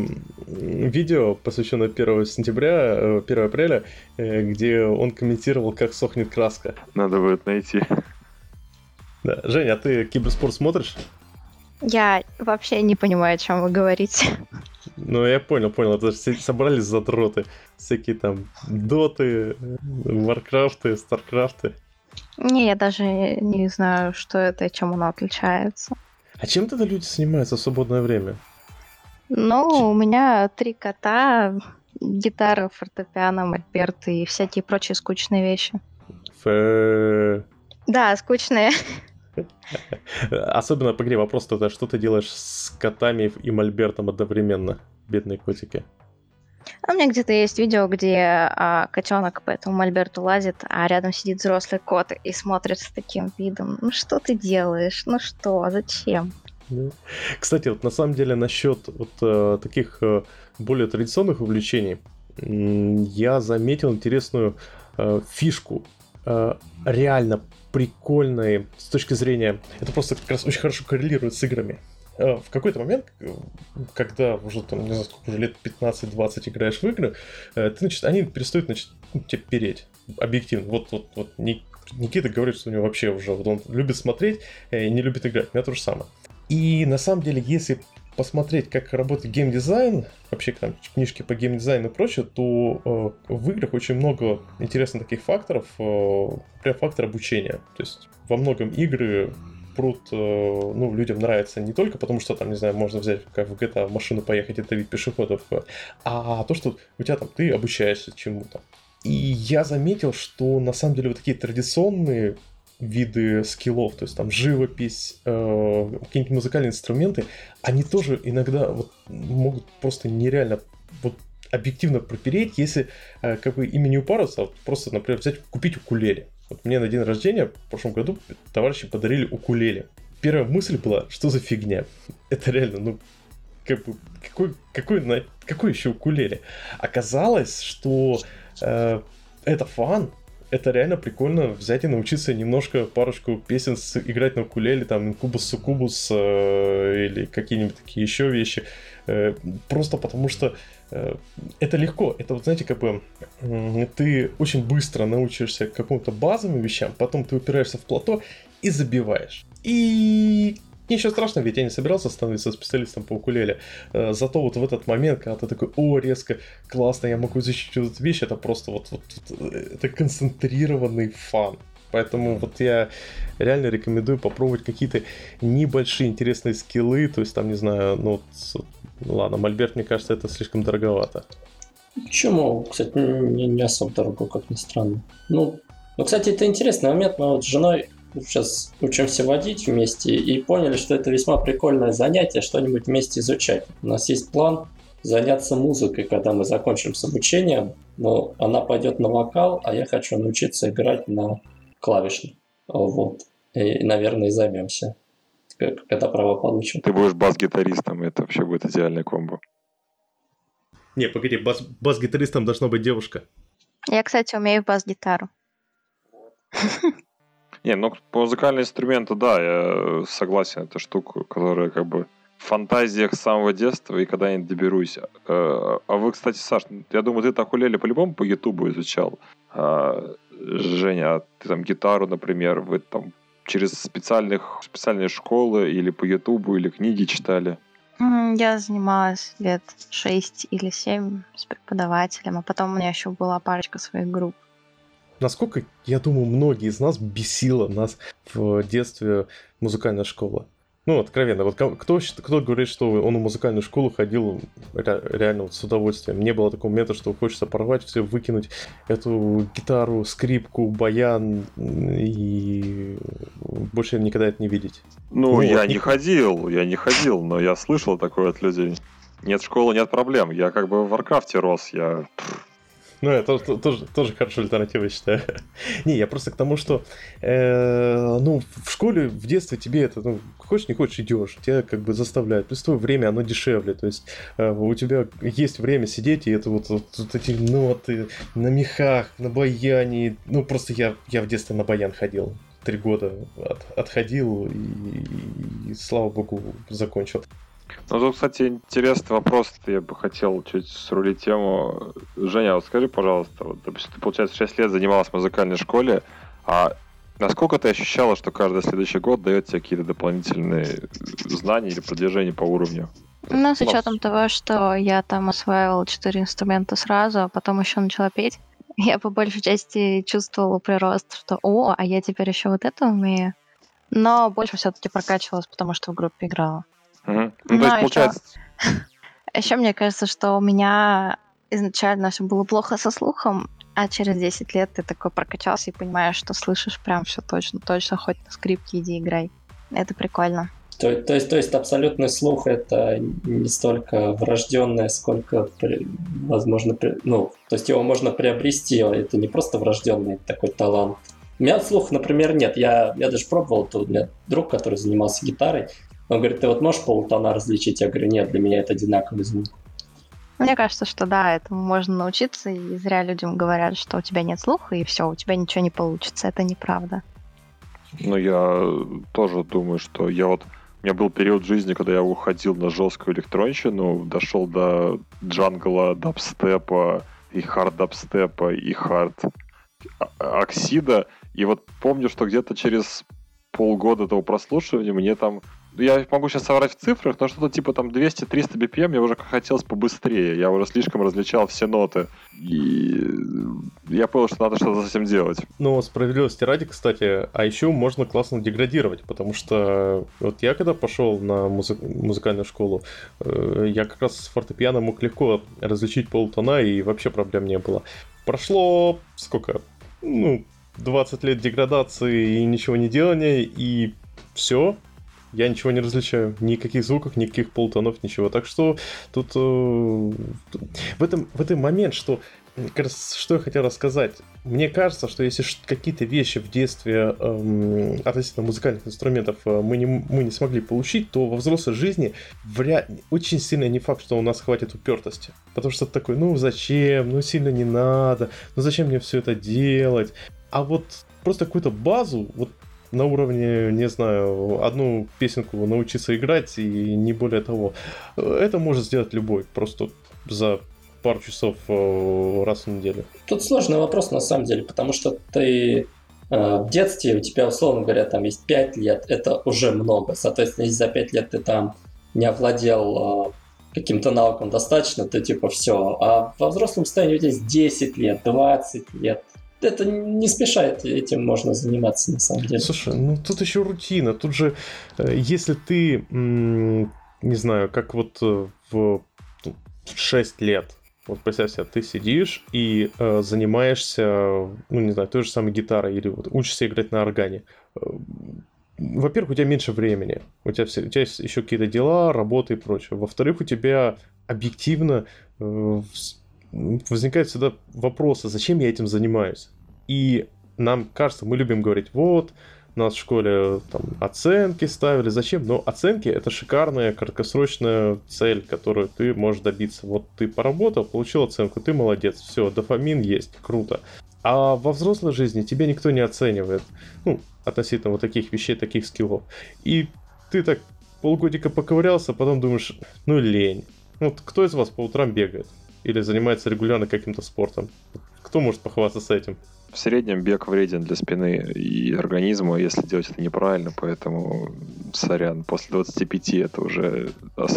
видео, посвященное 1 сентября, 1 апреля, где он комментировал, как сохнет краска. Надо будет найти. Да. Женя, а ты киберспорт смотришь? Я вообще не понимаю, о чем вы говорите. Ну, я понял. Это же собрались задроты. Всякие там доты, варкрафты, старкрафты. Не, я даже не знаю, что это и чем оно отличается. А чем тогда люди занимаются в свободное время? Ну, у меня 3 кота, гитара, фортепиано, мольберт и всякие прочие скучные вещи. Да, скучные. Особенно, погоди, вопрос тогда, что ты делаешь с котами и мольбертом одновременно, бедные котики? У меня где-то есть видео, где котенок по этому мольберту лазит, а рядом сидит взрослый кот и смотрит с таким видом. Ну что ты делаешь? Ну что? Зачем? Кстати, вот на самом деле насчет вот таких более традиционных увлечений я заметил интересную фишку. Реально прикольные с точки зрения... Это просто как раз очень хорошо коррелирует с играми. В какой-то момент, когда уже там, не знаю, сколько уже лет 15-20 играешь в игры, они перестают, тебя переть. Объективно. Вот Никита говорит, что у него вообще уже... Вот он любит смотреть и не любит играть. У меня то же самое. И на самом деле, если посмотреть, как работает геймдизайн, вообще там книжки по геймдизайну и прочее, то в играх очень много интересных таких факторов, прям фактор обучения. То есть во многом игры людям нравится не только потому, что там, не знаю, можно взять, как в GTA, в машину поехать и давить пешеходов, а то, что у тебя там ты обучаешься чему-то. И я заметил, что на самом деле вот такие традиционные виды скиллов, то есть там живопись, какие-нибудь музыкальные инструменты, они тоже иногда могут просто нереально объективно пропереть, если ими не упарываться, а просто, например, купить укулеле. Вот мне на день рождения в прошлом году товарищи подарили укулеле. Первая мысль была, что за фигня? Это реально, какой еще укулеле? Оказалось, что это фан. Это реально прикольно взять и научиться немножко парочку песен играть на укулеле, там, Инкубус Суккубус или какие-нибудь такие еще вещи. Просто потому что это легко. Это вот, знаете, как бы ты очень быстро научишься каким-то базовым вещам, потом ты упираешься в плато и забиваешь. И ничего страшного, ведь я не собирался становиться специалистом по укулеле. Зато вот в этот момент, когда ты такой, резко, классно, я могу изучить эту вещь, это просто это концентрированный фан. Поэтому вот я реально рекомендую попробовать какие-то небольшие интересные скиллы, то есть там, не знаю, ладно, мольберт, мне кажется, это слишком дороговато. Почему? Кстати, не особо дорого, как ни странно. Кстати, это интересный момент. Мы вот с женой сейчас учимся водить вместе и поняли, что это весьма прикольное занятие, что-нибудь вместе изучать. У нас есть план заняться музыкой, когда мы закончим с обучением, но она пойдет на вокал, а я хочу научиться играть на клавишных. Вот. И, наверное, и займемся, когда право получим. Ты будешь бас-гитаристом, это вообще будет идеальный комбо. Не, погоди, бас-гитаристом должна быть девушка. Я, кстати, умею бас-гитару. Не, по музыкальному инструменту, да, я согласен, это штука, которая как бы в фантазиях с самого детства и когда-нибудь доберусь. А вы, кстати, Саш, я думаю, ты укулеле по-любому по Ютубу изучал. Женя, а ты там гитару, например, вы там через специальные школы или по Ютубу, или книги читали? Я занималась лет 6 или 7 с преподавателем, а потом у меня еще была парочка своих групп. Насколько, я думаю, многие из нас бесила нас в детстве музыкальная школа. Откровенно, вот кто говорит, что он в музыкальную школу ходил реально с удовольствием? Не было такого момента, что хочется порвать все, выкинуть эту гитару, скрипку, баян и больше никогда это не видеть. Я не ходил, но я слышал такое от людей. Нет школы, нет проблем. Я как бы в Варкрафте рос, это тоже хорошая альтернатива, я считаю. Не, я просто к тому, что в школе, в детстве тебе это, хочешь, не хочешь, идешь, тебя как бы заставляют. Плюс твое время, оно дешевле, то есть у тебя есть время сидеть, и это вот эти ноты на мехах, на баяне. Просто я в детстве на баян ходил. 3 года отходил и слава богу, закончил. Тут, кстати, интересный вопрос. Я бы хотел чуть срулить тему. Женя, вот скажи, пожалуйста, допустим, ты, получается, 6 лет занималась в музыкальной школе, а насколько ты ощущала, что каждый следующий год дает тебе какие-то дополнительные знания или продвижения по уровню? С учетом того, что я там осваивала 4 инструмента сразу, а потом еще начала петь, я по большей части чувствовала прирост, что а я теперь еще вот это умею. Но больше все-таки прокачивалась, потому что в группе играла. Угу. То есть, получается... Еще мне кажется, что у меня изначально все было плохо со слухом, а через 10 лет ты такой прокачался и понимаешь, что слышишь прям все точно, хоть на скрипке иди играй. Это прикольно. То есть абсолютный слух — это не столько врожденное, сколько возможно... то есть его можно приобрести, это не просто врожденный такой талант. У меня слуха, например, нет. Я даже пробовал, у меня друг, который занимался гитарой, он говорит, ты вот можешь полутона различить? Я говорю, нет, для меня это одинаковый звук. Мне кажется, что да, этому можно научиться, и зря людям говорят, что у тебя нет слуха, и все, у тебя ничего не получится. Это неправда. Я тоже думаю, что у меня был период жизни, когда я уходил на жесткую электронщину, дошел до джангла, дабстепа, и хард-дабстепа, и хард-оксида, и вот помню, что где-то через полгода этого прослушивания мне там... Я могу сейчас соврать в цифрах, но что-то типа там 200-300 BPM я уже хотелось побыстрее. Я уже слишком различал все ноты. И я понял, что надо что-то с этим делать. Справедливости ради, кстати, а еще можно классно деградировать, потому что вот я когда пошел на музыкальную школу, я как раз с фортепиано мог легко различить полутона, и вообще проблем не было. Прошло сколько? 20 лет деградации и ничего не делания, и все. Я ничего не различаю. Никаких звуков, никаких полутонов, ничего. Так что тут в этом момент, что что я хотел рассказать. Мне кажется, что если какие-то вещи в детстве относительно музыкальных инструментов мы не смогли получить, то во взрослой жизни очень сильно не факт, что у нас хватит упертости. Потому что такой, зачем, сильно не надо, зачем мне все это делать. А вот просто какую-то базу, вот на уровне, не знаю, одну песенку научиться играть и не более того, это может сделать любой, просто за пару часов раз в неделю. Тут сложный вопрос на самом деле, потому что ты в детстве, у тебя, условно говоря, там есть 5 лет, это уже много. Соответственно, если за 5 лет ты там не овладел каким-то навыком достаточно, то типа все. А во взрослом состоянии у тебя есть 10 лет, 20 лет. Это не спешает, этим можно заниматься на самом деле. Слушай, тут еще рутина. Тут же, если ты, не знаю, как вот в 6 лет, вот представь себе, ты сидишь и занимаешься, не знаю, той же самой гитарой или вот учишься играть на органе. Во-первых, у тебя меньше времени, у тебя есть еще какие-то дела, работа и прочее. Во-вторых, у тебя объективно возникают всегда вопросы, зачем я этим занимаюсь. И нам кажется, мы любим говорить, вот, нас в школе там оценки ставили, зачем? Но оценки — это шикарная краткосрочная цель, которую ты можешь добиться. Вот ты поработал, получил оценку, ты молодец, все, дофамин есть, круто. А во взрослой жизни тебя никто не оценивает, относительно вот таких вещей, таких скиллов. И ты так полгодика поковырялся, потом думаешь, лень. Вот кто из вас по утрам бегает? Или занимается регулярно каким-то спортом? Кто может похвастаться этим? В среднем бег вреден для спины и организма, если делать это неправильно, поэтому, сорян, после 25 это уже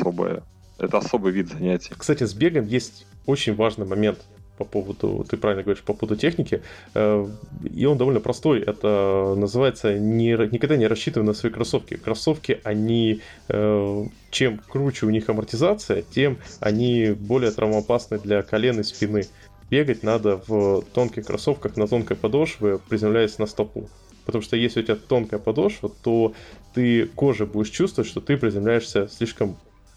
особый вид занятий. Кстати, с бегом есть очень важный момент по поводу, ты правильно говоришь, по поводу техники, и он довольно простой. Это называется никогда не рассчитывай на свои кроссовки. Кроссовки, они, чем круче у них амортизация, тем они более травмоопасны для колен и спины. Бегать надо в тонких кроссовках на тонкой подошве, приземляясь на стопу. Потому что если у тебя тонкая подошва, то ты кожей будешь чувствовать, что ты приземляешься слишком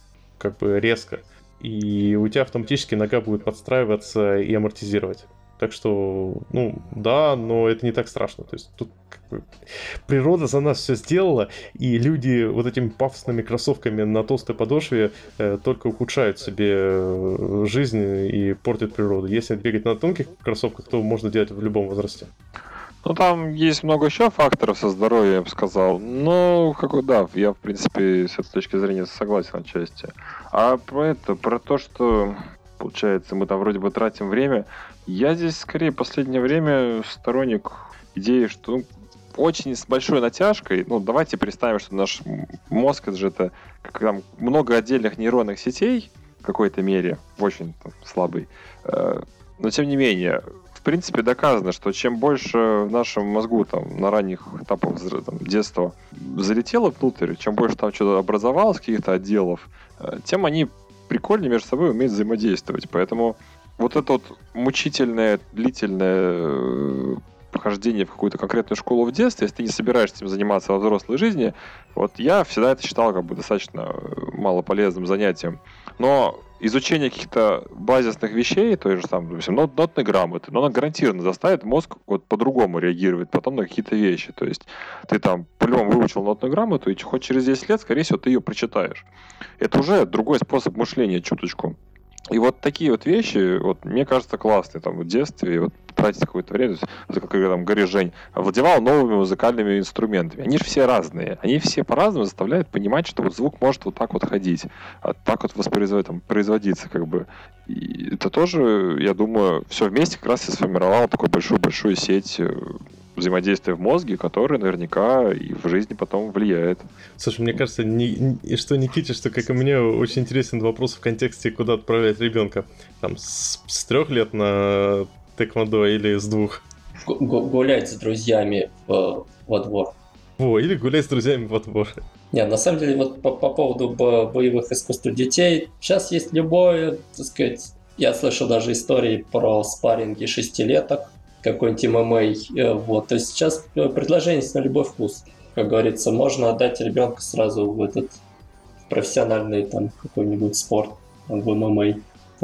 резко. И у тебя автоматически нога будет подстраиваться и амортизировать. Так что, да, но это не так страшно. То есть тут природа за нас все сделала, и люди вот этими пафосными кроссовками на толстой подошве только ухудшают себе жизнь и портят природу. Если бегать на тонких кроссовках, то можно делать в любом возрасте. Там есть много еще факторов со здоровьем, я бы сказал. Да, я, в принципе, с этой точки зрения согласен отчасти. А про то, что, получается, мы там вроде бы тратим время, я здесь, скорее, в последнее время сторонник идеи, что очень с большой натяжкой, давайте представим, что наш мозг, это как там много отдельных нейронных сетей в какой-то мере, очень слабый, но тем не менее, в принципе, доказано, что чем больше в нашем мозгу на ранних этапах детства залетело внутрь, чем больше там что-то образовалось, каких-то отделов, тем они прикольнее между собой умеют взаимодействовать. Поэтому вот это мучительное, длительное похождение в какую-то конкретную школу в детстве, если ты не собираешься этим заниматься во взрослой жизни, я всегда это считал достаточно малополезным занятием. Но изучение каких-то базисных вещей, то же самое, допустим, нотной грамоты, но она гарантированно заставит мозг по-другому реагировать потом на какие-то вещи. То есть ты по-любому выучил нотную грамоту, и хоть через 10 лет, скорее всего, ты ее прочитаешь. Это уже другой способ мышления чуточку. И такие вещи, мне кажется, классные. В детстве, тратить какое-то время, как говорит Жень, овладевал новыми музыкальными инструментами. Они же все разные. Они все по-разному заставляют понимать, что звук может так ходить, так производиться, И это тоже, я думаю, все вместе как раз и сформировало такую большую сеть взаимодействия в мозге, которое наверняка и в жизни потом влияет. Слушай, мне кажется, что Никите, что как и мне, очень интересен вопрос в контексте, куда отправлять ребенка. С 3 лет на тэквондо или с 2? Гулять с друзьями во двор. Или гулять с друзьями во двор. Не, на самом деле, по поводу боевых искусств детей, сейчас есть любое, я слышал даже истории про спарринги 6-леток, какой-нибудь ММА. То есть сейчас предложение есть на любой вкус. Как говорится, можно отдать ребенка сразу в профессиональный какой-нибудь спорт, в ММА.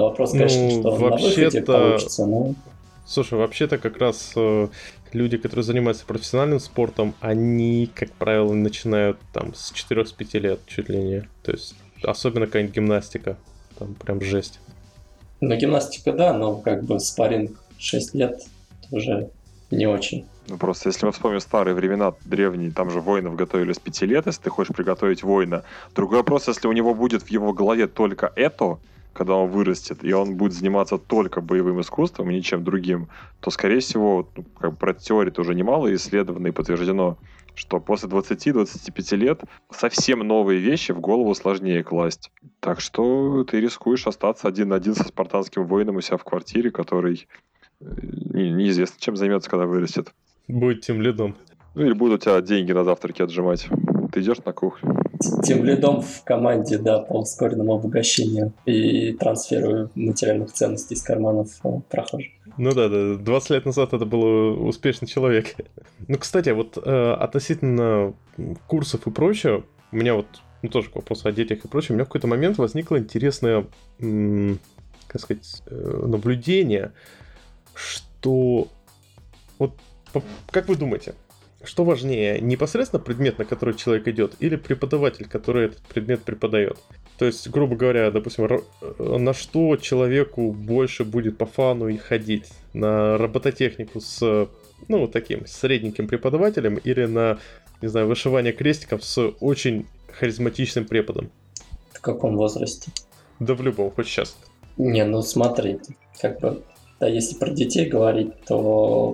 Вопрос, конечно, что на выходе получится, но... Слушай, вообще-то как раз люди, которые занимаются профессиональным спортом, они, как правило, начинают там с 4-5 лет чуть ли не. То есть, особенно какая-нибудь гимнастика. Там прям жесть. Ну, гимнастика, да, но как бы спарринг 6 лет уже не очень. Ну, просто если мы вспомним старые времена, древние, там же воинов готовили с 5 лет, если ты хочешь приготовить воина. Другой вопрос, если у него будет в его голове только это, когда он вырастет, и он будет заниматься только боевым искусством и ничем другим, то, скорее всего, ну, как бы про теорию-то уже немало исследовано и подтверждено, что после 20-25 лет совсем новые вещи в голову сложнее класть. Так что ты рискуешь остаться один на один со спартанским воином у себя в квартире, который неизвестно, чем займется, когда вырастет. Будет тем лидом. Ну или будут у тебя деньги на завтраки отжимать. Ты идешь на кухню. Тем лидом в команде, да, по ускоренному обогащению и трансферу материальных ценностей из карманов прохожих. Ну да, 20 лет назад это был успешный человек. Ну, кстати, вот относительно курсов и прочего, у меня вот, ну, тоже к вопросу о детях и прочем, у меня в какой-то момент возникло интересное, как сказать, наблюдение, что вот как вы думаете, что важнее, непосредственно предмет, на который человек идет, или преподаватель, который этот предмет преподает? То есть, грубо говоря, допустим, на что человеку больше будет по фану и ходить? На робототехнику с, ну, таким средненьким преподавателем или на, не знаю, вышивание крестиков с очень харизматичным преподом? В каком возрасте? Да в любом, хоть сейчас. Не, ну смотри, как бы, да, если про детей говорить, то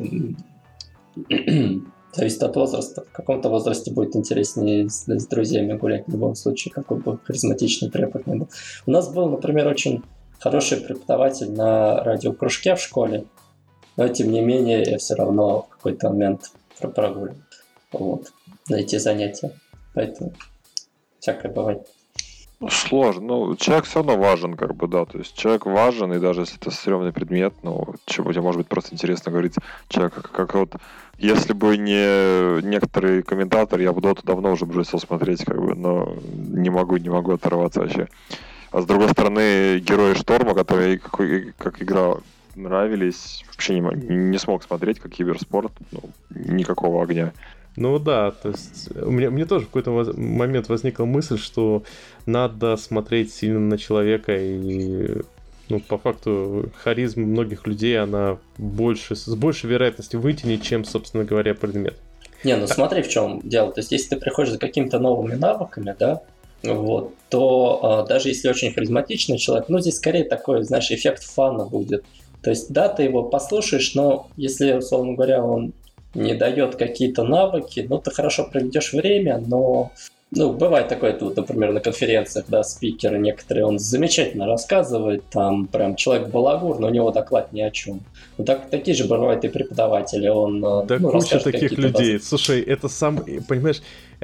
зависит от возраста. В каком-то возрасте будет интереснее с друзьями гулять в любом случае, какой бы харизматичный препод не был. У нас был, например, очень хороший преподаватель на радиокружке в школе, но тем не менее я все равно в какой-то момент прогуливал на эти занятия. Поэтому всякое бывает. Сложно. Ну, человек все равно важен, как бы, да. То есть человек важен, и даже если это стрёмный предмет, ну, чего тебе может быть просто интересно говорить человека, как вот, если бы не некоторые комментаторы, я бы Доту давно уже бросил смотреть, как бы, но не могу оторваться вообще. А с другой стороны, герои Шторма, которые как игра нравились, вообще не смог смотреть, как киберспорт, ну, никакого огня. Ну да, то есть мне тоже в какой-то момент возникла мысль, что надо смотреть сильно на человека, и, ну, по факту харизма многих людей, она с большей вероятностью вытянет, чем, собственно говоря, предмет. Не, ну смотри, в чем дело. То есть если ты приходишь за какими-то новыми навыками, да, вот, то даже если очень харизматичный человек, ну здесь скорее такой, знаешь, эффект фана будет. То есть да, ты его послушаешь, но если, условно говоря, он не дает какие-то навыки, ну, ты хорошо проведешь время, но, ну, бывает такое тут, например, на конференциях, да, спикеры некоторые, он замечательно рассказывает, там прям человек балагур, но у него доклад ни о чем. Ну, такие же бывают и преподаватели, он, да, ну, куча таких людей. Слушай, это сам, понимаешь,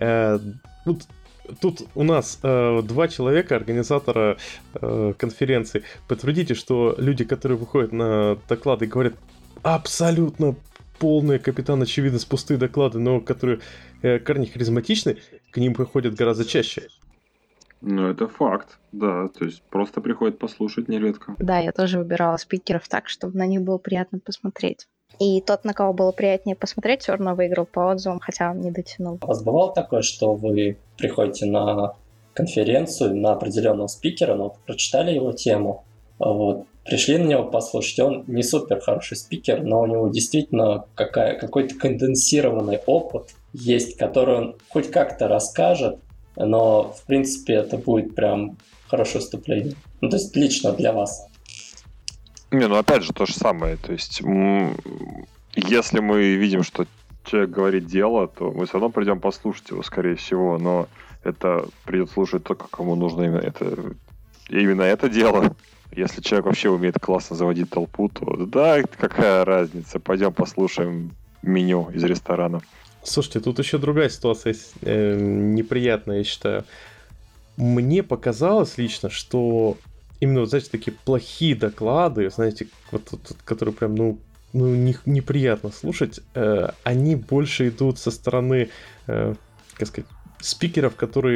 тут у нас 2 человека, организатора конференции. Подтвердите, что люди, которые выходят на доклады, говорят абсолютно полные, капитан очевидность, пустые доклады, но которые крайне харизматичны, к ним приходят гораздо чаще. Ну, это факт, да, то есть просто приходят послушать нередко. Да, я тоже выбирала спикеров так, чтобы на них было приятно посмотреть. И тот, на кого было приятнее посмотреть, все равно выиграл по отзывам, хотя он не дотянул. У вас бывало такое, что вы приходите на конференцию, на определенного спикера, но прочитали его тему, вот, пришли на него послушать, он не супер хороший спикер, но у него действительно какой-то конденсированный опыт есть, который он хоть как-то расскажет, но, в принципе, это будет прям хорошее выступление. Ну, то есть лично для вас. Не, ну опять же то же самое. То есть, если мы видим, что человек говорит дело, то мы все равно придем послушать его, скорее всего, но это придет слушать только кому нужно именно это дело. Если человек вообще умеет классно заводить толпу, то да, какая разница, пойдем послушаем меню из ресторана. Слушайте, тут еще другая ситуация неприятная, я считаю. Мне показалось лично, что именно, вот, знаете, такие плохие доклады, знаете, вот, которые прям, ну неприятно слушать, они больше идут со стороны, как сказать, спикеров, которые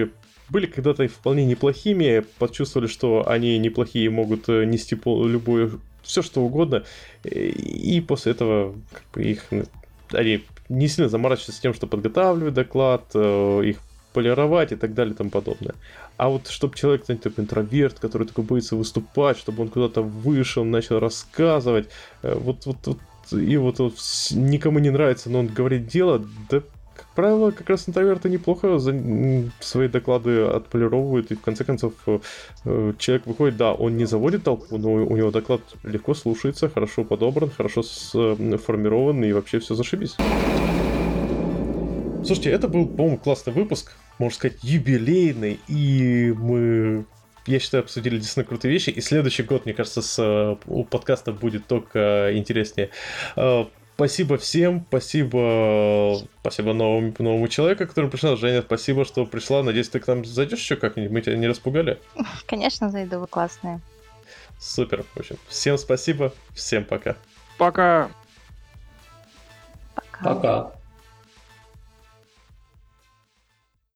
были когда-то и вполне неплохими, почувствовали, что они неплохие, могут нести любое, все что угодно, и после этого как бы они не сильно заморачиваются с тем, что подготавливают доклад, их полировать и так далее и тому подобное. А вот чтобы человек, знаете, такой интроверт, который только боится выступать, чтобы он куда-то вышел, начал рассказывать, вот никому не нравится, но он говорит дело, да, как правило, как раз интроверты неплохо свои доклады отполировывают, и в конце концов человек выходит, да, он не заводит толпу, но у него доклад легко слушается, хорошо подобран, хорошо сформирован, и вообще все зашибись. Слушайте, это был, по-моему, классный выпуск, можно сказать, юбилейный, и мы, я считаю, обсудили действительно крутые вещи, и следующий год, мне кажется, у подкаста будет только интереснее. Спасибо всем, спасибо новому человеку, который пришел. Женя, спасибо, что пришла. Надеюсь, ты к нам зайдешь еще как-нибудь, мы тебя не распугали? Конечно, зайду, вы классные. Супер, в общем, всем спасибо, всем пока. Пока! Пока.